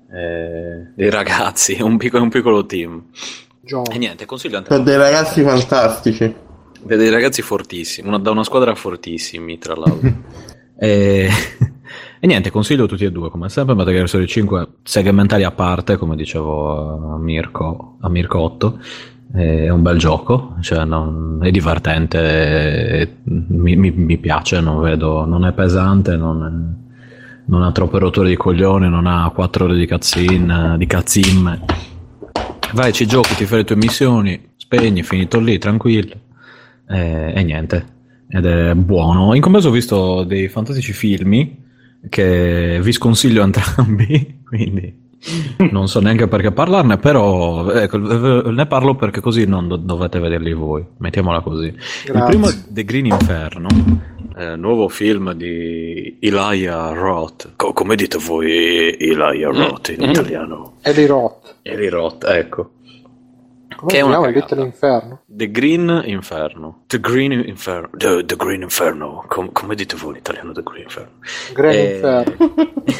eh, dei ragazzi, un piccolo, un piccolo team. John. E niente, consiglio anche Per dei ragazzi fantastici. per dei ragazzi fortissimi, una, da una squadra fortissimi, tra l'altro. e... e niente, consiglio tutti e due, come sempre. Metal Gear Solid cinque, segmentali a parte, come dicevo a Mirko, a Mirko otto. È un bel gioco, cioè non, è divertente, è- mi, mi- mi piace, non vedo, non è pesante, non, è- non ha troppe rotture di coglione, non ha quattro ore di cutscene, di cutscene. Vai, ci giochi, ti fai le tue missioni, spegni, finito lì, tranquillo. E, e niente. Ed è buono. In compenso ho visto dei fantastici filmi che vi sconsiglio entrambi, quindi non so neanche perché parlarne, però ecco, ne parlo perché così non do- dovete vederli voi, mettiamola così. Grazie. Il primo è The Green Inferno, eh, nuovo film di Elijah Roth. Co- come dite voi Elijah Roth in italiano? Eli Roth. Eli Roth, ecco. Come Che si è una chiama? cagata. Little Inferno? The Green Inferno. The Green Inferno. The, the Green Inferno. Com- come dite voi in italiano The Green Inferno? Green Eh, Inferno.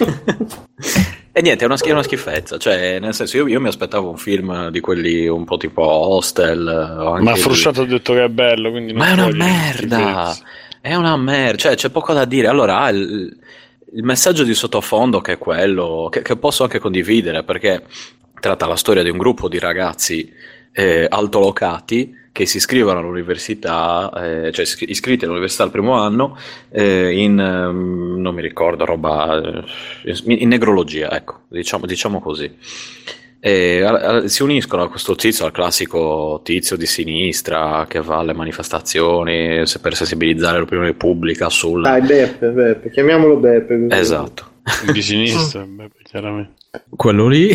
E niente, è una, sch- è una schifezza. Cioè, nel senso, io, io mi aspettavo un film di quelli un po' tipo Hostel. O anche Ma di- Frusciato ha detto che è bello, quindi non Ma è una puoi dire merda. schifezze. È una merda. Cioè, c'è poco da dire. Allora, ha il, il messaggio di sottofondo che è quello, che, che posso anche condividere, perché tratta la storia di un gruppo di ragazzi eh, altolocati che si iscrivono all'università, eh, cioè iscri- iscritti all'università al primo anno eh, in, ehm, non mi ricordo, roba, eh, in negrologia, ecco, diciamo, diciamo così. E, a- a- si uniscono a questo tizio, al classico tizio di sinistra che va alle manifestazioni se- per sensibilizzare l'opinione pubblica sul... Dai, Beppe, Beppe, chiamiamolo Beppe. così. Esatto. Di sinistra, beh, chiaramente. Quello lì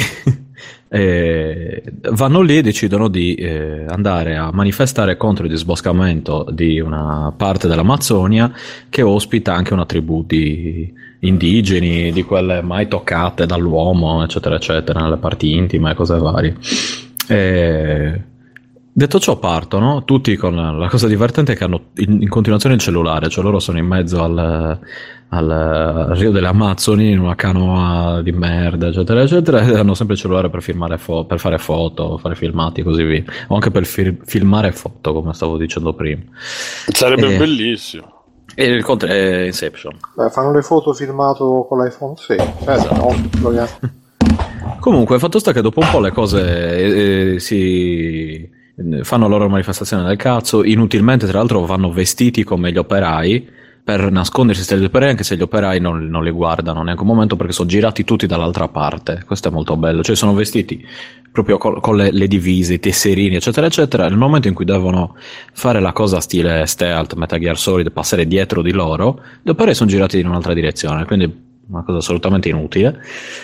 eh, vanno lì e decidono di eh, andare a manifestare contro il disboscamento di una parte dell'Amazzonia che ospita anche una tribù di indigeni, di quelle mai toccate dall'uomo, eccetera eccetera, nelle parti intime e cose varie. E, detto ciò, partono tutti con la cosa divertente è che hanno in, in continuazione il cellulare, cioè loro sono in mezzo al, al Rio delle Amazzoni in una canoa di merda, eccetera eccetera, e hanno sempre il cellulare per filmare fo- per fare foto, fare filmati e così via, o anche per fil- filmare foto, come stavo dicendo prima. Sarebbe Eh. bellissimo. E il conto è Inception. Beh, fanno le foto filmato con l'iPhone sei. Eh, Esatto. no, ragazzi. Comunque, il fatto sta che dopo un po' le cose eh, eh, si fanno la loro manifestazione del cazzo, inutilmente tra l'altro vanno vestiti come gli operai per nascondersi dagli operai, anche se gli operai non, non li guardano neanche un momento perché sono girati tutti dall'altra parte. Questo è molto bello, cioè sono vestiti proprio con, con le, le divise, i tesserini eccetera eccetera. Nel momento in cui devono fare la cosa stile stealth, Metal Gear Solid, passare dietro di loro, gli operai sono girati in un'altra direzione, quindi una cosa assolutamente inutile.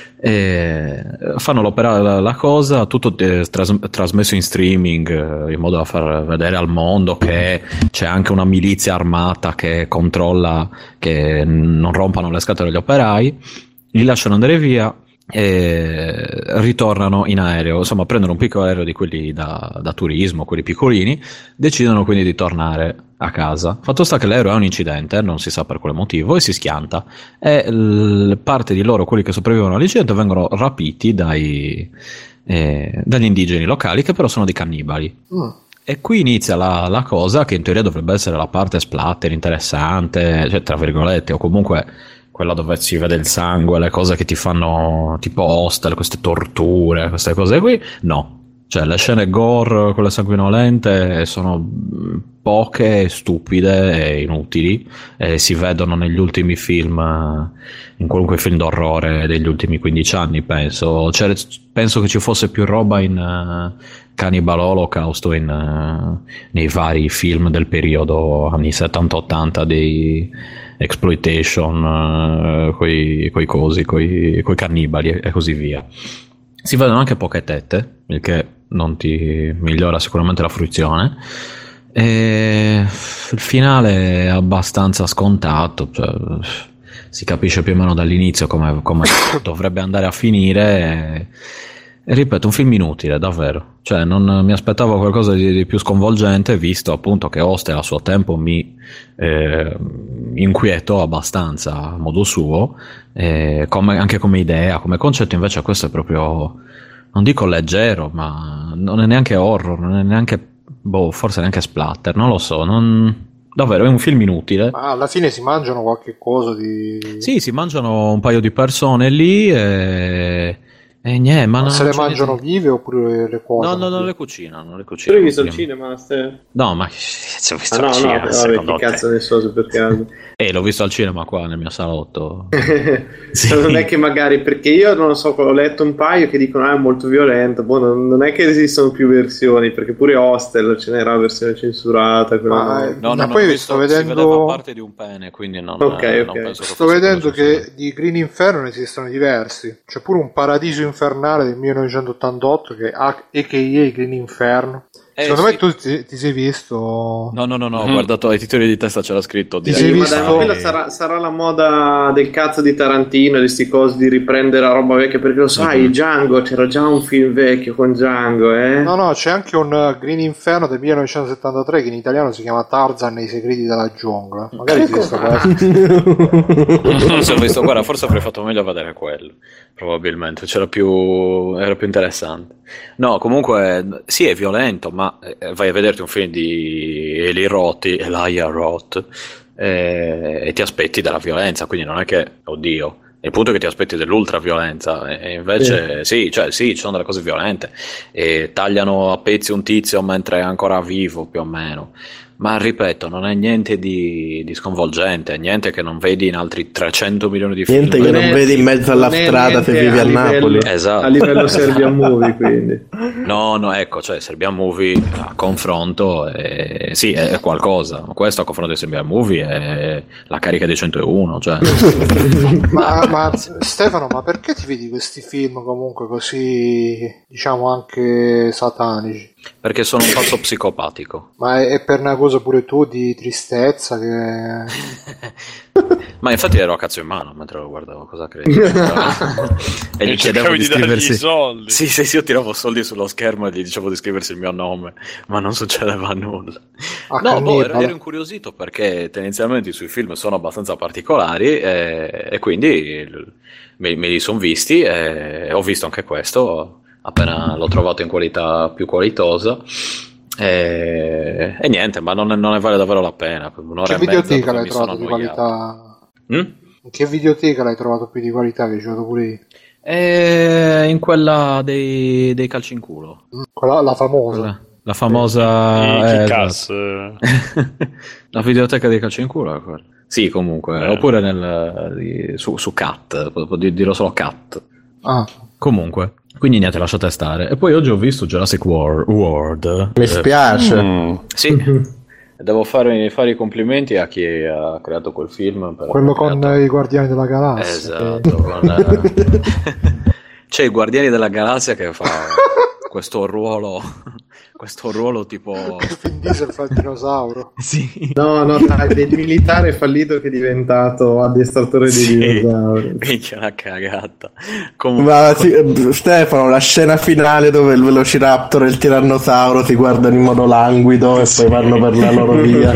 E fanno l'opera, la, la cosa, tutto eh, tras- trasmesso in streaming eh, in modo da far vedere al mondo che c'è anche una milizia armata che controlla che non rompano le scatole agli operai. Li lasciano andare via e ritornano in aereo, insomma prendono un piccolo aereo di quelli da, da turismo, quelli piccolini, decidono quindi di tornare a casa. Fatto sta che l'aereo ha un incidente, non si sa per quale motivo, e si schianta e l- parte di loro, quelli che sopravvivono all'incidente, vengono rapiti dai, eh, dagli indigeni locali, che però sono dei cannibali. Mm. E qui inizia la, la cosa che in teoria dovrebbe essere la parte splatter interessante, cioè tra virgolette, o comunque quella dove si vede il sangue, le cose che ti fanno tipo Hostel, queste torture, queste cose qui. No, cioè le scene gore, quelle sanguinolente, sono poche, stupide e inutili, e si vedono negli ultimi film, in qualunque film d'orrore degli ultimi quindici anni, penso. Cioè, penso che ci fosse più roba in uh, Cannibal Holocaust o in, uh, nei vari film del periodo anni settanta ottanta dei exploitation, uh, coi, coi cosi, coi, coi cannibali e così via. Si vedono anche poche tette, il che non ti migliora sicuramente la fruizione. E il finale è abbastanza scontato, cioè, si capisce più o meno dall'inizio come, come dovrebbe andare a finire. E, e ripeto, un film inutile, davvero. Cioè, non mi aspettavo qualcosa di, di più sconvolgente, visto appunto che Hostel a suo tempo mi eh, inquietò abbastanza a modo suo, eh, come, anche come idea, come concetto. Invece questo è proprio, non dico leggero, ma non è neanche horror, non è neanche, boh, forse neanche splatter, non lo so, non... davvero è un film inutile. Ma alla fine si mangiano qualche cosa di... Sì, si mangiano un paio di persone lì e, E niente, ma Ma non se le c'è mangiano niente- vive oppure le cuociono? No, no, non le cucinano, le Tu cucinano. hai visto il prima. cinema, Ste? No, ma ci ho visto Ah, no, al no, cinema, vabbè, secondo che te. cazzo ne so se per caso. Eh, l'ho visto al cinema qua nel mio salotto. Sì. Cioè, non è che magari, perché io non lo so, ho letto un paio che dicono ah, è molto violento, boh, non, non è che esistono più versioni, perché pure Hostel ce n'era la versione censurata, quella Ma, no. eh, No, ma no, poi no, sto visto, si vedendo- vedeva parte di un pene, quindi non, Ok, eh, ok. non penso che Sto fosse vedendo così censurata. che di Green Inferno ne esistono diversi. C'è pure un Paradiso Infernale del millenovecentottantotto che è a ka a Green Inferno. Eh, Secondo sì. me tu ti, ti sei visto... No, no, no, no, ho Mhm. guardato ai titoli di testa c'era scritto Ti direi. sei Sì, ma visto- dai, ma quella sarà, sarà la moda del cazzo di Tarantino, di sti cosi di riprendere la roba vecchia, perché lo sai, Mhm. Django, c'era già un film vecchio con Django, eh? No, no, c'è anche un uh, Green Inferno del millenovecentosettantatré che in italiano si chiama Tarzan e i segreti della giungla. Magari ti sto questo. Non so, ho visto, guarda, forse avrei fatto meglio a vedere quello, probabilmente, c'era più, era più interessante. No, comunque, sì, è violento, ma eh, vai a vederti un film di Eli Roth, Elijah Roth, eh, e ti aspetti della violenza, quindi non è che, oddio, il punto è che ti aspetti dell'ultra violenza, e e invece sì, cioè sì, ci sono delle cose violente, e tagliano a pezzi un tizio mentre è ancora vivo, più o meno. Ma ripeto, non è niente di, di sconvolgente, niente che non vedi in altri trecento milioni di film. Niente che non è- vedi in mezzo alla non è strada se niente vivi a livello- Napoli. Esatto. A livello Serbian Movie, quindi. No, no, ecco, cioè Serbian Movie a confronto, è, sì, è qualcosa. Questo a confronto di Serbian Movie è la carica di centouno, cioè. ma, ma Stefano, ma perché ti vedi questi film comunque così, diciamo, anche satanici? Perché sono un pazzo psicopatico. Ma è, è per una cosa pure tu di tristezza che... Ma infatti ero a cazzo in mano mentre lo guardavo, cosa credi? E gli chiedevo cercavi di di dargli i scriversi. soldi. Sì, sì, sì, io tiravo soldi sullo schermo e gli dicevo di scriversi il mio nome, ma non succedeva nulla. Ah, No, boh, ero, cannibale. ero incuriosito perché tendenzialmente sui film sono abbastanza particolari e, e quindi l- me, me li sono visti e ho visto anche questo appena l'ho trovato in qualità più qualitosa. E, e niente, ma non, non ne vale davvero la pena. Un'ora Che e mezza videoteca dove l'hai mi sono trovato di annoiato. qualità? Mm? In che videoteca l'hai trovato più di qualità che hai giocato pure io? E in quella dei, dei calci in culo. Quella, la famosa. Quella- La famosa I eh, Kick-Ass, esatto. La videoteca dei calci in culo è quella. Sì, comunque, Eh. oppure nel, di- su, su Cat, po- po- di- dirò solo Cat. Ah, Comunque, quindi niente, lasciate stare. E poi oggi ho visto Jurassic War- World. Mi Eh, spiace. Mm. Sì, devo fare, fare i complimenti a chi ha creato quel film. per quello aver con creato- i Guardiani della Galassia. Esatto, con, eh, c'è i Guardiani della Galassia che fa questo ruolo, questo ruolo tipo... Che Vin Diesel fa il dinosauro. Sì. No, no, dai, del militare fallito che è diventato addestratore di Sì. dinosauri. Minchia, una cagata. Comunque, Ma sì, eh, Stefano, la scena finale dove il Velociraptor e il tirannosauro si guardano in modo languido e poi vanno per la loro via.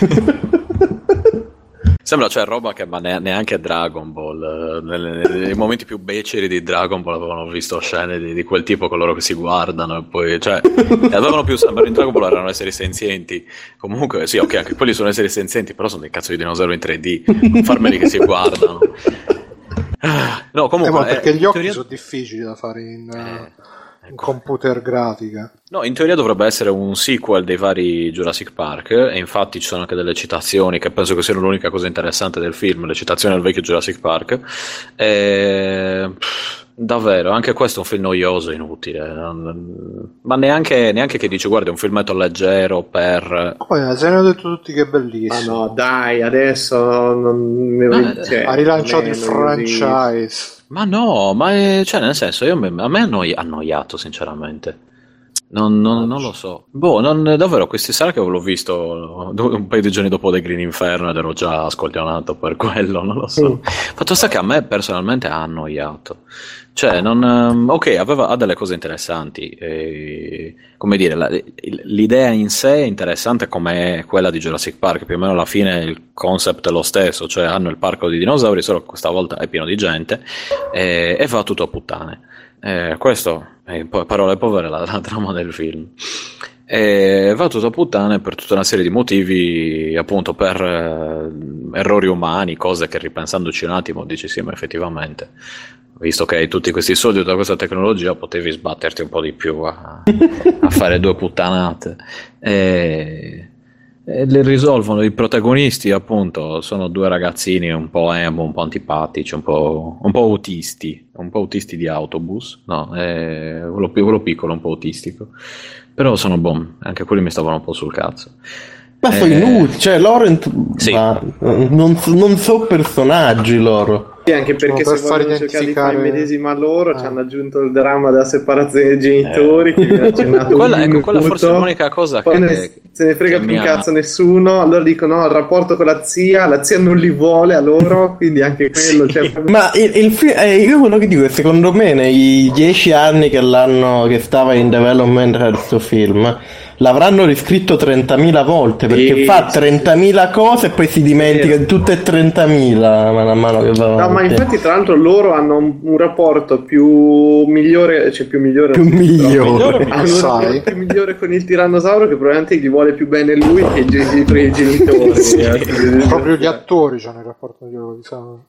sembra cioè roba che ma ne- neanche Dragon Ball, eh, nelle- nei momenti più beceri di Dragon Ball avevano visto scene di, di quel tipo con loro che si guardano e poi, cioè, avevano più, in Dragon Ball erano esseri senzienti, comunque sì, ok, anche quelli sono esseri senzienti, però sono dei cazzo di dinosauri in tre D, non farmeli che si guardano. Ah, no, Eh, comunque... ma perché eh, gli in occhi teoria- sono difficili da fare in, eh, Eh, in ecco. computer grafica. No, in teoria dovrebbe essere un sequel dei vari Jurassic Park e infatti ci sono anche delle citazioni che penso che siano l'unica cosa interessante del film, le citazioni al vecchio Jurassic Park. E... pff, davvero, anche questo è un film noioso, inutile, non- ma neanche, neanche che dici guarda è un filmetto leggero per... Poi se ne hanno detto tutti che è Ma bellissimo. no, dai, adesso non mi Ma- cioè, Ha rilanciato non il è noiosissimo. franchise. Ma no, ma è, cioè nel senso, io, a me ha annoi- annoiato sinceramente. Non, non- non lo so. Boh, non, davvero, questi sarà che l'ho visto un paio di giorni dopo The Green Inferno ed ero già scoglionato per quello, non lo so. Fatto sta che a me personalmente ha annoiato. Cioè, non, ehm, ok, aveva, ha delle cose interessanti. eh, come dire, la- l'idea in sé è interessante come quella di Jurassic Park, più o meno alla fine il concept è lo stesso, cioè hanno il parco di dinosauri, solo che questa volta è pieno di gente eh, e va tutto a puttane. Eh, questo, eh, po- parole povere, la, la trama del film. e va tutto a puttane per tutta una serie di motivi, appunto per eh, errori umani, cose che ripensandoci un attimo dici sì, ma effettivamente, visto che hai tutti questi soldi da questa tecnologia, potevi sbatterti un po' di più a, a fare due puttanate. E, e le risolvono i protagonisti, appunto, sono due ragazzini un po' emo, un po' antipatici, un po', un po' autisti, un po' autisti di autobus, no, è quello, quello piccolo, un po' autistico. Però sono buoni, anche quelli mi stavano un po' sul cazzo. Ma sono Eh, inutili, cioè loro int- Sì. ma non, non so personaggi loro. Sì, anche perché per se far vogliono cercare di fare identificare- immedesima a loro, Ah. ci hanno aggiunto il dramma della separazione dei genitori, che vi ha accennato quella, un ecco, quella minuto. forse è l'unica cosa Poi che, non se ne frega che più mi un ha- cazzo nessuno, allora dicono no, il rapporto con la zia, la zia non li vuole a loro, quindi anche quello c'è Ma il, il fi- eh, io quello che dico è secondo me nei dieci anni che l'hanno che stava in development questo film l'avranno riscritto trentamila volte perché Sì, fa sì, trentamila cose e poi si dimentica Vero. di tutte e trentamila man mano che va No, ma avanti. infatti tra l'altro loro hanno un, un rapporto più migliore, cioè più migliore, Più migliore. Migliore, hanno un Sai. rapporto più migliore con il tirannosauro che probabilmente gli vuole più bene lui che i gen- che i genitori. eh. Proprio gli attori c'hanno il rapporto migliore, diciamo.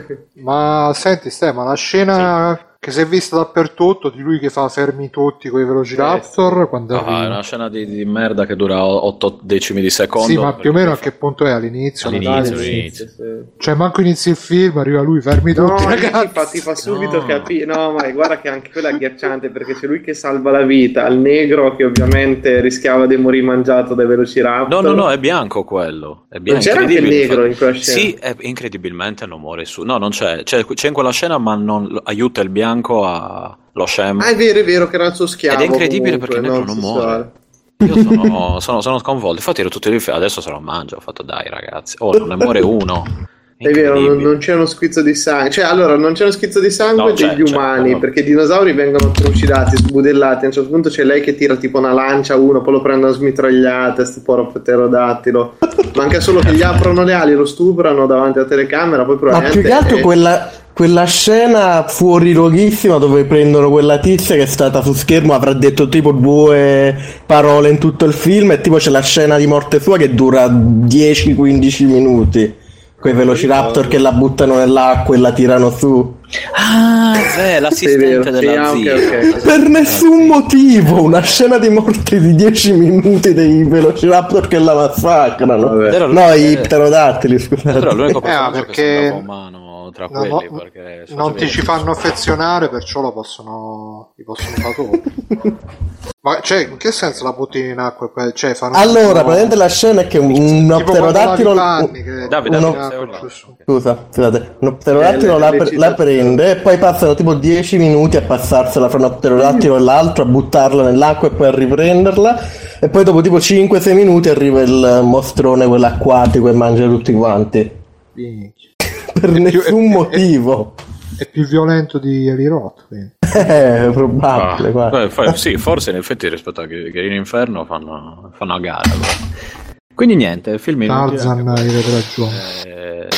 Ma senti, Ste, ma la scena che si è vista dappertutto di lui che fa fermi tutti con i Velociraptor quando Ah, è arriva. una scena di, di merda che dura otto decimi di secondo. Sì, ma più o meno a che punto è all'inizio? All'inizio, Dai, sì. all'inizio. Cioè, manco inizi il film, arriva lui, fermi No, tutti, lì ti ragazzi. fa, ti fa subito No. capire. No, ma guarda che anche quello è agghiacciante perché c'è lui che salva la vita al negro che ovviamente rischiava di morire mangiato dai Velociraptor. No, no, no, è bianco quello. È bianco. Non c'era anche il incredibile, negro infatti. in quella scena? Sì, è, incredibilmente non muore su. No, non c'è. C'è, c'è in quella scena, ma non aiuta il bianco a lo scemo. Ah, è vero, è vero che era il suo schiavo. Ed è incredibile comunque, perché il negro non sessuale. muore. Io sono, sono, sono sconvolto. Infatti ero tutto lì. Adesso se lo mangio. Ho fatto dai, ragazzi. Oh, non ne muore uno. È vero, non, Incredibile. non c'è uno schizzo di sangue. Cioè, allora, non c'è uno schizzo di sangue No, c'è, degli c'è, umani, però- perché i dinosauri vengono trucidati, sbudellati. A un certo punto c'è lei che tira tipo una lancia a uno, poi lo prendono a smitragliate, sto povero pterodattilo. Manca solo che gli aprono le ali, lo stuprano davanti alla telecamera, poi Ma probabilmente... più che altro è- quella, quella scena fuori luoghissima dove prendono quella tizia che è stata su schermo, avrà detto tipo due parole in tutto il film e tipo c'è la scena di morte sua che dura dieci quindici minuti. Quei Velociraptor che la buttano nell'acqua e la tirano su. Ah, è l'assistente Sì, della ok, zia. ok. Per nessun motivo, una scena di morte di dieci minuti dei Velociraptor che la massacrano. Vabbè. Era- No, i eh, pterodattili, scusate. Però è l'unico Eh, personaggio perché- che sembrava umano tra No, quelli. no, perché si non faceva ti ci vedere. fanno affezionare, perciò lo possono li possono fare dopo. Ma cioè, in che senso la buttino in acqua? e poi- Cioè, fanno Allora, tipo- praticamente la scena è che un, uno tipo quando pterodattilo... lavi i panni, che- Davide, uno- Davide, sei Acqua, là. giusto. Scusa, scusate, uno pterodattilo Eh, la, le- le pre- la citazioni. prende e poi passano tipo dieci minuti a passarsela fra uno pterodattilo e l'altro, a buttarla nell'acqua e poi a riprenderla e poi dopo tipo cinque sei minuti arriva il mostrone quello acquatico e mangia tutti quanti. Minchia. Per più- nessun è- è- motivo. È più violento di Eli Roth, quindi. Eh, probabile, Ah, guarda. beh, fa- sì, forse in effetti rispetto a che, che in Inferno fanno, fanno a gara. allora. Quindi niente, film inutile Tarzan anche avete ragione. questo. Eh,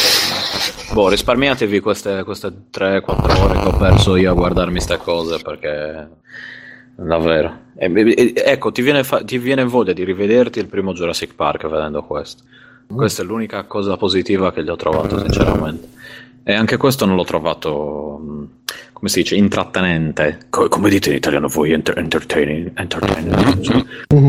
boh, risparmiatevi queste, queste tre quattro ore che ho perso io a guardarmi ste cose perché davvero. E- e- ecco, ti viene, fa- ti viene voglia di rivederti il primo Jurassic Park vedendo questo. Questa è l'unica cosa positiva che gli ho trovato, sinceramente. E anche questo non l'ho trovato, mh, come si dice, intrattenente. Co- come dite in italiano voi, enter- entertaining, entertaining. Cioè,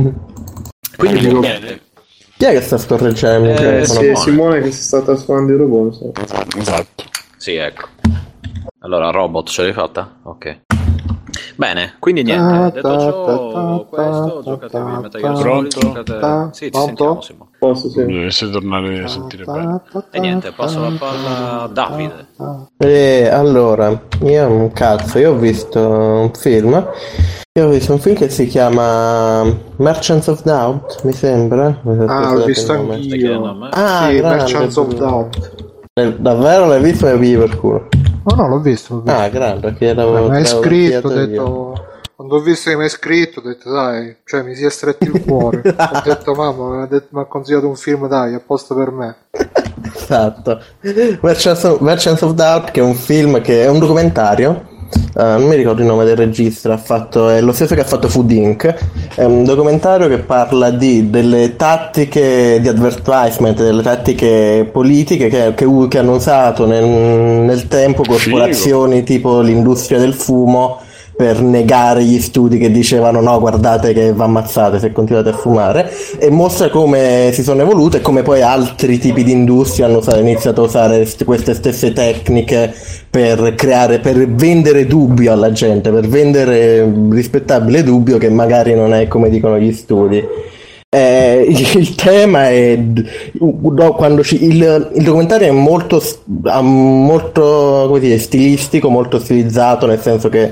quindi Dico- niente. Chi è che sta scorreggendo? il Eh, telefono? Sì, Simone. Simone che si sta trasformando in robot. so. Esatto. Sì, ecco. Allora, robot ce l'hai fatta? Ok. Bene, quindi niente, Ta, detto ta, ciò, ta, questo, ta, giocatevi ta, Metal Gear ta, Solid, Pronto? giocate... Sì, ti Pronto? sentiamo, Simone. Posso, sì. Dovreste tornare a sentire bene. E niente, passo la palla a Davide. E allora, io un cazzo, io ho visto un film. Io ho visto un film che si chiama Merchants of Doubt, mi sembra. Ah, l'ho visto il nome. Stai chiedendo a anch'io. me? Ah, Sì, grande, Merchants of bello. Doubt. Eh, Davvero l'hai visto e mi pigli per culo? No, no, l'ho visto, l'ho visto. Ah, grande, chiedevo. mi hai l'avevo scritto, ho chiesto io. detto... Quando ho visto che mi hai scritto, ho detto dai, cioè mi si è stretto il cuore. Ho detto mamma, mi ha, detto, mi ha consigliato un film, dai, apposta per me. Esatto. Merchants of, Merchants of Doubt, che è un film che è un documentario uh, non mi ricordo il nome del regista, ha fatto, è lo stesso che ha fatto Food incorporated. È un documentario che parla di delle tattiche di advertisement, delle tattiche politiche che, che, che hanno usato nel, nel tempo corporazioni Figo. tipo l'industria del fumo per negare gli studi che dicevano no, guardate che vi ammazzate se continuate a fumare, e mostra come si sono evolute e come poi altri tipi di industrie hanno iniziato a usare queste stesse tecniche per creare, per vendere dubbio alla gente, per vendere rispettabile dubbio che magari non è come dicono gli studi. Eh, il tema è no, quando ci, il, il documentario è molto molto come dire, stilistico, molto stilizzato, nel senso che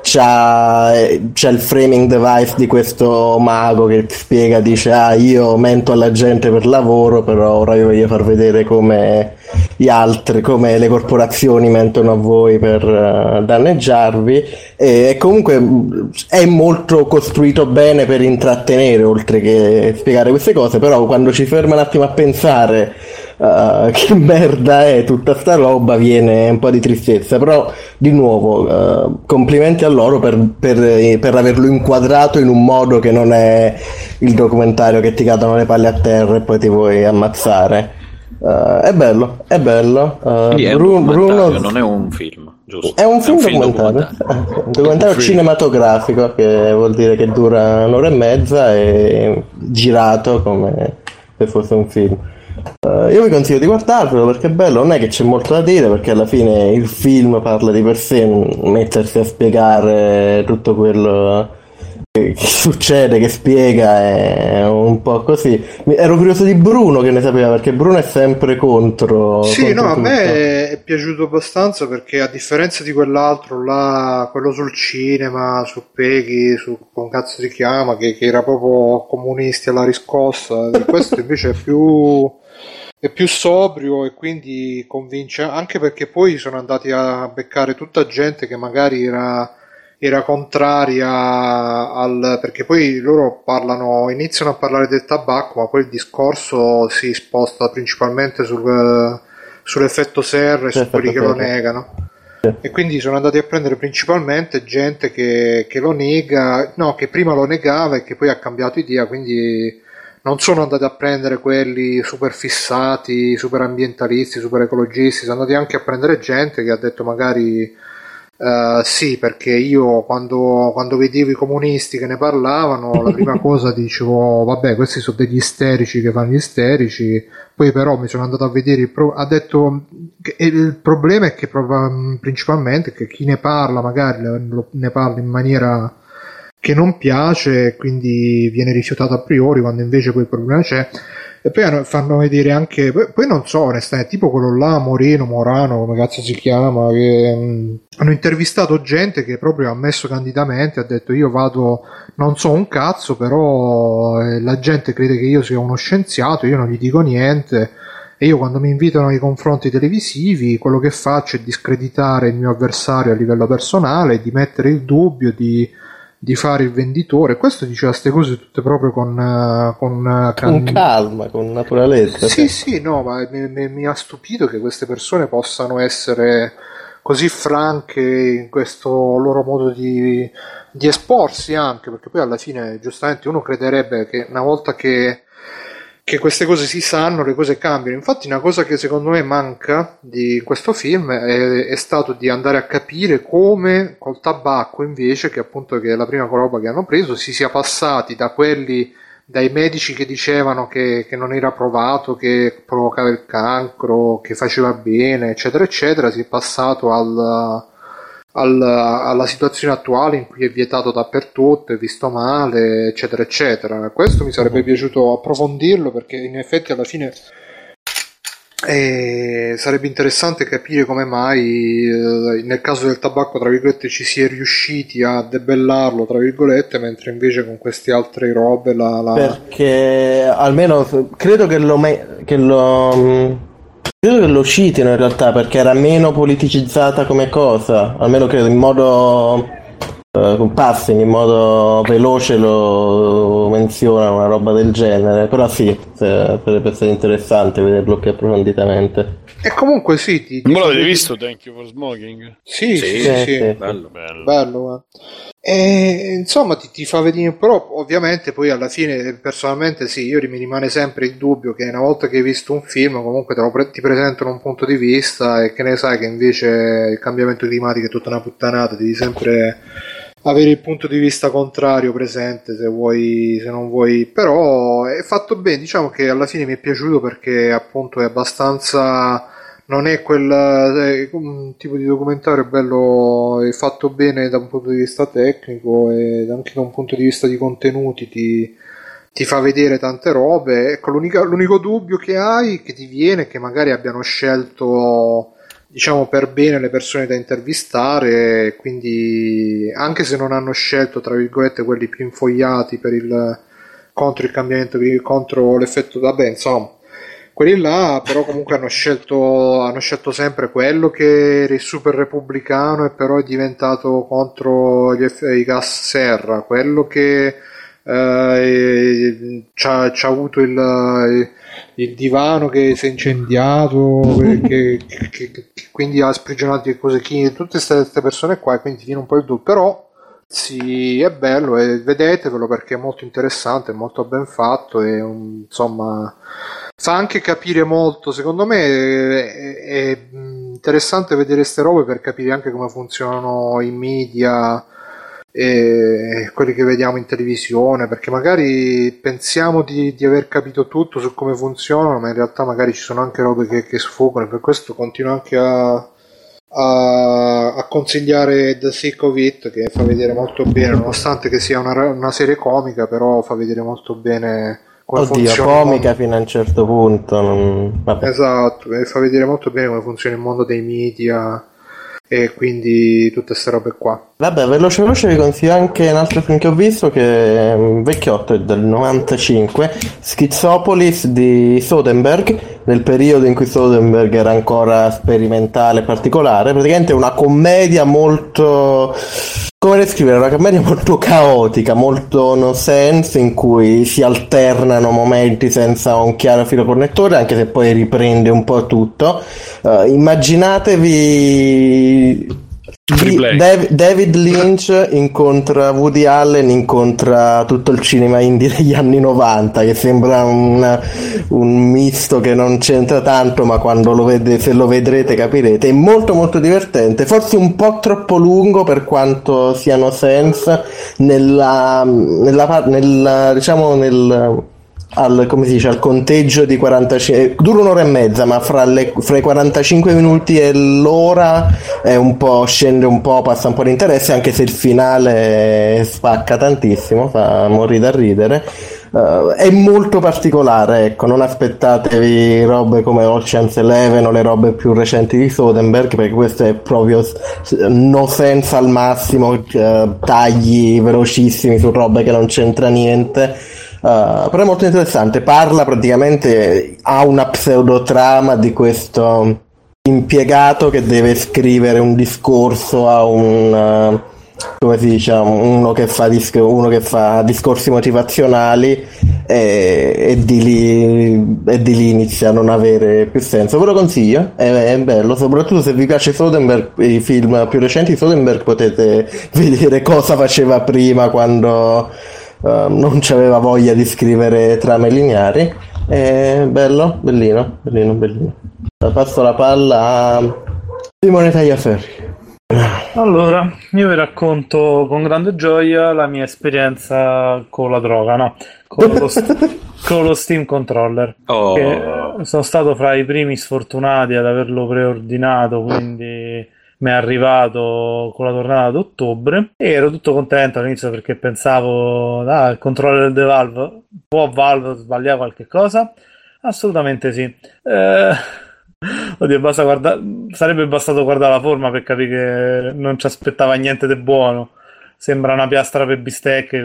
c'ha, c'è il framing device di questo mago che spiega, dice ah io mento alla gente per lavoro, però ora vi voglio far vedere come gli altri, come le corporazioni mentono a voi per uh, danneggiarvi, e, e comunque è molto costruito bene per intrattenere oltre che spiegare queste cose, però quando ci ferma un attimo a pensare uh, che merda è tutta sta roba viene un po' di tristezza. Però di nuovo uh, complimenti a loro per, per, per averlo inquadrato in un modo che non è il documentario che ti cadono le palle a terra e poi ti vuoi ammazzare. Uh, è bello, è bello. Uh, è Bruno, un Bruno non è un film, giusto? È un film, è un film documentario, documentario. un documentario cinematografico, che vuol dire che dura un'ora e mezza e girato come se fosse un film. Uh, io vi consiglio di guardarvelo perché è bello, non è che c'è molto da dire perché alla fine il film parla di per sé, mettersi a spiegare tutto quello che succede, che spiega, è un po' così. Ero curioso di Bruno che ne sapeva, perché Bruno è sempre contro. Sì, contro no, a tutto. me è piaciuto abbastanza perché a differenza di quell'altro là, quello sul cinema, su Peggy, su come cazzo si chiama, che, che era proprio comunisti alla riscossa, questo invece è più è più sobrio e quindi convince, anche perché poi sono andati a beccare tutta gente che magari era era contraria al, perché poi loro parlano, iniziano a parlare del tabacco, ma poi il discorso si sposta principalmente sul, sull'effetto serra e su quelli che lo negano. E quindi sono andati a prendere principalmente gente che, che lo nega, no, che prima lo negava e che poi ha cambiato idea, quindi non sono andati a prendere quelli super fissati, super ambientalisti, super ecologisti, sono andati anche a prendere gente che ha detto magari Uh, sì, perché io quando, quando vedevo i comunisti che ne parlavano, la prima cosa dicevo vabbè, questi sono degli isterici che fanno gli isterici, poi però mi sono andato a vedere il pro- ha detto che il problema è che principalmente che chi ne parla magari ne parla in maniera che non piace, quindi viene rifiutato a priori, quando invece poi il problema c'è. E poi fanno vedere anche, poi, poi non so onestamente, tipo quello là Moreno, Morano, come cazzo si chiama, che mh, hanno intervistato gente che proprio ha ammesso candidamente, ha detto io vado, non so un cazzo, però eh, la gente crede che io sia uno scienziato, io non gli dico niente, e io quando mi invitano ai confronti televisivi quello che faccio è discreditare il mio avversario a livello personale, di mettere il dubbio, di di fare il venditore. Questo diceva queste cose tutte proprio con uh, con, uh, con calma, con naturalezza. Sì, sì, no, ma mi, mi, mi ha stupito che queste persone possano essere così franche in questo loro modo di, di esporsi, anche perché poi alla fine giustamente uno crederebbe che una volta che che queste cose si sanno, le cose cambiano. Infatti una cosa che secondo me manca di questo film è, è stato di andare a capire come col tabacco, invece, che appunto che è la prima roba che hanno preso, si sia passati da quelli, dai medici che dicevano che, che non era provato, che provocava il cancro, che faceva bene, eccetera eccetera, si è passato al Alla, alla situazione attuale in cui è vietato dappertutto, è visto male, eccetera eccetera. Questo mi sarebbe piaciuto approfondirlo, perché in effetti alla fine eh, sarebbe interessante capire come mai eh, nel caso del tabacco tra virgolette ci si è riusciti a debellarlo tra virgolette, mentre invece con queste altre robe la, la... perché almeno credo che lo, me- che lo credo che lo citino in realtà, perché era meno politicizzata come cosa, almeno credo in modo uh, passing, in modo veloce lo menziona una roba del genere, però sì, potrebbe essere interessante vederlo più approfonditamente. E comunque sì, ti, ti non l'avete visto Thank You for Smoking? Sì, sì, sì, sì, sì, sì. Bello, bello. bello eh. E, insomma ti, ti fa vedere, però ovviamente poi alla fine personalmente sì, io mi rimane sempre il dubbio che una volta che hai visto un film comunque te lo pre- ti presentano un punto di vista e che ne sai che invece il cambiamento climatico è tutta una puttanata, devi sempre avere il punto di vista contrario presente se vuoi, se non vuoi, però è fatto bene, diciamo che alla fine mi è piaciuto perché appunto è abbastanza, non è quel è un tipo di documentario bello, è fatto bene da un punto di vista tecnico e anche da un punto di vista di contenuti, ti, ti fa vedere tante robe. Ecco, l'unica, l'unico dubbio che hai, che ti viene, è che magari abbiano scelto, diciamo, per bene le persone da intervistare, quindi anche se non hanno scelto tra virgolette quelli più infogliati per il contro il cambiamento, contro l'effetto, vabbè, insomma, quelli là, però comunque hanno scelto hanno scelto sempre quello che era il super repubblicano e però è diventato contro gli eff- i gas serra, quello che eh, c'ha, c'ha avuto il, il divano che si è incendiato, che, che, che, che quindi ha sprigionato le cose chimiche, tutte queste persone qua, e quindi ti viene un po' il dubbio, però sì, è bello e vedetevelo perché è molto interessante, è molto ben fatto e um, insomma fa anche capire molto, secondo me è, è interessante vedere queste robe per capire anche come funzionano i media e quelli che vediamo in televisione, perché magari pensiamo di, di aver capito tutto su come funzionano, ma in realtà magari ci sono anche robe che, che sfuggono, per questo continuo anche a, a, a consigliare The Sick of It, che fa vedere molto bene, nonostante che sia una, una serie comica, però fa vedere molto bene come Oddio, funziona comica fino a un certo punto. Non... Esatto, e fa vedere molto bene come funziona il mondo dei media e quindi tutte queste robe qua. Vabbè, veloce veloce vi consiglio anche un altro film che ho visto, che è un vecchiotto, è del novantacinque, Schizopolis di Soderbergh, nel periodo in cui Soderbergh era ancora sperimentale e particolare. Praticamente è una commedia molto, come descrivere, una commedia molto caotica, molto no sense, in cui si alternano momenti senza un chiaro filo connettore, anche se poi riprende un po' tutto. Uh, immaginatevi Dav- David Lynch incontra Woody Allen, incontra tutto il cinema indie degli anni novanta, che sembra un, un misto che non c'entra tanto, ma quando lo vede, se lo vedrete capirete. È molto molto divertente, forse un po' troppo lungo per quanto siano sense nella, nella, nella diciamo nel al, come si dice, al conteggio di quarantacinque, dura un'ora e mezza, ma fra, le, fra i quarantacinque minuti e l'ora è un po', scende un po', passa un po' di interesse, anche se il finale spacca tantissimo, fa morire da ridere. Uh, è molto particolare, ecco, non aspettatevi robe come Ocean's Eleven o le robe più recenti di Soderbergh, perché questo è proprio no sense al massimo, uh, tagli velocissimi su robe che non c'entra niente. Uh, però è molto interessante, parla praticamente, ha una pseudotrama di questo impiegato che deve scrivere un discorso a un uh, come si dice, uno che fa, dis- uno che fa discorsi motivazionali e, e, di lì, e di lì inizia a non avere più senso. Ve lo consiglio, è, è bello, soprattutto se vi piace Soderbergh, i film più recenti di Soderbergh, potete vedere cosa faceva prima quando Uh, non c'aveva voglia di scrivere trame lineari. È bello, bellino, bellino, bellino. Passo la palla a Simone Tagliaferri. Allora, io vi racconto con grande gioia la mia esperienza con la droga, no, con lo, st- con lo Steam Controller. Oh. Che sono stato fra i primi sfortunati ad averlo preordinato, quindi mi è arrivato con la tornata d'ottobre e ero tutto contento all'inizio perché pensavo, ah, il controller di Valve, può Valve sbagliare qualche cosa? Assolutamente sì. Eh, oddio, basta guarda- sarebbe bastato guardare la forma per capire che non ci aspettava niente di buono. Sembra una piastra per bistecche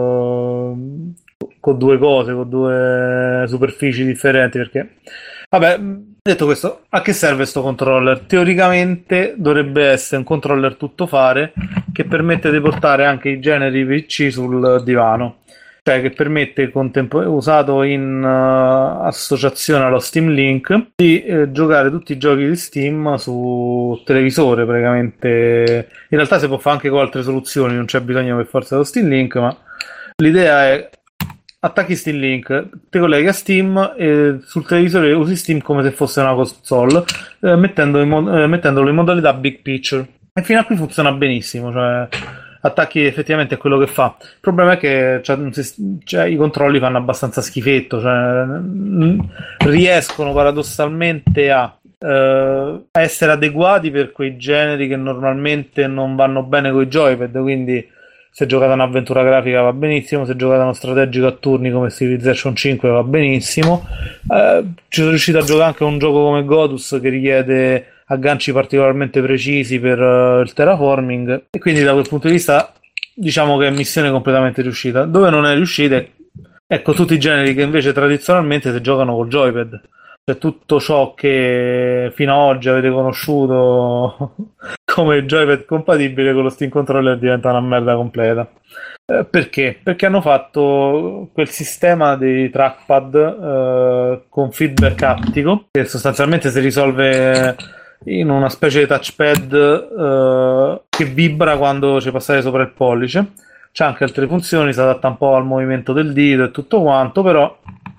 con, con due cose, con due superfici differenti, perché... Vabbè, detto questo, a che serve sto controller? Teoricamente dovrebbe essere un controller tuttofare che permette di portare anche i generi P C sul divano. cioè che permette, contempo- usato in uh, associazione allo Steam Link, di eh, giocare tutti i giochi di Steam su televisore praticamente. In realtà si può fare anche con altre soluzioni, non c'è bisogno per forza dello Steam Link, ma l'idea è attacchi Steam Link, ti colleghi a Steam e sul televisore usi Steam come se fosse una console, eh, mettendo in mo- eh, mettendolo in modalità Big Picture, e fino a qui funziona benissimo, cioè attacchi effettivamente è quello che fa. Il problema è che cioè, non si- cioè, i controlli fanno abbastanza schifetto, cioè, mm, riescono paradossalmente a, eh, a essere adeguati per quei generi che normalmente non vanno bene con i joypad, quindi se giocate un'avventura grafica va benissimo, se giocate uno strategico a turni come Civilization cinque va benissimo. Eh, ci sono riuscito a giocare anche a un gioco come Godus che richiede agganci particolarmente precisi per uh, il terraforming, e quindi da quel punto di vista diciamo che è missione completamente riuscita. Dove non è riuscita è, ecco, tutti i generi che invece tradizionalmente si giocano col joypad, cioè tutto ciò che fino ad oggi avete conosciuto come joypad compatibile con lo Steam Controller diventa una merda completa. Eh, perché? Perché hanno fatto quel sistema di trackpad eh, con feedback aptico che sostanzialmente si risolve in una specie di touchpad eh, che vibra quando ci passate sopra il pollice. C'ha anche altre funzioni, si adatta un po' al movimento del dito e tutto quanto, però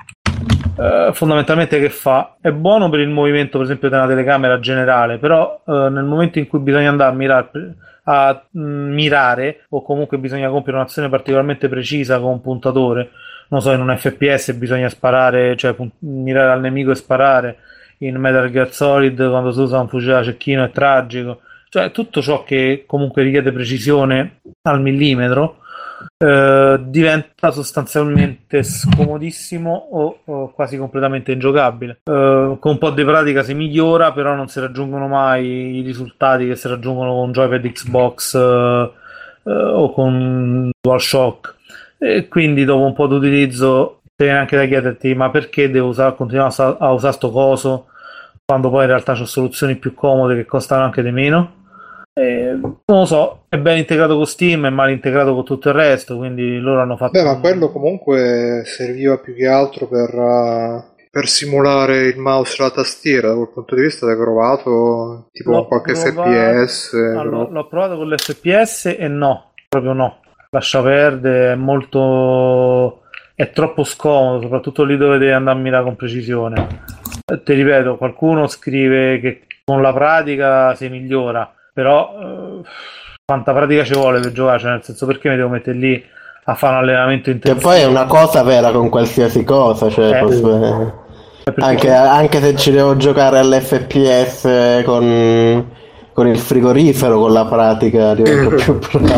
Uh, fondamentalmente che fa? È buono per il movimento, per esempio, della telecamera generale, però uh, nel momento in cui bisogna andare a mirare, a, mh, mirare o comunque bisogna compiere un'azione particolarmente precisa con un puntatore, non so, in un F P S bisogna sparare, cioè punt- mirare al nemico e sparare, in Metal Gear Solid quando si usa un fucile da cecchino è tragico, cioè tutto ciò che comunque richiede precisione al millimetro Uh, diventa sostanzialmente scomodissimo o, o quasi completamente ingiocabile. Uh, con un po' di pratica si migliora, però non si raggiungono mai i risultati che si raggiungono con joypad Xbox uh, uh, o con DualShock, e quindi dopo un po' di utilizzo ti viene anche da chiederti: ma perché devo usare, continuare a, a usare sto coso quando poi in realtà c'ho soluzioni più comode che costano anche di meno? Eh, non lo so, è ben integrato con Steam, è mal integrato con tutto il resto, quindi loro hanno fatto... Beh, ma quello comunque serviva più che altro per, uh, per simulare il mouse e la tastiera. Da quel punto di vista l'hai provato tipo l'ho qualche provato... F P S? Ah, l'ho, l'ho provato con l'F P S e no, proprio no, lascia perdere, è molto... è troppo scomodo, soprattutto lì dove devi andare a mirare con precisione. Eh, ti ripeto, qualcuno scrive che con la pratica si migliora, però uh, quanta pratica ci vuole per giocare, cioè nel senso, perché mi devo mettere lì a fare un allenamento intensivo? Che poi è una cosa vera con qualsiasi cosa, cioè Eh, posso- perché anche, c'è- anche se ci devo giocare all'F P S con, con il frigorifero, con la pratica divento più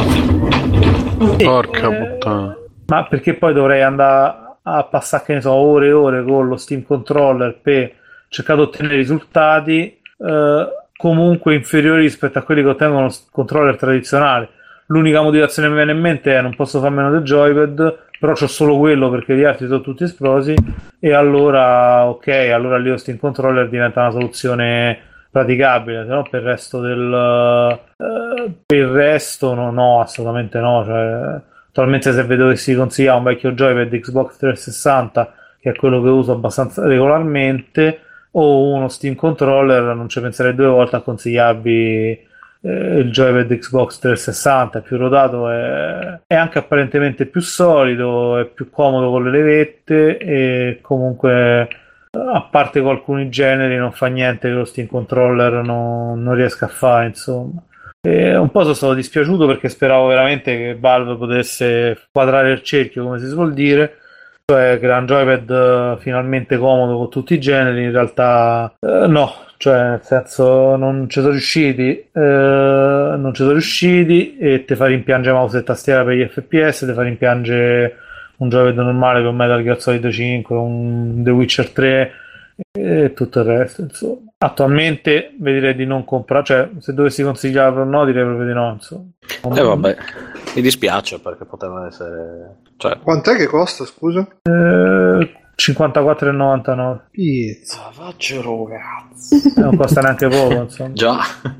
bravo. Porca eh, puttana. ma perché poi dovrei andare a passare, che ne so, ore e ore con lo Steam Controller per cercare di ottenere risultati eh, comunque inferiori rispetto a quelli che ottengono il controller tradizionale. L'unica motivazione che mi viene in mente è: non posso fare meno del joypad, però c'ho solo quello perché gli altri sono tutti esplosi, e allora ok, allora lì lo Steam Controller diventa una soluzione praticabile, se no per il resto del eh, per il resto no, no, assolutamente no, cioè, attualmente se vi dovessi consigliare un vecchio joypad Xbox trecentosessanta, che è quello che uso abbastanza regolarmente, o uno Steam Controller, non ci penserei due volte a consigliarvi eh, il joypad Xbox trecentosessanta. È più rodato, è, è anche apparentemente più solido, è più comodo con le levette, e comunque a parte con alcuni generi non fa niente che lo Steam Controller non, non riesca a fare, insomma. E un po' sono stato dispiaciuto perché speravo veramente che Valve potesse quadrare il cerchio, come si suol dire, cioè che era un joypad uh, finalmente comodo con tutti i generi. In realtà uh, no, cioè nel senso non ci sono riusciti, uh, non ci sono riusciti, e te fa rimpiangere mouse e tastiera per gli F P S, te fa rimpiangere un joypad normale con Metal Gear Solid cinque, un The Witcher tre e tutto il resto, insomma. Attualmente vi direi di non comprare, cioè se dovessi consigliarlo o no, direi proprio di no, insomma. E eh vabbè, mi dispiace perché poteva essere... Cioè... Quant'è che costa, scusa? Eh, cinquantaquattro virgola novantanove. Pizza. Ah, faccelo cazzo. Non costa neanche poco, insomma. Già.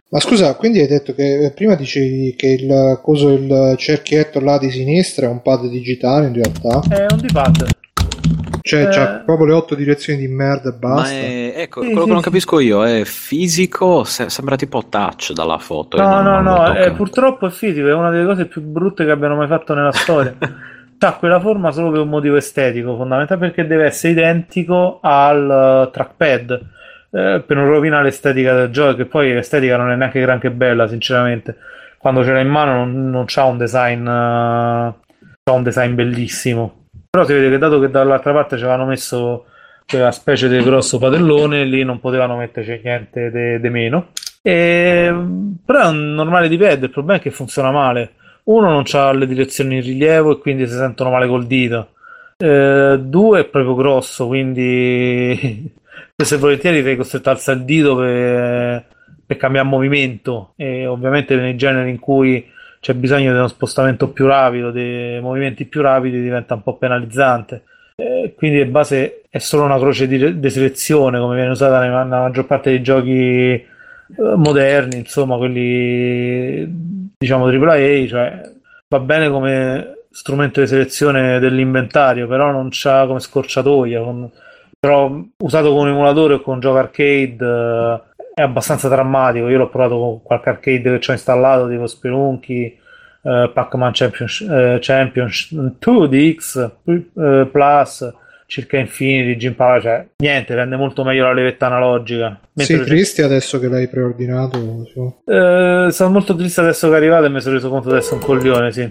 Ma scusa, quindi hai detto che prima dicevi che il coso, il cerchietto là di sinistra è un pad digitale in realtà? È un D-pad. Cioè, Eh... c'ha proprio le otto direzioni di merda e basta. Ma è, ecco, Sì, quello sì, che non sì. capisco io è fisico, se- sembra tipo touch dalla foto. e No, non- no, non lo no, tocca. è, purtroppo è fisico, è una delle cose più brutte che abbiano mai fatto nella storia. Ha quella forma solo per un motivo estetico, fondamentalmente perché deve essere identico al uh, trackpad, eh, per non rovinare l'estetica del gioco, che poi l'estetica non è neanche granché bella, sinceramente. Quando ce l'hai in mano non, non c'ha un design, uh, c'ha un design bellissimo. Però si vede che dato che dall'altra parte ci avevano messo quella specie di grosso padellone, lì non potevano metterci niente di meno. E, però è un normale D-pad, il problema è che funziona male. Uno, non c'ha le direzioni in rilievo e quindi si sentono male col dito. Eh, due, è proprio grosso, quindi se volentieri sei costretto a alzare il dito per, per cambiare movimento. E ovviamente nei generi in cui c'è bisogno di uno spostamento più rapido, di movimenti più rapidi, diventa un po' penalizzante. Eh, quindi di base è solo una croce di, di selezione, come viene usata nella, nella maggior parte dei giochi moderni, insomma, quelli diciamo tripla A, cioè va bene come strumento di selezione dell'inventario, però non c'ha come scorciatoia. Con... però usato con un emulatore o con un gioco arcade eh, è abbastanza drammatico. Io l'ho provato con qualche arcade che ho installato, tipo Spelunky, eh, Pac-Man Champions, eh, Champions due D X eh, Plus, circa Infinity, Jim Power, cioè niente, rende molto meglio la levetta analogica. Sei triste adesso che l'hai preordinato? Eh, sono molto triste adesso che è arrivato e mi sono reso conto di essere un coglione, sì.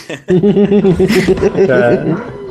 Cioè,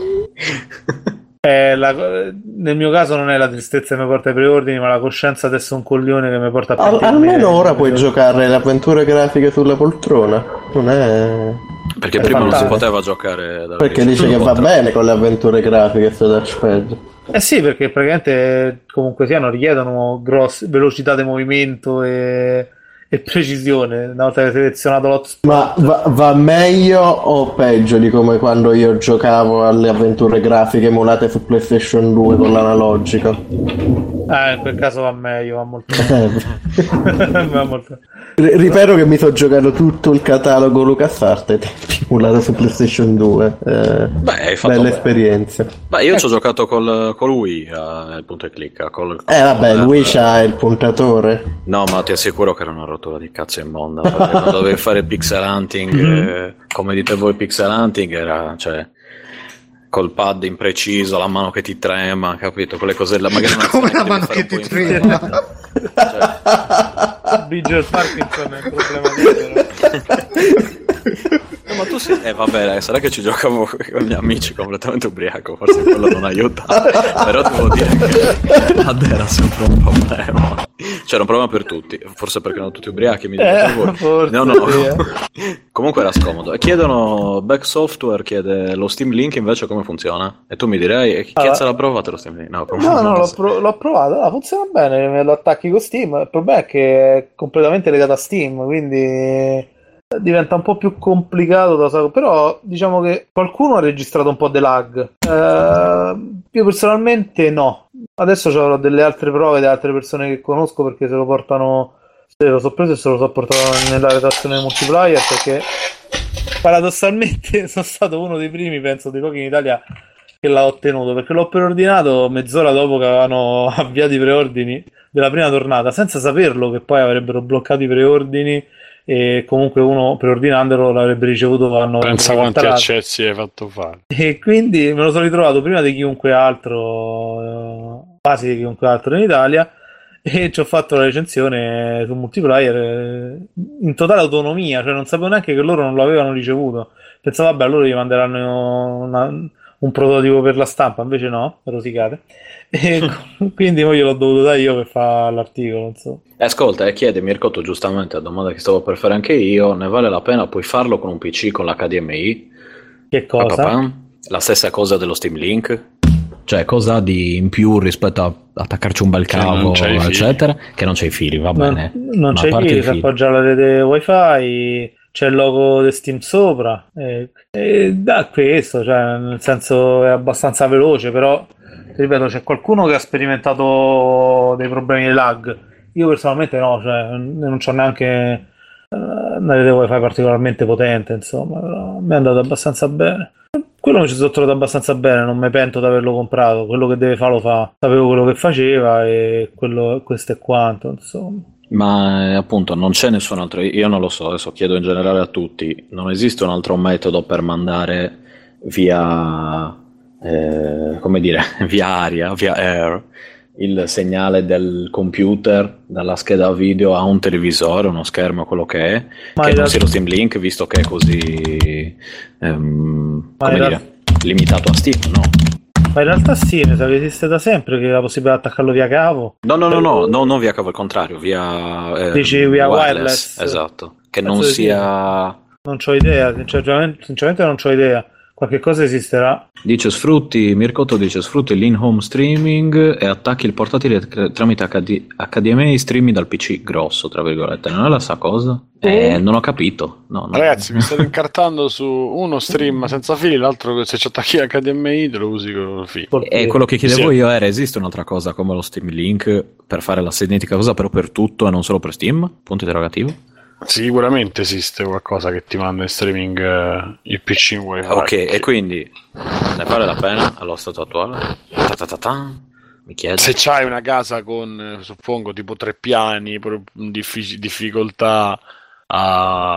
è la, nel mio caso non è la tristezza che mi porta ai preordini, ma la coscienza di essere un coglione che mi porta a Al, almeno ora puoi giocare le avventure grafiche sulla poltrona, non è... Perché è prima fantastico. non si poteva giocare dalla Perché P C, dice che va bene con le avventure grafiche sto touchpad. Eh sì, perché praticamente comunque sia non richiedono grosse velocità di movimento e, e precisione una volta che hai selezionato l'hotspot. Ma va, va meglio o peggio di come quando io giocavo alle avventure grafiche emulate su PlayStation due con l'analogico? Ah, in quel caso va meglio, va molto meglio. Va molto... R- ripeto che mi sono giocato tutto il catalogo LucasArts emulato su PlayStation due. Eh, Beh, hai fatto belle bene. esperienze. Beh, io ci ho giocato col, col Wii al punto e clicca. Col, col Eh vabbè, col- lui c'ha il puntatore. No, ma ti assicuro che era una rottura di cazzo immonda. Perché quando dovevi fare pixel hunting, eh, come dite voi, pixel hunting era, cioè, col pad impreciso, la mano che ti trema, capito? Quelle cose là, magari una Come la devi mano fare che un ti po' in- trema? Cioè, Bridger Parkinson è un problema vero. no, ma tu sei... Eh vabbè, dai, sarà che ci giocavo con gli amici completamente ubriaco, forse quello non aiuta. Però devo dire che la pad era sempre un problema. C'era un problema per tutti, forse perché erano tutti ubriachi, mi dite Eh, voi. forse No, no. sì, eh. Comunque era scomodo. E chiedono, Back Software chiede lo Steam Link invece come funziona? E tu mi direi, e chi Allora- cazzo l'ha provato lo Steam Link? No, come No, no, non l'ho, so. pro- l'ho provato, ah, funziona bene, me lo attacchi con Steam, il problema è che è completamente legato a Steam, quindi diventa un po' più complicato da usare, però diciamo che qualcuno ha registrato un po' di lag. Eh, io personalmente no, adesso avrò delle altre prove da altre persone che conosco perché se lo portano, se lo so preso e se lo so portato nella redazione multiplayer, perché paradossalmente sono stato uno dei primi, penso, dei pochi in Italia che l'ha ottenuto, perché l'ho preordinato mezz'ora dopo che avevano avviato i preordini della prima tornata, senza saperlo che poi avrebbero bloccato i preordini e comunque uno preordinandolo l'avrebbe ricevuto vanno Pensa quanti quattro accessi hai fatto fare. e quindi me lo sono ritrovato prima di chiunque altro, eh, quasi di chiunque altro in Italia, e ci ho fatto la recensione su multiplayer eh, in totale autonomia, cioè non sapevo neanche che loro non lo avevano ricevuto. Pensavo vabbè, loro gli manderanno una, un prototipo per la stampa, invece no, rosicate. E quindi poi gliel'ho dovuto dare io per fare l'articolo, non so. Eh, Ascolta, e chiede Mircotto giustamente la domanda che stavo per fare anche io, ne vale la pena? Puoi farlo con un P C con l'H D M I? Che cosa? Pa-pa-pam? La stessa cosa dello Steam Link? Cioè, cosa di in più rispetto a attaccarci un bel Che non cavo, c'hai i fili. eccetera? Che non c'è i fili, va Non, bene. non Ma c'è a parte chi i si fili. appoggia alla rete wifi, c'è il logo di Steam sopra e, e da questo, cioè nel senso è abbastanza veloce, però ti ripeto c'è qualcuno che ha sperimentato dei problemi di lag. io personalmente no, cioè non c'ho neanche una rete wifi particolarmente potente, insomma, però mi è andato abbastanza bene. Quello mi ci sono trovato abbastanza bene, non mi pento di averlo comprato, quello che deve fare lo fa, sapevo quello che faceva e quello, questo è quanto, insomma. Ma eh, appunto non c'è nessun altro, io non lo so, adesso chiedo in generale a tutti, non esiste un altro metodo per mandare via, eh, come dire, via aria, via air, il segnale del computer dalla scheda video a un televisore, uno schermo, quello che è, Ma che in non realtà- sia lo Steam Link, visto che è così ehm, Ma come in dire, limitato a Steam, no? Ma in realtà sì, mi sa che esiste da sempre che la possibilità di attaccarlo via cavo. No, no, no, no, no, non via cavo, al contrario, via, eh, Dici via wireless? esatto, che Penso non di sì. sia... Non c'ho idea, sinceramente, sinceramente non c'ho idea. Qualche cosa esisterà. Dice sfrutti, Mircotto dice sfrutti l'in-home streaming e attacchi il portatile tr- tramite H D- H D M I, streami dal P C grosso, tra virgolette. Non è la sa cosa? Eh, non ho capito. No, no. Ragazzi, mi state incartando su uno stream senza fili, l'altro se ci attacchi H D M I te lo usi con il filo. E quello che chiedevo Sì. io era, esiste un'altra cosa come lo Steam Link per fare la identica cosa però per tutto e non solo per Steam? Punto interrogativo. Sicuramente esiste qualcosa che ti manda in streaming eh, il P C in wifi. Ok, e quindi ne vale la pena allo stato attuale? Ta-ta-ta-ta. Mi chiedo. Se c'hai una casa con, eh, suppongo, tipo tre piani, pro- diffic- difficoltà a...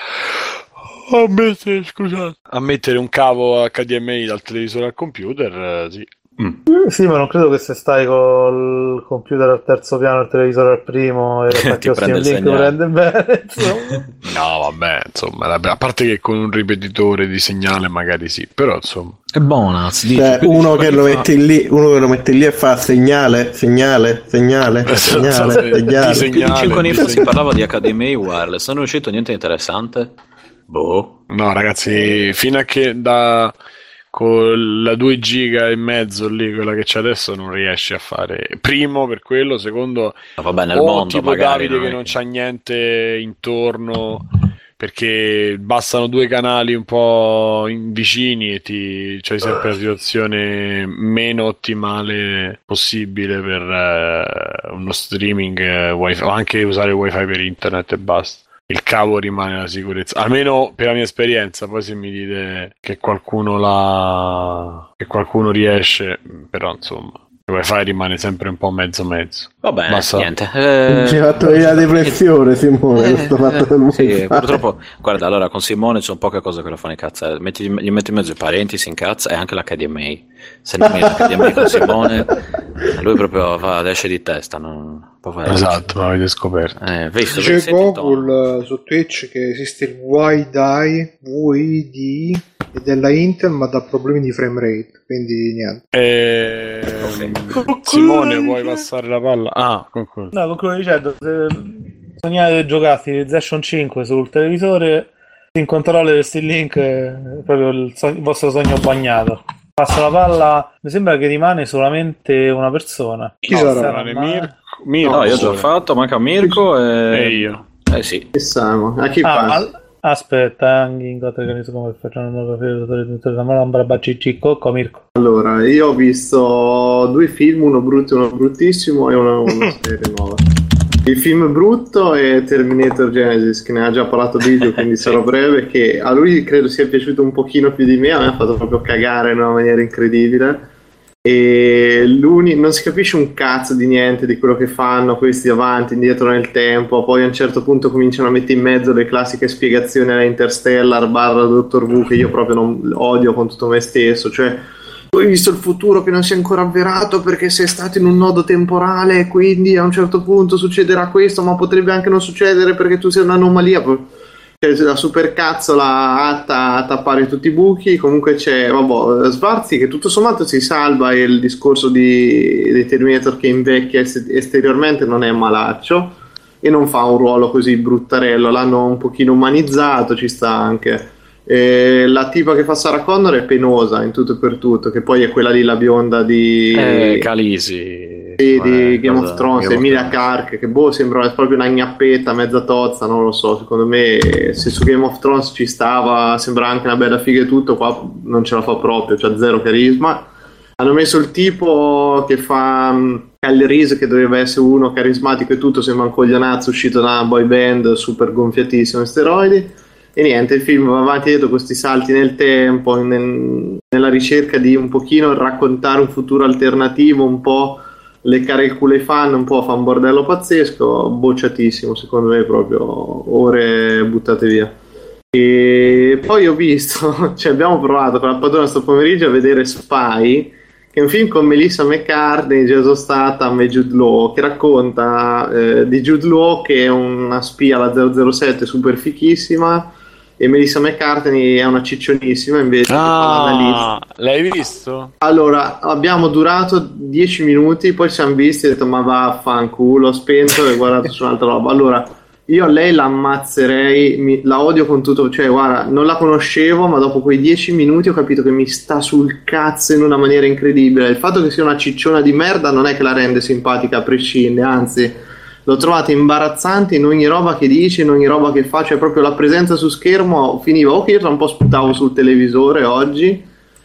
a mettere, scusate, a mettere un cavo H D M I dal televisore al computer, eh, sì. Sì, ma non credo che se stai col computer al terzo piano e il televisore al primo e attacchi lo Steam prende il Link segnale. prende bene, insomma. No, vabbè, insomma, a parte che con un ripetitore di segnale magari sì, però insomma. È buona, si dice. Cioè, quindi uno si che lo fa- mette lì, uno che lo mette lì e fa segnale, segnale, segnale, segnale, Di segnale. segnale. Più di cinque anni fa di si parlava di H D M I wireless, non è uscito niente di interessante? Boh. No, ragazzi, fino a che da con la due giga e mezzo lì, quella che c'è adesso, non riesci a fare. Primo per quello, secondo No, vabbè, nel o mondo tipo magari. Davide non è che non che- c'ha niente intorno perché bastano due canali un po' in- vicini e ti c'hai sempre la situazione meno ottimale possibile per eh, uno streaming eh, wifi o anche usare il wifi per internet e basta. Il cavo rimane la sicurezza, almeno per la mia esperienza. Poi se mi dite che qualcuno la che qualcuno riesce, però insomma il wifi rimane sempre un po' mezzo mezzo. Va bene, Basta. niente. Eh, Ci hai fatto venire la depressione, Simone, Eh, questo fatto del sì, wifi. purtroppo, guarda, allora con Simone c'è poche cose che lo fanno incazzare. Metti, gli metti in mezzo i parenti, si incazza e anche l'H D M I. Se non metti l'H D M I con Simone, lui proprio va, esce di testa. No? Povero. Esatto, l'avete scoperto. Eh, visto, Dice senti il tono. Google eh, su Twitch che esiste il W I D I e della Intel ma dà problemi di frame rate, quindi niente. Ehm, Simone, vuoi passare la palla? Ah, concludo. No, concludo dicendo, se sognate di giocarsi PlayStation cinque sul televisore, in controllo del Steam Link è proprio il, sogno- il vostro sogno bagnato. Passo la palla, mi sembra che rimane solamente una persona. Chi No, sarà? sarà Rimane ma- Mirko, Mirko No, io ho già solo. fatto, manca Mirko e... E io. Eh sì. Che siamo? A chi Ah, passa? al- aspetta, anche in conto che come facciamo il nuovo film della Malambra Bacicci Cocco Mirko. Allora, io ho visto due film, uno brutto e uno bruttissimo, e una, una serie nuova. Il film brutto è Terminator Genesis, che ne ha già parlato Biggio, quindi sarò breve, che a lui credo sia piaciuto un pochino più di me, a me ha fatto proprio cagare in una maniera incredibile. E l'uni- non si capisce un cazzo di niente di quello che fanno questi avanti, indietro nel tempo, poi a un certo punto cominciano a mettere in mezzo le classiche spiegazioni alla Interstellar barra Dottor Who che io proprio non odio con tutto me stesso, cioè tu hai visto il futuro che non si è ancora avverato perché sei stato in un nodo temporale e quindi a un certo punto succederà questo, ma potrebbe anche non succedere perché tu sei un'anomalia. C'è la supercazzola atta a tappare tutti i buchi. Comunque c'è vabbè, Svarzi che tutto sommato si salva, e il discorso di, di Terminator che invecchia est- esteriormente non è malaccio e non fa un ruolo così bruttarello, l'hanno un pochino umanizzato, ci sta anche. E la tipa che fa Sarah Connor è penosa in tutto e per tutto, che poi è quella lì, la bionda di Eh, Calisi. sì, di Eh, Game cosa- of Thrones, Game of Emilia Thrones. Clarke, che boh, sembra proprio una gnappetta, mezza tozza, non lo so, secondo me se su Game of Thrones ci stava, sembra anche una bella figa e tutto, qua non ce la fa proprio, c'ha zero carisma. Hanno messo il tipo che fa um, Kyle Reese, che doveva essere uno carismatico e tutto, sembra un coglionazzo uscito da una boy band super gonfiatissimo in steroidi. E niente, il film va avanti dietro questi salti nel tempo, nel, nella ricerca di un pochino raccontare un futuro alternativo, un po' leccare il culo ai fan, un po' fa un bordello pazzesco, bocciatissimo, secondo me proprio ore buttate via. E poi ho visto, cioè abbiamo provato con la padrona sto pomeriggio a vedere Spy, che è un film con Melissa McCartney, Jason Statham e Jude Law, che racconta eh, di Jude Law che è una spia alla zero zero sette super fichissima, e Melissa McCartney è una ciccionissima invece. Ah, l'hai visto? Allora, abbiamo durato dieci minuti, poi ci siamo visti e ho detto ma vaffanculo, ho spento e guardato su un'altra roba. Allora, io a lei la ammazzerei, mi, la odio con tutto, cioè guarda, non la conoscevo, ma dopo quei dieci minuti ho capito che mi sta sul cazzo in una maniera incredibile. Il fatto che sia una cicciona di merda non è che la rende simpatica a prescindere, anzi l'ho trovata imbarazzante in ogni roba che dice, in ogni roba che fa, cioè proprio la presenza su schermo finiva, ok, io tra un po' sputavo sul televisore oggi,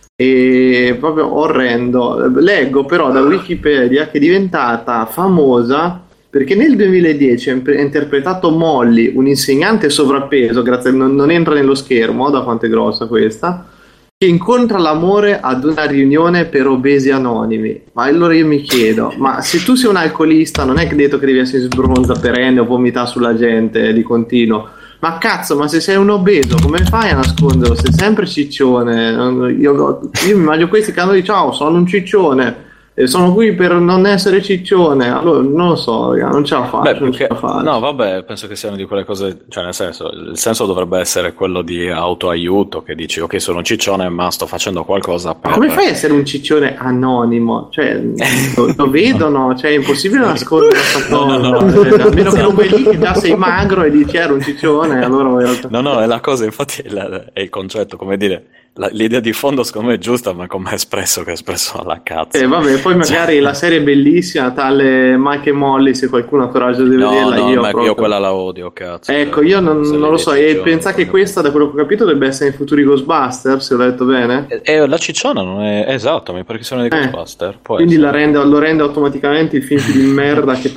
e proprio orrendo. Leggo però da Wikipedia che è diventata famosa perché nel duemiladieci ha interpretato Molly, un insegnante sovrappeso, grazie, non, non entra nello schermo da quanto è grossa questa, che incontra l'amore ad una riunione per obesi anonimi. Ma allora io mi chiedo, ma se tu sei un alcolista non è che detto che devi essere sbronza perenne o vomitare sulla gente di continuo, ma cazzo, ma se sei un obeso come fai a nasconderlo? Sei sempre ciccione. Io, io mi immagino questi che hanno detto ciao, sono un ciccione, sono qui per non essere ciccione. Allora non lo so, non ce la faccio. Beh, non perché, ce la faccio. no, vabbè, penso che siano di quelle cose, cioè nel senso, il senso dovrebbe essere quello di autoaiuto, che dici ok, sono un ciccione ma sto facendo qualcosa per... Ma come fai a essere un ciccione anonimo? Cioè, lo, lo vedono, cioè è impossibile nascondere questa cosa. No, no, no. Cioè, a meno che non vai lì che già sei magro e dici ero un ciccione, allora voglio... No, no, è la cosa, infatti è, la, è il concetto, come dire, la, l'idea di fondo secondo me è giusta, ma come è espresso, che è espresso alla cazzo. Eh vabbè, poi magari la serie è bellissima, tale Mike e Molly, se qualcuno ha coraggio di No, vederla, no, io ma proprio... io quella la odio, cazzo. Ecco, io non, Se non lo le so, dieci e giorni, pensa che proprio. questa, da quello che ho capito, dovrebbe essere in futuri Ghostbusters, se l'ho detto bene? E, e la cicciona non è... Esatto, mi pare che siano dei Eh, Ghostbuster. Può Quindi essere. la rende, lo rende automaticamente il film più di merda che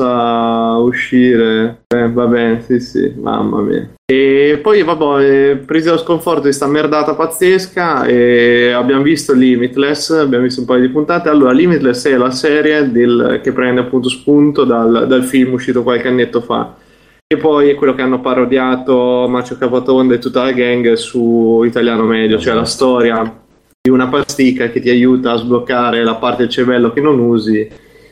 possa uscire. Eh, va bene, sì sì, mamma mia. E poi vabbè, eh, presi dallo sconforto di sta merdata pazzesca, e abbiamo visto Limitless, abbiamo visto un paio di puntate. Allora, Limitless è la serie del, che prende appunto spunto dal, dal film uscito qualche annetto fa, e poi è quello che hanno parodiato Macio Capatonda e tutta la gang su Italiano Medio, cioè la storia di una pasticca che ti aiuta a sbloccare la parte del cervello che non usi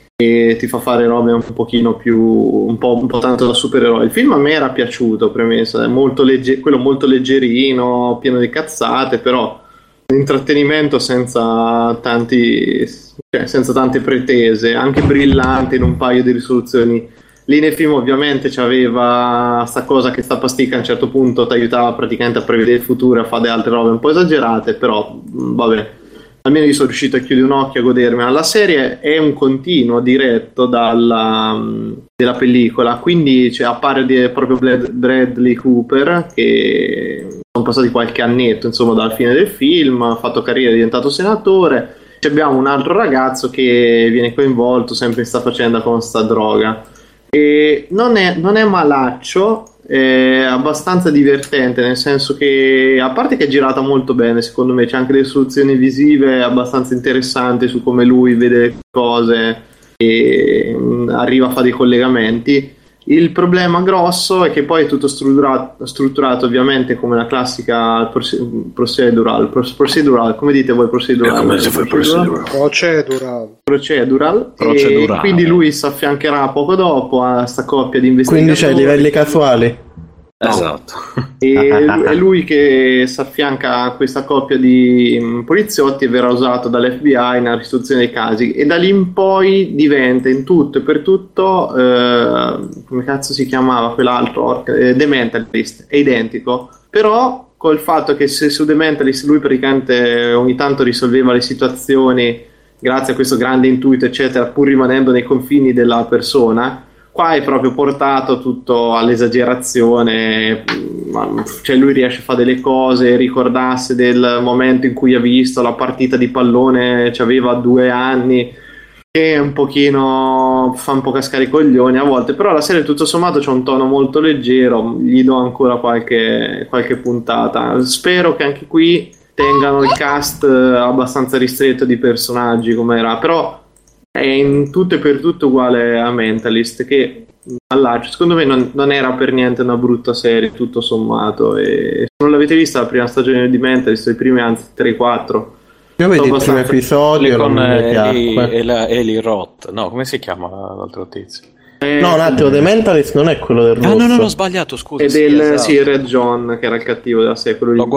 e ti fa fare robe un pochino più, un po', un po' tanto da supereroe. Il film a me era piaciuto, premessa, è molto legge- quello molto leggerino, pieno di cazzate, però intrattenimento senza tanti, cioè, senza tante pretese, anche brillante in un paio di risoluzioni. Lì nel film ovviamente c'aveva sta cosa che sta pasticca a un certo punto ti aiutava praticamente a prevedere il futuro, a fare altre robe un po' esagerate, però vabbè, almeno io sono riuscito a chiudere un occhio a godermela. La serie è un continuo diretto dalla, della pellicola, quindi cioè, appare di, proprio Brad, Bradley Cooper, che sono passati qualche annetto insomma dalla fine del film, ha fatto carriera, è diventato senatore. Ci abbiamo un altro ragazzo che viene coinvolto sempre in sta faccenda con sta droga. E non è, non è malaccio, è abbastanza divertente, nel senso che, a parte che è girata molto bene, secondo me c'è anche delle soluzioni visive abbastanza interessanti su come lui vede le cose e mh, arriva a fare dei collegamenti. Il problema grosso è che poi è tutto strutturato, strutturato ovviamente come la classica procedural, procedural, come dite voi procedural? Come si fa procedural? Procedural. Procedural. Procedurale. E quindi lui si affiancherà poco dopo a sta coppia di investigatori. Quindi c'è livelli casuali. No. Esatto. E è lui che si affianca a questa coppia di mh, poliziotti e verrà usato dall'F B I nella risoluzione dei casi, e da lì in poi diventa in tutto e per tutto eh, come cazzo si chiamava quell'altro, eh, The Mentalist, è identico, però col fatto che se su The Mentalist lui praticamente ogni tanto risolveva le situazioni grazie a questo grande intuito eccetera, pur rimanendo nei confini della persona, Qua è proprio portato tutto all'esagerazione, cioè lui riesce a fare delle cose, ricordarsi del momento in cui ha visto la partita di pallone, aveva due anni, che un pochino fa un po' cascare i coglioni a volte, però la serie tutto sommato c'ha un tono molto leggero, gli do ancora qualche, qualche puntata. Spero che anche qui tengano il cast abbastanza ristretto di personaggi come era, però è in tutto e per tutto uguale a Mentalist, che all'arcio secondo me non, non era per niente una brutta serie tutto sommato, e se non l'avete vista la prima stagione di Mentalist, i primi anzi tre quattro, io vedi il primo episodio con non mi Eli, piacque. Eli Roth, no, come si chiama l'altro tizio? Eh, No, un attimo, The Mentalist non è quello del rosso. Ah no no no, ho sbagliato, scusa. e sì, del esatto. sì, Red John, che era il cattivo della serie, quello Lo lì.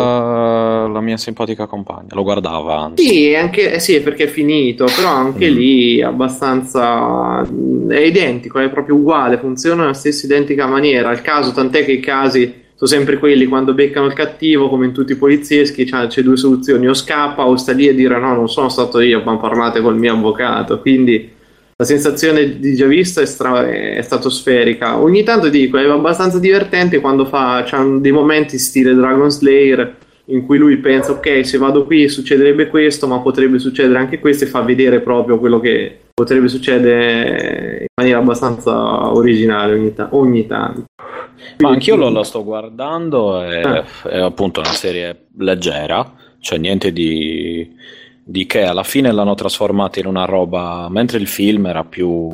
guarda la mia simpatica compagna, lo guardava anzi. Sì, anche, eh sì, perché è finito, però anche Mm. lì abbastanza è identico, è proprio uguale, funziona nella stessa identica maniera. Il caso, tant'è che i casi sono sempre quelli: quando beccano il cattivo, come in tutti i polizieschi, c'è, c'è due soluzioni: o scappa o sta lì a dire no, non sono stato io, ma parlate col mio avvocato. Quindi la sensazione di già visto è, stra- è stratosferica. Ogni tanto dico, è abbastanza divertente quando fa, c'ha dei momenti stile Dragon Slayer in cui lui pensa, ok, se vado qui succederebbe questo, ma potrebbe succedere anche questo, e fa vedere proprio quello che potrebbe succedere in maniera abbastanza originale ogni, ta- ogni tanto. Ma anch'io lo, lo sto guardando, è, Ah. è appunto una serie leggera, cioè niente di, di che, alla fine l'hanno trasformata in una roba, mentre il film era più...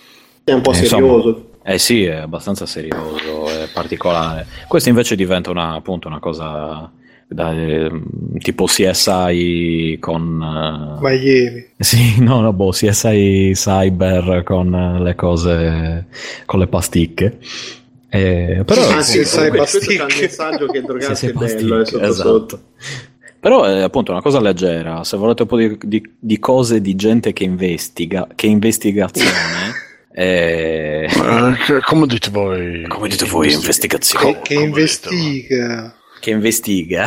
È un po' Insomma, serioso. Eh sì, è abbastanza serioso, è particolare. Questo invece diventa una, appunto una cosa da, eh, tipo C S I con... eh, Miami. Sì, no, no, boh, C S I Cyber con eh, le cose, con le pasticche. Eh, però Anzi, sì, sai, comunque, questo c'è il pasticche. messaggio che drogarsi Sì, è sì, bello, è pasticche, sotto esatto. sotto. Però è appunto una cosa leggera, se volete un po' di, di, di cose di gente che investiga, che investigazione, eh, Eh, come dite voi? come dite voi, investigazione, Che, che investiga. che investiga,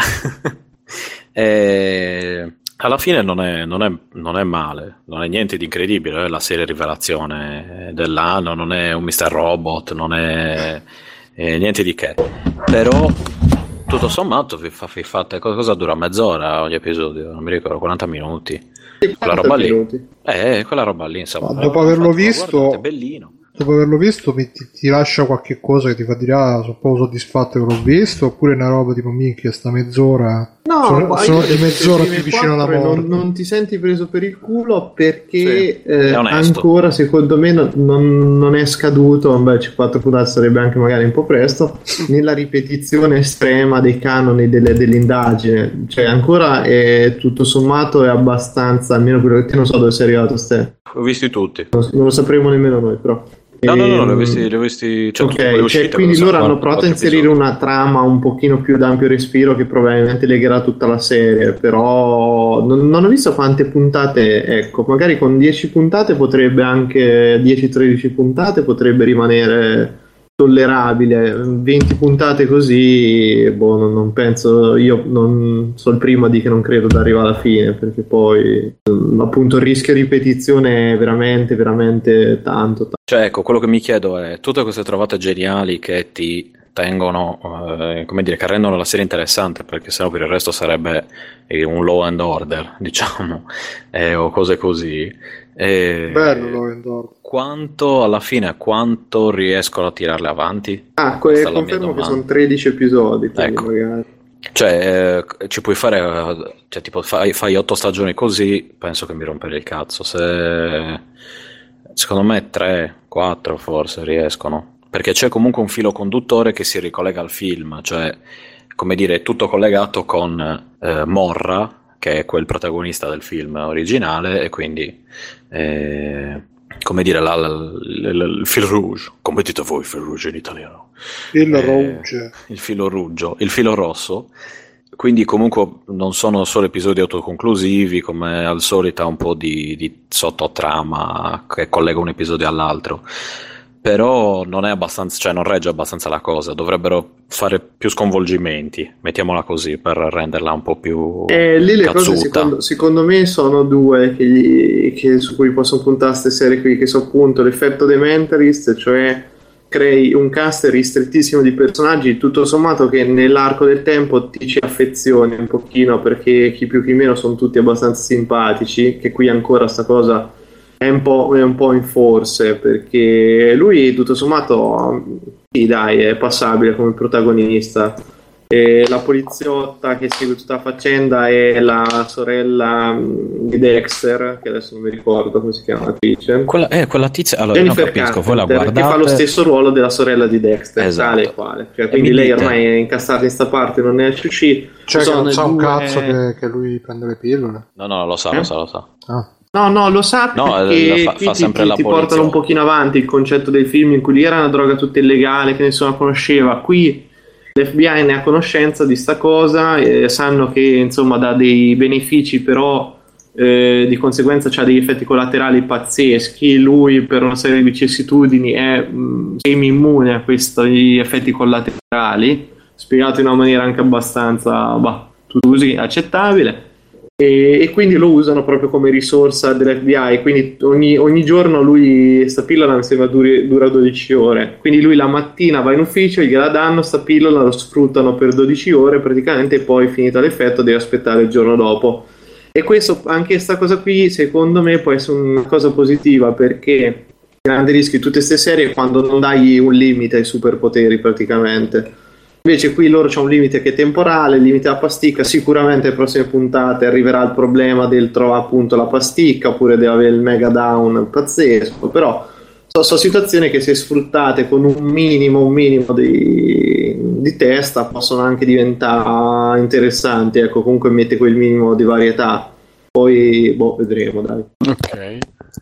eh, alla fine non è, non, è, non è male, non è niente di incredibile, è la serie rivelazione dell'anno, non è un mister Robot, non è, è niente di che, però tutto sommato vi, fa, vi fate cosa dura mezz'ora ogni episodio, non mi ricordo, quaranta minuti, quella roba lì, Minuti. eh, quella roba lì insomma, Ma dopo averlo infatti, visto- guardate, è bellino. Dopo averlo visto mi, ti, ti lascia qualche cosa che ti fa dire ah, sono proprio soddisfatto che l'ho visto, oppure una roba tipo minchia sta mezz'ora No, sono, ma sono io di le- mezz'ora le più prime vicino alla quattro morte. non, non ti senti preso per il culo perché Sì, eh, è onesto. ancora secondo me non, non- non è scaduto, beh, c- quattro puntate sarebbe anche magari un po' presto, nella ripetizione estrema dei canoni delle- dell'indagine, cioè ancora è tutto sommato è abbastanza, almeno quello che non so dove sei arrivato ste, Ho visti tutti. non, non lo sapremo nemmeno noi però. No, no, no, no, Ehm, li ho visti, li ho visti cioè, tutte Ok, quelle cioè, uscite, quindi cosa loro so, hanno quattro- provato a quattro inserire episodi. una trama un pochino più d'ampio respiro che probabilmente legherà tutta la serie, però non, non ho visto quante puntate, ecco, magari con dieci puntate potrebbe anche dieci tredici puntate potrebbe rimanere tollerabile, venti puntate così, boh, non, non penso, io non sono il primo a dire che non credo di arrivare alla fine, perché poi mm, appunto il rischio ripetizione è veramente, veramente tanto, tanto. Cioè, ecco, quello che mi chiedo è tutte queste trovate geniali che ti tengono, eh, come dire, che rendono la serie interessante, perché sennò per il resto sarebbe eh, un Law and Order, diciamo, eh, o cose così. Eh, Bello Law and Order. Quanto, alla fine, quanto riescono a tirarle avanti? Ah, que- Questa è la mia confermo che domanda. sono tredici episodi, quindi Ecco. magari. Cioè, eh, ci puoi fare, eh, cioè, tipo, fai, fai otto stagioni così, penso che mi romperei il cazzo. Se, secondo me, tre, quattro forse riescono. Perché c'è comunque un filo conduttore che si ricollega al film, cioè, come dire, è tutto collegato con eh, Morra, che è quel protagonista del film originale, e quindi, eh, come dire, la, la, la, la- il fil rouge, come dite voi, il fil rouge in italiano? Il Eh, Rouge. il filo ruggio, il filo rosso, quindi comunque non sono solo episodi autoconclusivi, come al solito ha un po' di, di sottotrama che collega un episodio all'altro, però non è abbastanza, cioè non regge abbastanza la cosa, dovrebbero fare più sconvolgimenti, mettiamola così, per renderla un po' più eh, lì le cazzuta. cose secondo, secondo me sono due che, gli, che su cui possono puntare queste serie qui, che sono appunto l'effetto The Mentalist, cioè crei un cast ristrettissimo di personaggi, tutto sommato che nell'arco del tempo ti ci affezioni un pochino, perché chi più chi meno sono tutti abbastanza simpatici, che qui ancora sta cosa è un po', è un po' in forse, perché lui tutto sommato sì, dai, è passabile come protagonista. E la poliziotta che segue tutta la faccenda è la sorella di Dexter, che adesso non mi ricordo come si chiama l'attrice. Quella, eh, quella tizia, allora Jennifer io non capisco, voi la Carpenter, guardate... che fa lo stesso ruolo della sorella di Dexter, Esatto. tale e quale. Cioè, quindi mi lei dite- ormai è incastrata in sta parte, non ne esce uscì. Cioè, che Sono non sa un due- cazzo che, che lui prende le pillole. No, no, lo sa, Eh? lo sa, lo sa. Ah. No, no, lo sa No, perché fa- qui fa ti, sempre ti- la ti portano poliziotta. un pochino avanti il concetto del film in cui lì era una droga tutta illegale che nessuno conosceva. Qui l'F B I ne ha conoscenza di sta cosa, e sanno che insomma dà dei benefici, però eh, di conseguenza c'ha degli effetti collaterali pazzeschi. Lui per una serie di vicissitudini è mh, semi immune a questi effetti collaterali, spiegato in una maniera anche abbastanza bah, tu usi, accettabile. E, e quindi lo usano proprio come risorsa dell'F B I, quindi ogni, ogni giorno lui, sta pillola mi sembra duri, dura dodici ore, quindi lui la mattina va in ufficio, gliela danno sta pillola, lo sfruttano per dodici ore praticamente, e poi finito l'effetto deve aspettare il giorno dopo. E questo, anche questa cosa qui secondo me può essere una cosa positiva, perché grande rischio di tutte queste serie quando non dai un limite ai superpoteri praticamente. Invece qui loro c'è un limite che è temporale, il limite a pasticca. Sicuramente le prossime puntate arriverà il problema del trovare appunto la pasticca, oppure deve avere il mega down pazzesco, però sono so situazioni che se sfruttate con un minimo un minimo di, di testa possono anche diventare interessanti, ecco, comunque mette quel minimo di varietà, poi boh, vedremo, dai. Ok,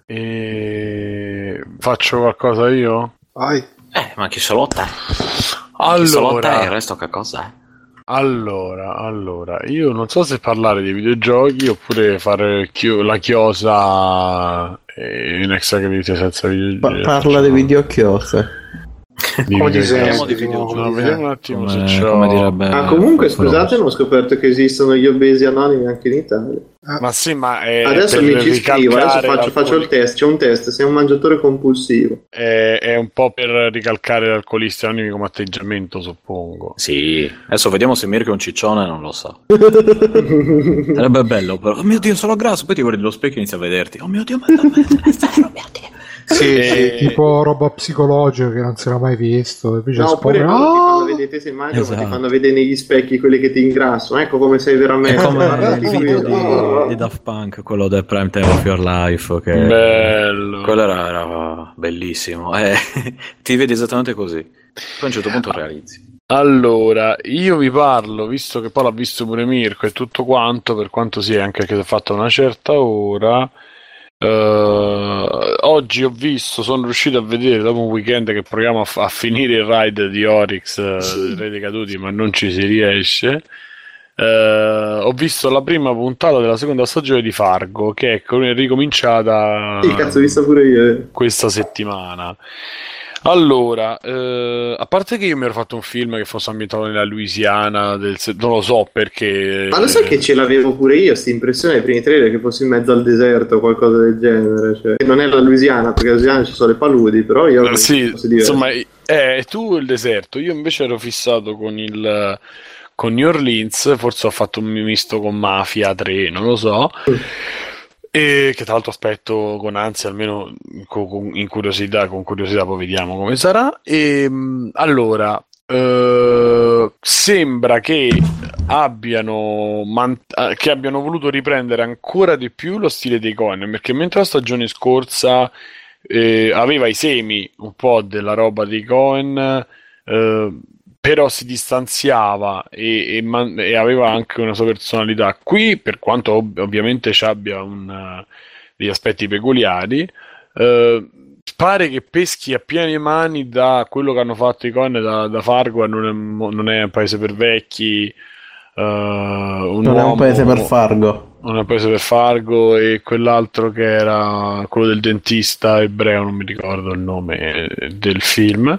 e... faccio qualcosa io? Vai. Eh, ma chi solo te? Chi solo te, Allora, il resto che cos'è? allora, allora, io non so se parlare di videogiochi oppure fare chio- la chiosa eh, in extracredite senza Pa- videogiochi. parla di videochiose. Di Come videogiochi. disegno, di videogiochi. No, vediamo un attimo Come, se c'ho... come direbbe Ah, comunque qualcuno. scusate, non ho scoperto che esistono gli obesi anonimi anche in Italia. Ma sì, ma è Adesso per mi ci scrivo, adesso ricalcare faccio, faccio il l'alcol- test, c'è un test, sei un mangiatore compulsivo. è, è un po' per ricalcare gli alcolisti anonimi come atteggiamento, suppongo. Sì, adesso vediamo se Mirko è un ciccione, non lo so. Sarebbe bello, però. Oh mio Dio, sono grasso. Poi ti guardi nello specchio e inizi a vederti. Oh mio Dio, ma ma- è vero, mio Dio. Sì, Eh, sì, tipo roba psicologica che non si era mai visto. E invece No, oppure scopre, quando ti "Ah!" fanno vedere te sei magro, ma ti Esatto. fanno vedere negli specchi quelli che ti ingrassano, ecco come sei È veramente. come Guarda, il tu, video io- di, di Daft Punk, quello del Prime Time of Your Life, che Bello. Quello era, era bellissimo. Eh, ti vedi esattamente così. Poi a un certo punto realizzi. Allora, io vi parlo, visto che poi l'ha visto pure Mirko e tutto quanto, per quanto sia anche che si è fatto una certa ora. eh, oggi ho visto, sono riuscito a vedere dopo un weekend che proviamo a, fa- a finire il ride di Oryx, eh, Re dei Caduti, ma non ci si riesce. Eh, ho visto la prima puntata della seconda stagione di Fargo, che è co- ricominciata Sì, cazzo, ho visto pure io. eh. questa settimana. Allora, eh, a parte che io mi ero fatto un film che fosse ambientato nella Louisiana, del se- non lo so perché. Ma lo sai che ce l'avevo pure io, sta impressione ai primi trailer che fossi in mezzo al deserto o qualcosa del genere. Cioè, non è la Louisiana, perché la Louisiana ci sono le paludi, però io Eh, sì, fosse diverso. insomma, eh, tu il deserto, io invece ero fissato con il con New Orleans, forse ho fatto un misto con Mafia tre, non lo so. E che tra l'altro aspetto con ansia, almeno co- con- in curiosità, con curiosità poi vediamo come sarà. E, mh, allora, eh, sembra che abbiano, man- eh, che abbiano voluto riprendere ancora di più lo stile dei Coen, perché mentre la stagione scorsa eh, aveva i semi un po' della roba dei Coen, eh, però si distanziava e, e man- e aveva anche una sua personalità. Qui, per quanto ov- ovviamente ci abbia un, eh, degli aspetti peculiari, eh, pare che peschi a piene mani da quello che hanno fatto i Coen da, da Fargo, non è, mo- non è un paese per vecchi, eh, un Non è un uomo- paese per Fargo. non ha preso per Fargo, e quell'altro che era quello del dentista ebreo, non mi ricordo il nome del film.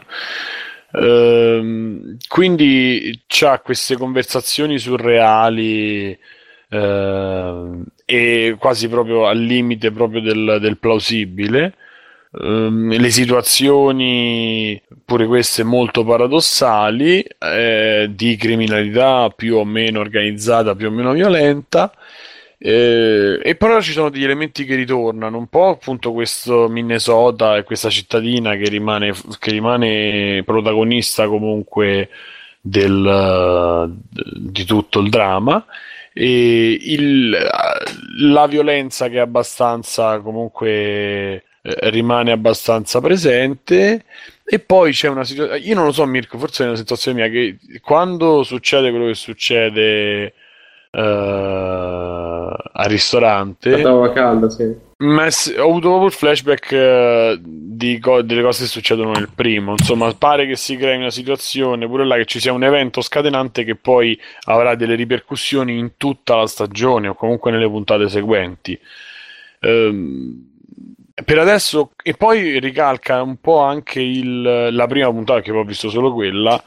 Ehm, quindi c'ha queste conversazioni surreali eh, e quasi proprio al limite proprio del, del plausibile. Um, le situazioni, pure queste molto paradossali, eh, di criminalità più o meno organizzata, più o meno violenta, eh, e però ci sono degli elementi che ritornano un po', appunto questo Minnesota e questa cittadina che rimane, che rimane protagonista comunque del, di tutto il dramma, e il, la violenza che è abbastanza comunque rimane abbastanza presente. E poi c'è una situazione, io non lo so Mirko, forse è una sensazione mia, che quando succede quello che succede uh, al ristorante, la tavola calda, sì. Mess- ho avuto proprio il flashback uh, di co- delle cose che succedono nel primo, insomma pare che si crei una situazione pure là, che ci sia un evento scatenante che poi avrà delle ripercussioni in tutta la stagione o comunque nelle puntate seguenti. um, Per adesso, e poi ricalca un po' anche il, la prima puntata, che poi ho visto solo quella,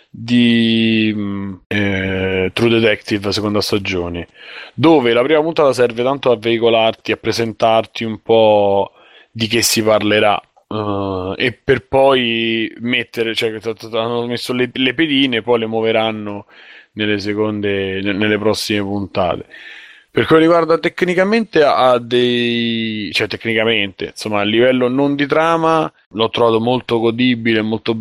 di eh, True Detective, seconda stagione, dove la prima puntata serve tanto a veicolarti, a presentarti un po' di che si parlerà, uh, e per poi mettere, cioè hanno messo le, le pedine, poi le muoveranno nelle seconde, nelle prossime puntate. Per quello riguarda tecnicamente, ha dei, cioè tecnicamente, insomma, a livello non di trama, l'ho trovato molto godibile, molto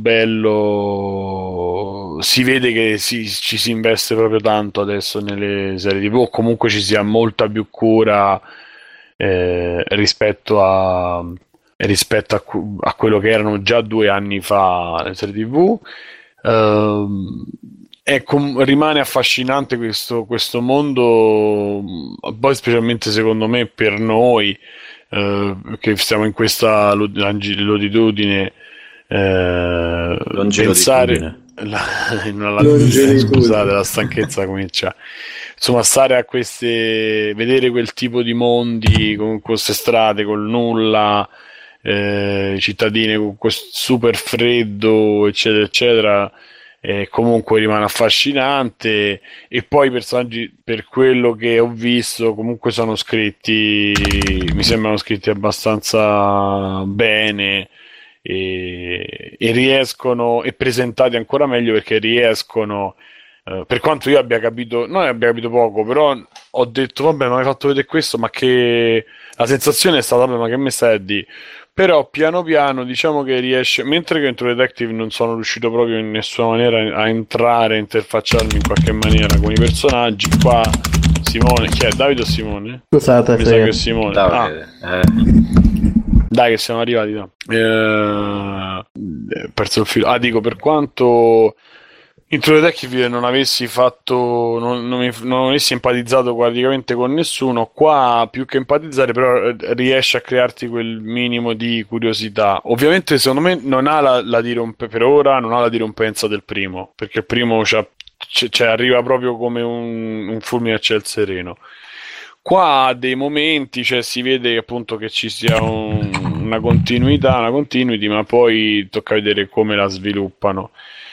bello. Si vede che si, ci si investe proprio tanto adesso nelle serie tivù, o comunque ci sia molta più cura eh, rispetto a rispetto a, a quello che erano già due anni fa le serie tivù. Uh, È com- rimane affascinante questo, questo mondo, poi specialmente secondo me per noi eh, che stiamo in questa longitudine, eh, pensare la, in una latitudine, scusate, la stanchezza comincia, insomma, stare a queste, vedere quel tipo di mondi con queste strade col nulla, eh, cittadine con questo super freddo, eccetera eccetera. E comunque rimane affascinante. E poi i personaggi, per quello che ho visto, comunque sono scritti, mi sembrano scritti abbastanza bene, e, e riescono, e presentati ancora meglio, perché riescono, eh, per quanto io abbia capito, non abbia capito poco, però ho detto vabbè, ma mi hai fatto vedere questo, ma che la sensazione è stata, vabbè, ma che me stai a dire? Però piano piano diciamo che riesce, mentre che in True Detective non sono riuscito proprio in nessuna maniera a entrare, a interfacciarmi in qualche maniera con i personaggi, qua Simone, chi è? Davide o Simone? Scusate, mi sa che è Simone. Davide, ah. eh. Dai che siamo arrivati, no? eh, perso il filo. Ah, dico, per quanto in True Detective non avessi fatto, non, non, mi, non avessi empatizzato praticamente con nessuno, qua più che empatizzare però riesce a crearti quel minimo di curiosità. Ovviamente secondo me non ha la, la dirompe, per ora non ha la dirompenza del primo, perché il primo c'ha, cioè, arriva proprio come un, un fulmine a ciel sereno. Qua ha dei momenti, cioè si vede appunto che ci sia un, una continuità, una continuity, ma poi tocca vedere come la sviluppano.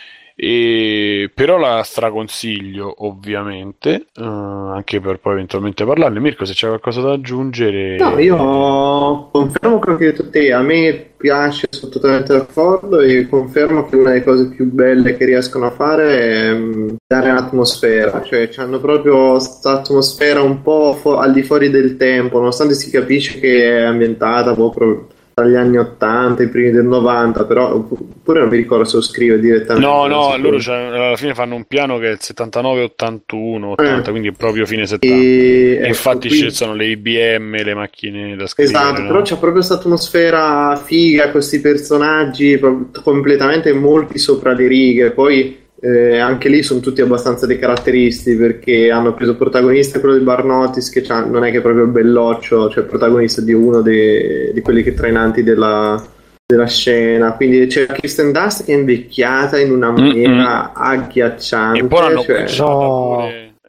E però la straconsiglio ovviamente, uh, anche per poi eventualmente parlarne. Mirko, se c'è qualcosa da aggiungere. No, io confermo quello che hai detto te, a me piace, sono totalmente d'accordo, e confermo che una delle cose più belle che riescono a fare è um, dare un'atmosfera, cioè hanno proprio questa atmosfera un po' fu- al di fuori del tempo, nonostante si capisce che è ambientata proprio tra gli anni ottanta, i primi del novanta, però oppure non mi ricordo se lo scrive direttamente. No, no, loro alla fine fanno un piano che è il settantanove ottantuno ottanta, eh. quindi è proprio fine settanta. E, e infatti ecco, qui... sono le I B M, le macchine da scrivere. Esatto, no? Però c'è proprio questa atmosfera figa, questi personaggi completamente molti sopra le righe, poi Eh, anche lì sono tutti abbastanza dei caratteristi, perché hanno preso protagonista quello di Barnotis, che non è che è proprio il belloccio, cioè il protagonista di uno dei, di quelli che trainanti della, della scena, quindi c'è Kirsten Dunst che è invecchiata in una maniera mm-hmm. agghiacciante, e poi hanno cioè... no. pure...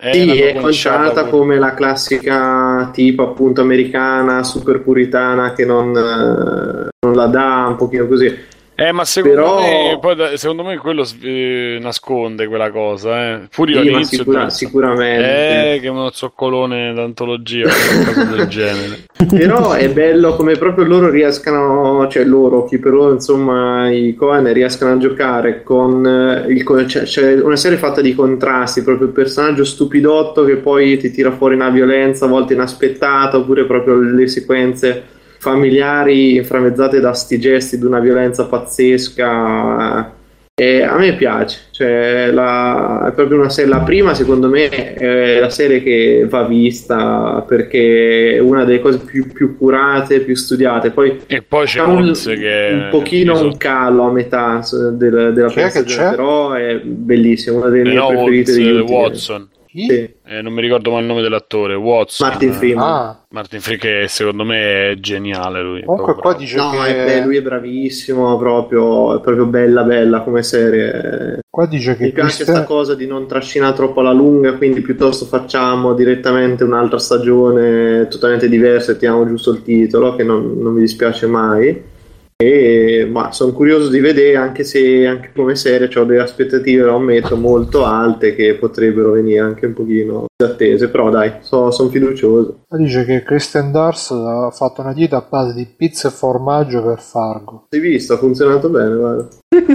Eh, sì, l'hanno è conciata conciata pure. come la classica tipo appunto americana, super puritana che non, eh, non la dà, un pochino così. Eh, ma secondo Però me, poi, da- secondo me quello eh, nasconde quella cosa, eh. Pure io sì, ma all'inizio ho sicura- detto, sicuramente. eh, che è uno zoccolone d'antologia, qualcosa del genere. Però è bello come proprio loro riescano, cioè loro, chi per loro, insomma, i Coen riescano a giocare con eh, il, co- cioè, c'è una serie fatta di contrasti, proprio il personaggio stupidotto che poi ti tira fuori una violenza a volte inaspettata, oppure proprio le sequenze familiari inframmezzate da sti gesti di una violenza pazzesca. E a me piace, cioè la, è proprio una serie, la prima secondo me è la serie che va vista perché è una delle cose più, più curate, più studiate. Poi E poi c'è ha un, Oz che un pochino iso- un calo a metà del- della Chi è prima che stagione, c'è? però è bellissima, una delle eh, mie no, preferite Oz, degli eh, ultimi. Watson. Chi? Sì. Eh, non mi ricordo mai il nome dell'attore, Watson. Martin Freeman. Ah, Martin Freeman, che secondo me è geniale lui. comunque proprio qua bravo. dice No, che è, beh, lui è bravissimo, proprio, è proprio bella bella come serie. qua dice che Mi piace questa- questa cosa di non trascinare troppo alla lunga, quindi piuttosto facciamo direttamente un'altra stagione totalmente diversa e tiriamo giusto il titolo, che non, non mi dispiace mai. E ma sono curioso di vedere, anche se anche come serie ho delle aspettative, lo ammetto, molto alte che potrebbero venire anche un pochino attese, però dai, so- sono fiducioso. qua dice che Kristen Dunst ha fatto una dieta a base di pizza e formaggio per Fargo. Hai visto? Ha funzionato bene, guarda.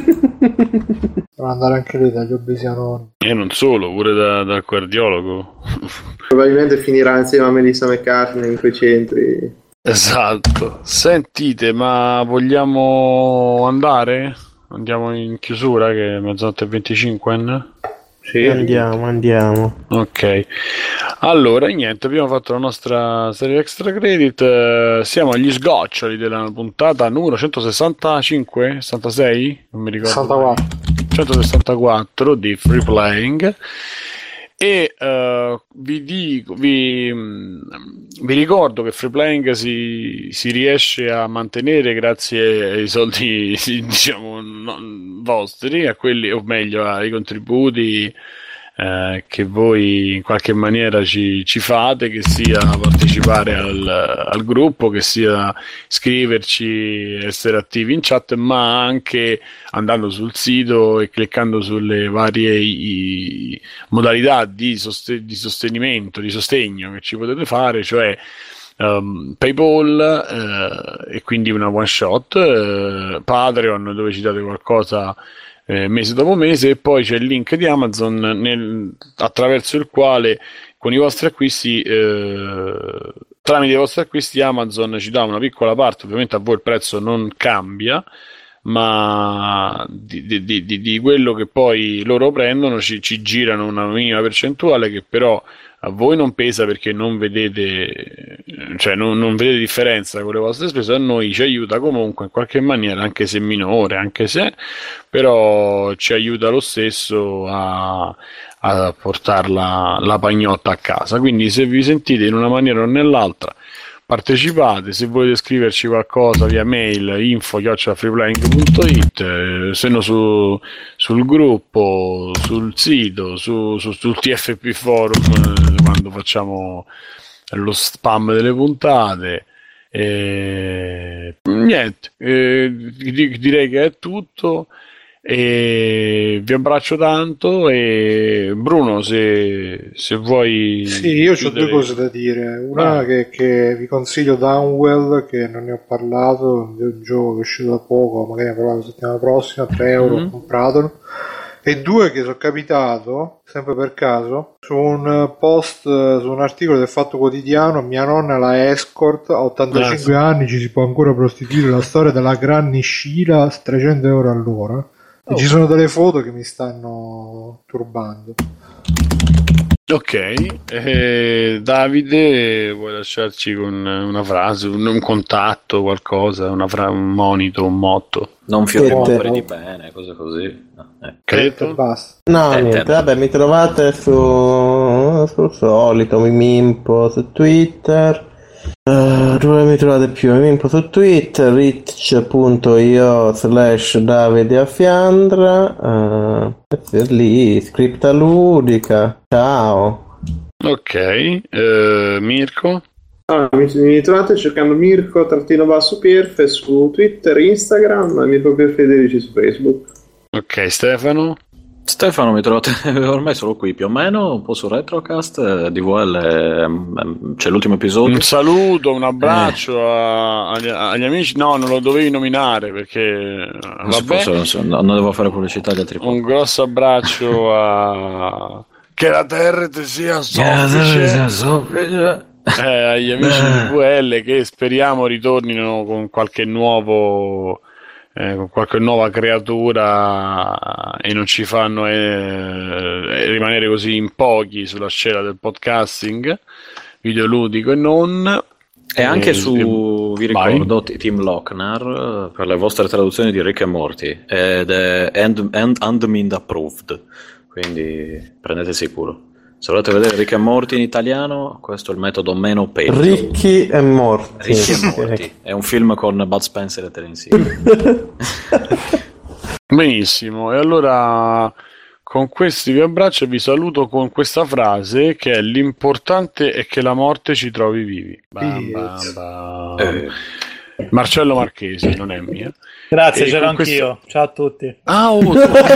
Per andare anche lì dagli obesianoni. E non solo, pure da- dal cardiologo. Probabilmente finirà insieme a Melissa McCartney in quei centri. Esatto. Sentite, ma vogliamo andare? Andiamo in chiusura che è mezzanotte e venticinque? no? Sì, andiamo, andiamo. Ok, allora niente, abbiamo fatto la nostra serie extra credit, eh, siamo agli sgoccioli della puntata numero centosessantacinque, sessantasei? Non mi ricordo. sessantaquattro. mai. centosessantaquattro di Free Playing. E uh, vi dico, vi, vi ricordo che Free Playing si, si riesce a mantenere grazie ai soldi, diciamo, non, vostri, a quelli, o meglio, ai contributi eh, che voi in qualche maniera ci, ci fate, che sia partecipare al, al gruppo, che sia iscriverci, essere attivi in chat, ma anche andando sul sito e cliccando sulle varie i, modalità di, soste- di sostenimento, di sostegno che ci potete fare, cioè um, PayPal eh, e quindi una one shot, eh, Patreon dove ci date qualcosa eh, mese dopo mese, e poi c'è il link di Amazon nel, attraverso il quale con i vostri acquisti eh, tramite i vostri acquisti Amazon ci dà una piccola parte, ovviamente a voi il prezzo non cambia, ma di, di, di, di quello che poi loro prendono ci, ci girano una minima percentuale che però a voi non pesa perché non vedete, cioè non, non vedete differenza con le vostre spese, a noi ci aiuta comunque in qualche maniera, anche se minore, anche se però ci aiuta lo stesso a, a portare la, la pagnotta a casa. Quindi se vi sentite in una maniera o nell'altra partecipate, se volete scriverci qualcosa via mail info chiocciola freeplaying punto it, eh, se no su, sul gruppo, sul sito, su, su, sul T F P forum eh, quando facciamo lo spam delle puntate. E niente, eh, di- direi che è tutto. E vi abbraccio tanto. E Bruno, se, se vuoi. Sì, io ho chiudere- due cose da dire. Una Vai. che, che vi consiglio Downwell, che non ne ho parlato, è un gioco che è uscito da poco, magari ne parliamo la settimana prossima, tre euro, Mhm. compratelo. E due che sono capitato, sempre per caso, su un post, su un articolo del Fatto Quotidiano, mia nonna è la escort, a ottantacinque anni ci si può ancora prostituire, la storia della Granny Sheila, trecento euro all'ora. E ci sono delle foto che mi stanno turbando. Ok, eh, Davide, vuoi lasciarci con una frase, un, un contatto, qualcosa, una fra- un monito, un motto? Non fiori Niente. muovere di bene, cose così. No, eh. E Credo? basta. No, Eh, niente, tempo. vabbè, mi trovate su sul solito, mi mimpo su Twitter. Eh, dove mi trovate più? Mi mimpo su Twitter, rich.io slash Davide a Fiandra. Eh, lì, scripta ludica. Ciao. Ok, eh, Mirko? Ah, mi, mi trovate cercando Mirko trattino basso Pierfe su Twitter, Instagram, Mirko Pierfederici su Facebook. Ok, Stefano? Stefano mi trovate ormai solo qui più o meno, un po' su Retrocast, eh, D V L, eh, c'è l'ultimo episodio. Un saluto, un abbraccio eh. a, agli, agli amici. No, non lo dovevi nominare perché non, vabbè. Posso, non, so, non devo fare pubblicità agli altri. Un grosso abbraccio a che la terra ti sia soffice. Eh, agli amici di D V L che speriamo ritornino con qualche nuovo eh, con qualche nuova creatura e non ci fanno eh, rimanere così in pochi sulla scena del podcasting videoludico e non. E anche eh, su, vi ricordo, vai. Tim Lochner per le vostre traduzioni di Rick e Morty ed è and, and, and approved, quindi prendete sicuro. Se volete vedere Rick e Morty in italiano, questo è il metodo meno peggio. Ricky e Morty. Ricky e Morty. È un film con Bud Spencer e Terence Hill. Benissimo, e allora con questi vi abbraccio e vi saluto con questa frase che è: l'importante è che la morte ci trovi vivi. Bam, bam, bam. Eh. Marcello Marchesi, non è mia. Grazie, e c'ero anch'io. Questo... Ciao a tutti. Ah, oh,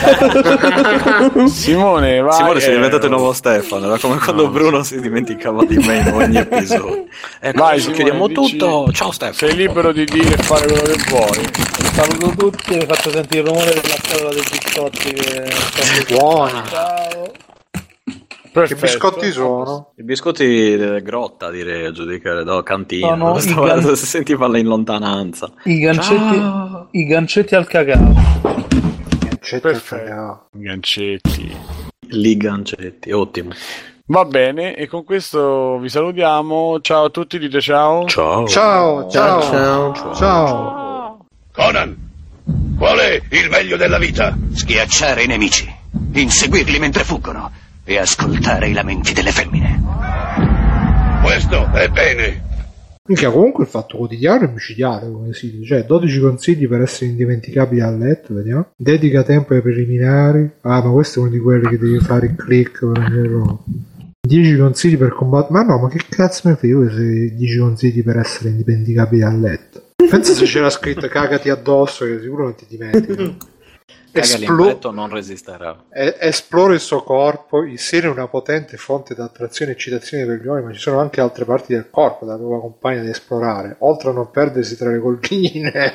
Simone, vai. Simone, sei diventato il nuovo Stefano. Era come quando no, Bruno si dimenticava di me in ogni episodio. Ecco, vai, Simone, chiudiamo dici... tutto. Ciao Stefano. Sei libero di dire e fare quello che vuoi. Saluto tutti e faccio sentire il rumore della scatola dei biscotti. Che... Buona. Ciao. Perfetto. Che biscotti sono? I biscotti della grotta, direi, a giudicare, no, cantina. No, no, stava, gan... si sentiva in lontananza. I gancetti, i gancetti al cacao. Gancetti al cacao. Gancetti. Li gancetti, ottimo. Va bene, e con questo vi salutiamo. Ciao a tutti, dite ciao. Ciao. Ciao, ciao, ciao. Ciao. Ciao. Conan, qual è il meglio della vita? Schiacciare i nemici, inseguirli mentre fuggono e ascoltare i lamenti delle femmine. Questo è bene. Minchia, comunque il Fatto Quotidiano è micidiale come sito, cioè dodici consigli per essere indimenticabili a letto, vediamo. Dedica tempo ai preliminari. Ah, ma questo è uno di quelli che devi fare il click per ogni dieci consigli per combattere. Ma no, ma che cazzo mi fai io se dieci consigli per essere indimenticabili a letto? Pensa se c'era scritto cagati addosso, che sicuro non ti dimentichi. Esplo- non resisterà. Es- esplora il suo corpo. Il seno è una potente fonte di attrazione e eccitazione per gli uomini, ma ci sono anche altre parti del corpo della tua compagna da esplorare, oltre a non perdersi tra le colline.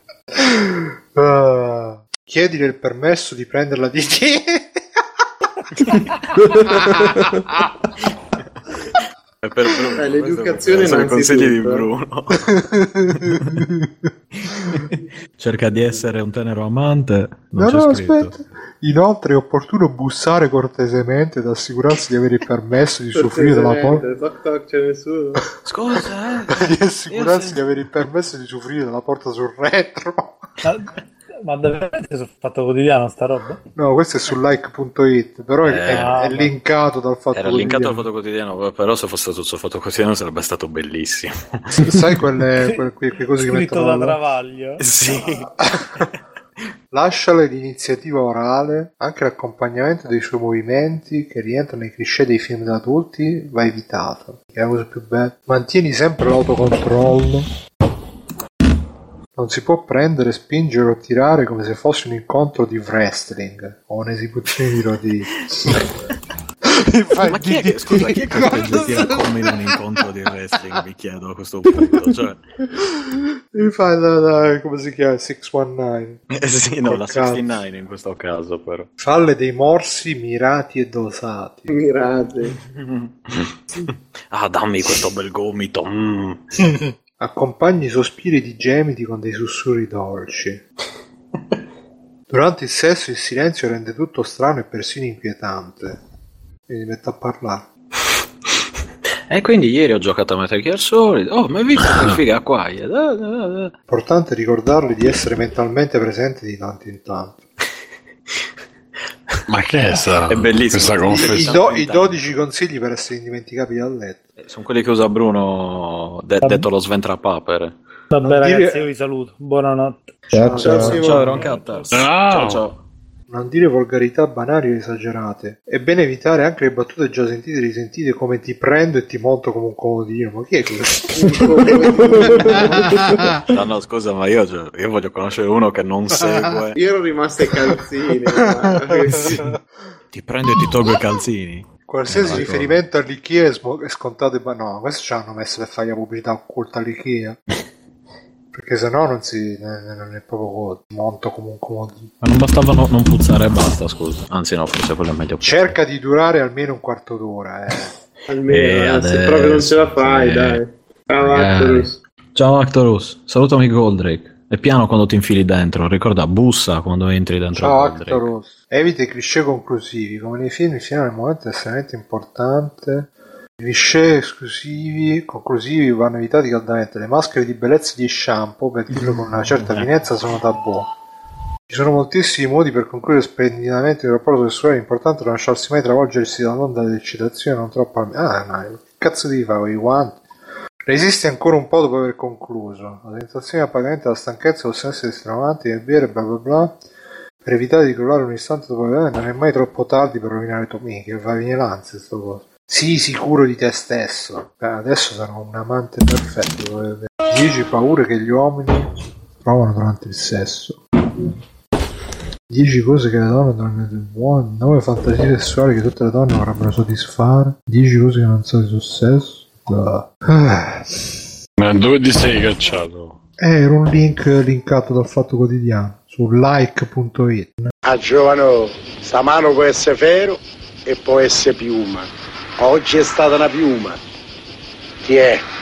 uh, chiedile il permesso di prenderla di te. Per, per, per, eh, l'educazione sono i consigli di Bruno. Cerca di essere un tenero amante. Non no, c'è no, scritto. aspetta. Inoltre è opportuno bussare cortesemente ed assicurarsi di avere il permesso di soffrire della porta. Toc toc, c'è nessuno. Scusa, eh. Di assicurarsi di avere il permesso di soffrire dalla porta sul retro. Ma davvero sul Fatto Quotidiano sta roba? No, questo è su like punto it, però è, eh, è, ah, è linkato dal Fatto Era Quotidiano. linkato al Fatto Quotidiano, però se fosse stato sul Fatto Quotidiano sarebbe stato bellissimo. Sai quelle, quelle, quelle cose che scritto mettono da Travaglio. Sì. Lasciale l'iniziativa orale, anche l'accompagnamento dei suoi movimenti che rientrano nei cliché dei film da adulti va evitato. Che è la cosa più bella. Mantieni sempre l'autocontrollo. Non si può prendere, spingere o tirare come se fosse un incontro di wrestling o un'esibizione di rodilli. Ma chi è che, scusa, chi è che prende tira come in un incontro di wrestling? Mi chiedo a questo punto. Cioè... Mi fai la, la, come si chiama? sei diciannove. Eh sì, no, la sessantanove in questo caso, però. Falle dei morsi mirati e dosati. Mirati. Ah, dammi questo bel gomito. Mm. Accompagni i sospiri di gemiti con dei sussurri dolci. Durante il sesso il silenzio rende tutto strano e persino inquietante. Quindi metto a parlare. E quindi ieri ho giocato a Metal Gear Solid. Oh, ma hai visto che figa qua? Importante ricordarli di essere mentalmente presenti di tanto in tanto. Ma che è sta? È bellissimo. I, do, I dodici consigli per essere indimenticabili a letto. Sono quelli che usa Bruno, de- detto lo sventrapapere. Vabbè, ragazzi, io vi saluto. Buonanotte. Ciao, ciao. Ciao, ciao, ciao. ciao. ciao. non dire volgarità banali o esagerate. È bene evitare anche le battute già sentite e risentite come ti prendo e ti monto come un comodino. Ma chi è questo? No, no, scusa, ma io, cioè, io voglio conoscere uno che non segue. Io ero rimasto ai calzini. Ti prendo e ti tolgo i calzini. Qualsiasi Eh, riferimento all'Ikea è, smo- è scontato e ba- no, questo ci hanno messo per fare la pubblicità occulta all'Ikea. Perché sennò non si non è proprio monto come un comodino. Ma non bastava no- non puzzare e basta, scusa. Anzi no, forse quello è meglio. Cerca di durare almeno un quarto d'ora, eh. Almeno, Eh, eh, se adesso, proprio non ce la fai, eh. dai. Ciao, Eh. Actorus. Ciao Actorus, salutami Goldrake. E piano quando ti infili dentro, ricorda, bussa quando entri dentro. Ciao Goldrake. Actorus. Evita i cliché conclusivi, come nei film il finale è un momento estremamente importante. I cliché esclusivi, conclusivi vanno evitati caldamente. Le maschere di bellezza di shampoo, per dirlo con una certa finezza, sono tabù. Ci sono moltissimi modi per concludere splendidamente un rapporto sessuale. L'importante è non lasciarsi mai travolgersi dall'onda dell'eccitazione, non troppo al... Ah, ma che cazzo devi fare con i guanti? Resisti ancora un po' dopo aver concluso. La sensazione di appagamento e la stanchezza possono essere estenuanti nel bere bla bla bla. Per evitare di crollare un istante dopo aver non è mai troppo tardi per rovinare le tue minchie. Va venire l'ansia sto coso. Sii sicuro di te stesso. Beh, adesso sono un amante perfetto. Dici paure che gli uomini provano durante il sesso. Dieci cose che le donne dovrebbero buone. Nove fantasie sessuali che tutte le donne vorrebbero soddisfare. Dieci cose che non sai sul sesso. Ah. Ma dove ti sei cacciato? Eh, era un link linkato dal Fatto Quotidiano su like punto it. A giovano, sta mano può essere ferro e può essere piuma. Oggi è stata una piuma. Chi è?